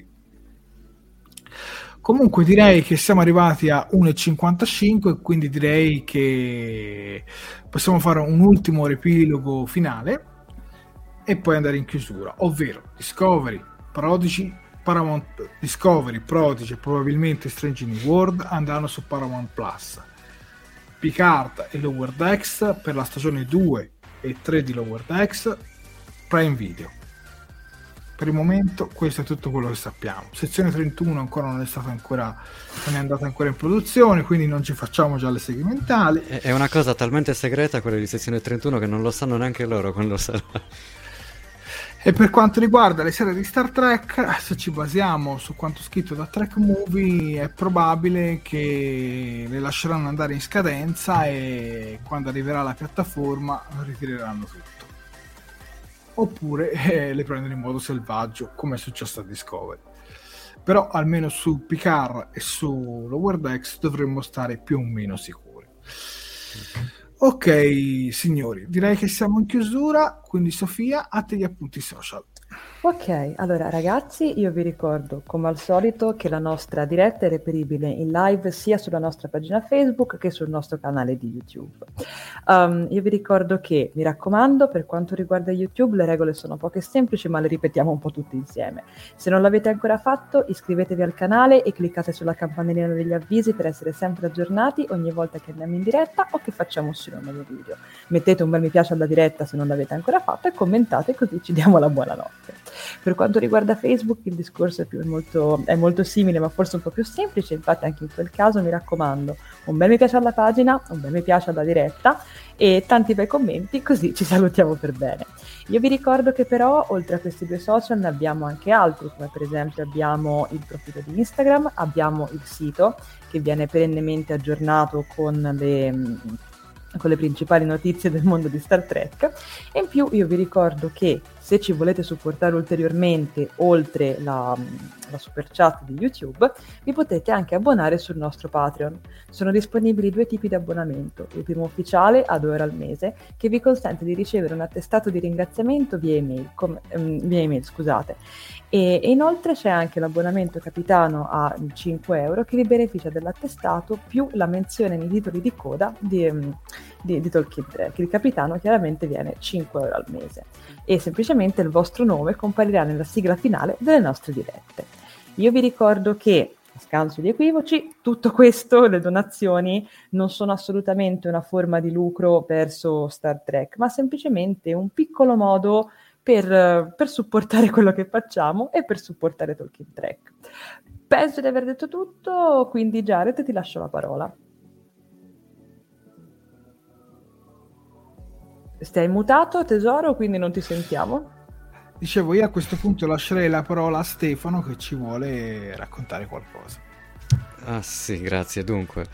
Comunque direi che siamo arrivati a 1:55, quindi direi che possiamo fare un ultimo riepilogo finale e poi andare in chiusura, ovvero Discovery, Prodigy, Prodigy, probabilmente Strange New World andranno su Paramount Plus. Picard e Lower Decks per la stagione 2 e 3 di Lower Decks, Prime Video. Per il momento questo è tutto quello che sappiamo. Sezione 31 ancora non è andata ancora in produzione, quindi non ci facciamo già le segmentali. È una cosa talmente segreta quella di sezione 31 che non lo sanno neanche loro quando sarà. E per quanto riguarda le serie di Star Trek, se ci basiamo su quanto scritto da Trek Movie, è probabile che le lasceranno andare in scadenza e quando arriverà la piattaforma ritireranno tutto. Oppure le prendono in modo selvaggio, come è successo a Discovery. Però almeno su Picard e su Lower Decks dovremmo stare più o meno sicuri. Ok signori, direi che siamo in chiusura, quindi Sofia, a te gli appunti social. Ok, allora ragazzi, io vi ricordo come al solito che la nostra diretta è reperibile in live sia sulla nostra pagina Facebook che sul nostro canale di YouTube. Io vi ricordo che, mi raccomando, per quanto riguarda YouTube le regole sono poche e semplici, ma le ripetiamo un po' tutte insieme. Se non l'avete ancora fatto, iscrivetevi al canale e cliccate sulla campanellina degli avvisi per essere sempre aggiornati ogni volta che andiamo in diretta o che facciamo uscire un nuovo video. Mettete un bel mi piace alla diretta se non l'avete ancora fatto e commentate, così ci diamo la buonanotte. Per quanto riguarda Facebook il discorso è molto simile, ma forse un po' più semplice. Infatti anche in quel caso mi raccomando, un bel mi piace alla pagina, un bel mi piace alla diretta e tanti bei commenti, così ci salutiamo per bene. Io vi ricordo che però oltre a questi due social ne abbiamo anche altri, come per esempio abbiamo il profilo di Instagram, abbiamo il sito che viene perennemente aggiornato con le principali notizie del mondo di Star Trek, e in più io vi ricordo che se ci volete supportare ulteriormente oltre la super chat di YouTube, vi potete anche abbonare sul nostro Patreon. Sono disponibili 2 tipi di abbonamento: il primo ufficiale a €2 al mese, che vi consente di ricevere un attestato di ringraziamento via email, e inoltre c'è anche l'abbonamento capitano a €5 che vi beneficia dell'attestato più la menzione nei titoli di coda di Tolkien Trek. Il capitano chiaramente viene €5 al mese e semplicemente il vostro nome comparirà nella sigla finale delle nostre dirette. Io vi ricordo che, a scanso di equivoci, tutto questo, le donazioni, non sono assolutamente una forma di lucro verso Star Trek, ma semplicemente un piccolo modo per supportare quello che facciamo e per supportare Tolkien Trek. Penso di aver detto tutto, quindi Jared ti lascio la parola. Stai mutato, tesoro, quindi non ti sentiamo. Dicevo, io a questo punto lascerei la parola a Stefano che ci vuole raccontare qualcosa. Ah sì, grazie. Dunque,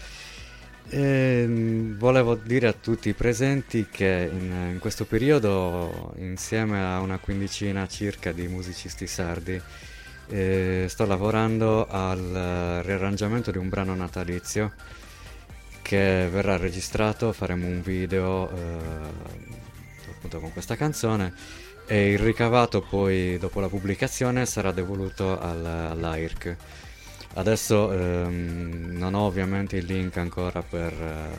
volevo dire a tutti i presenti che in questo periodo, insieme a una quindicina circa di musicisti sardi, sto lavorando al riarrangiamento di un brano natalizio che verrà registrato. Faremo un video appunto con questa canzone e il ricavato poi dopo la pubblicazione sarà devoluto all'AIRC. Adesso non ho ovviamente il link ancora per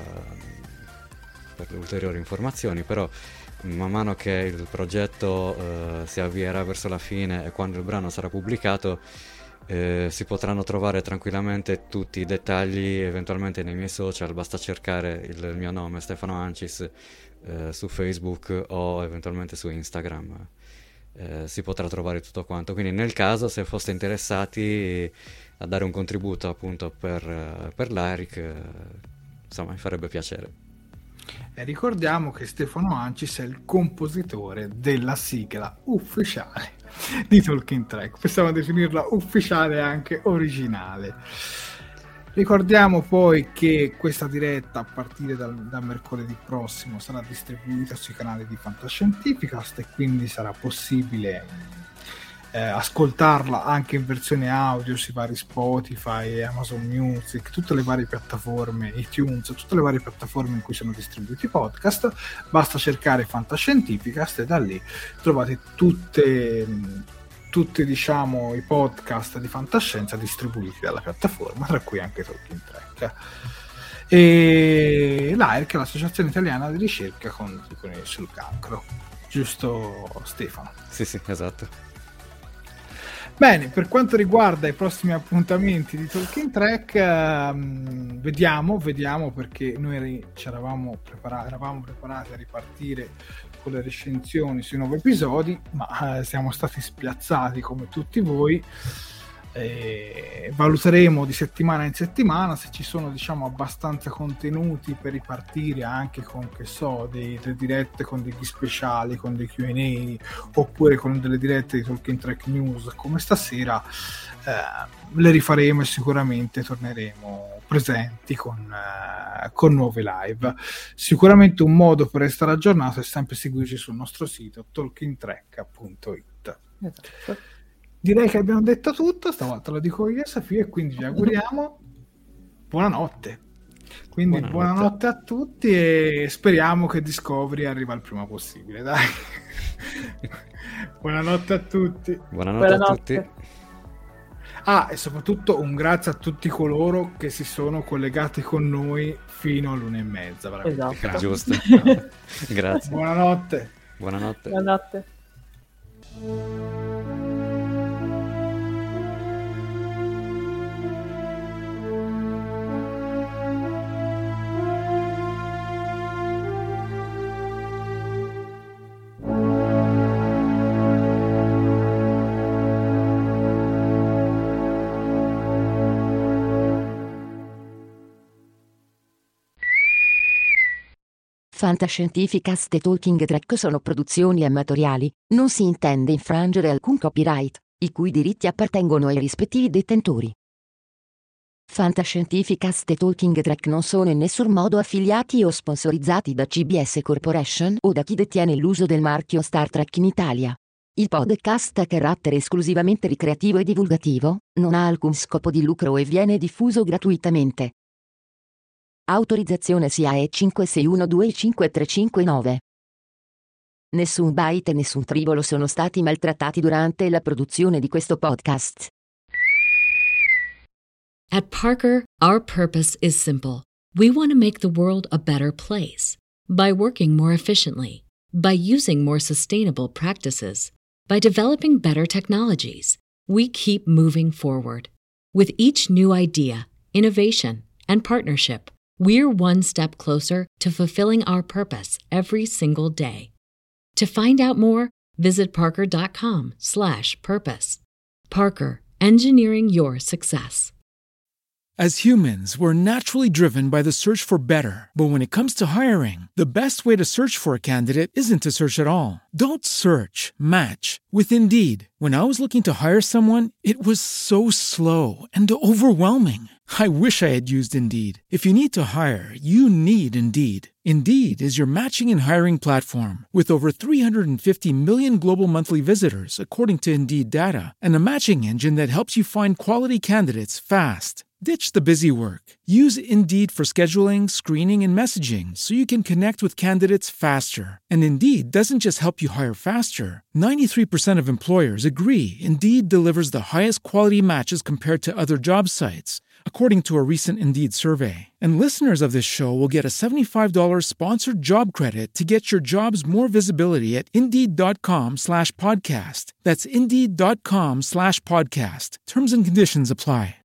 ulteriori informazioni, però man mano che il progetto si avvierà verso la fine e quando il brano sarà pubblicato si potranno trovare tranquillamente tutti i dettagli eventualmente nei miei social. Basta cercare il mio nome, Stefano Ancis, su Facebook o eventualmente su Instagram. Si potrà trovare tutto quanto, quindi nel caso se foste interessati a dare un contributo appunto per l'AIRC, insomma mi farebbe piacere. E ricordiamo che Stefano Ancis è il compositore della sigla ufficiale di Tolkien Trek, possiamo definirla ufficiale e anche originale. Ricordiamo poi che questa diretta a partire da mercoledì prossimo sarà distribuita sui canali di Fantascientificast e quindi sarà possibile ascoltarla anche in versione audio sui vari Spotify, Amazon Music, tutte le varie piattaforme, iTunes, tutte le varie piattaforme in cui sono distribuiti i podcast. Basta cercare Fantascientificast e da lì trovate tutti diciamo i podcast di fantascienza distribuiti dalla piattaforma, tra cui anche Tolkien Trek. E l'AIRC è l'Associazione Italiana di Ricerca sul Cancro, giusto Stefano? Sì, esatto. Bene, per quanto riguarda i prossimi appuntamenti di Tolkien Trek, vediamo perché noi eravamo preparati a ripartire con le recensioni sui 9 episodi, ma siamo stati spiazzati come tutti voi. Valuteremo di settimana in settimana se ci sono diciamo abbastanza contenuti per ripartire anche con delle dirette con degli speciali, con dei Q&A oppure con delle dirette di Tolkien Trek News come stasera. Le rifaremo e sicuramente torneremo presenti con nuove live. Sicuramente un modo per restare aggiornato è sempre seguirci sul nostro sito tolkientrek.it. Esatto. Direi che abbiamo detto tutto, stavolta lo dico io, Sofia, e quindi vi auguriamo buonanotte. Quindi buonanotte a tutti e speriamo che Discovery arriva il prima possibile, dai. Buonanotte a tutti. Buonanotte a tutti. E soprattutto un grazie a tutti coloro che si sono collegati con noi fino all'1:30. Esatto. Grazie. Giusto. Grazie. Buonanotte. Buonanotte. Buonanotte. Fantascientificast e Talking Track sono produzioni amatoriali, non si intende infrangere alcun copyright, i cui diritti appartengono ai rispettivi detentori. Fantascientificast e Talking Track non sono in nessun modo affiliati o sponsorizzati da CBS Corporation o da chi detiene l'uso del marchio Star Trek in Italia. Il podcast ha carattere esclusivamente ricreativo e divulgativo, non ha alcun scopo di lucro e viene diffuso gratuitamente. Autorizzazione SIAE 56125359. Nessun byte e nessun tribolo sono stati maltrattati durante la produzione di questo podcast. At Parker, our purpose is simple. We want to make the world a better place. By working more efficiently, by using more sustainable practices, by developing better technologies, we keep moving forward. With each new idea, innovation, and partnership, we're one step closer to fulfilling our purpose every single day. To find out more, visit parker.com/purpose. Parker, engineering your success. As humans, we're naturally driven by the search for better. But when it comes to hiring, the best way to search for a candidate isn't to search at all. Don't search, match with Indeed. When I was looking to hire someone, it was so slow and overwhelming. I wish I had used Indeed. If you need to hire, you need Indeed. Indeed is your matching and hiring platform with over 350 million global monthly visitors, according to Indeed data, and a matching engine that helps you find quality candidates fast. Ditch the busy work. Use Indeed for scheduling, screening, and messaging so you can connect with candidates faster. And Indeed doesn't just help you hire faster. 93% of employers agree Indeed delivers the highest quality matches compared to other job sites, according to a recent Indeed survey. And listeners of this show will get a $75 sponsored job credit to get your jobs more visibility at Indeed.com/podcast. That's Indeed.com/podcast. Terms and conditions apply.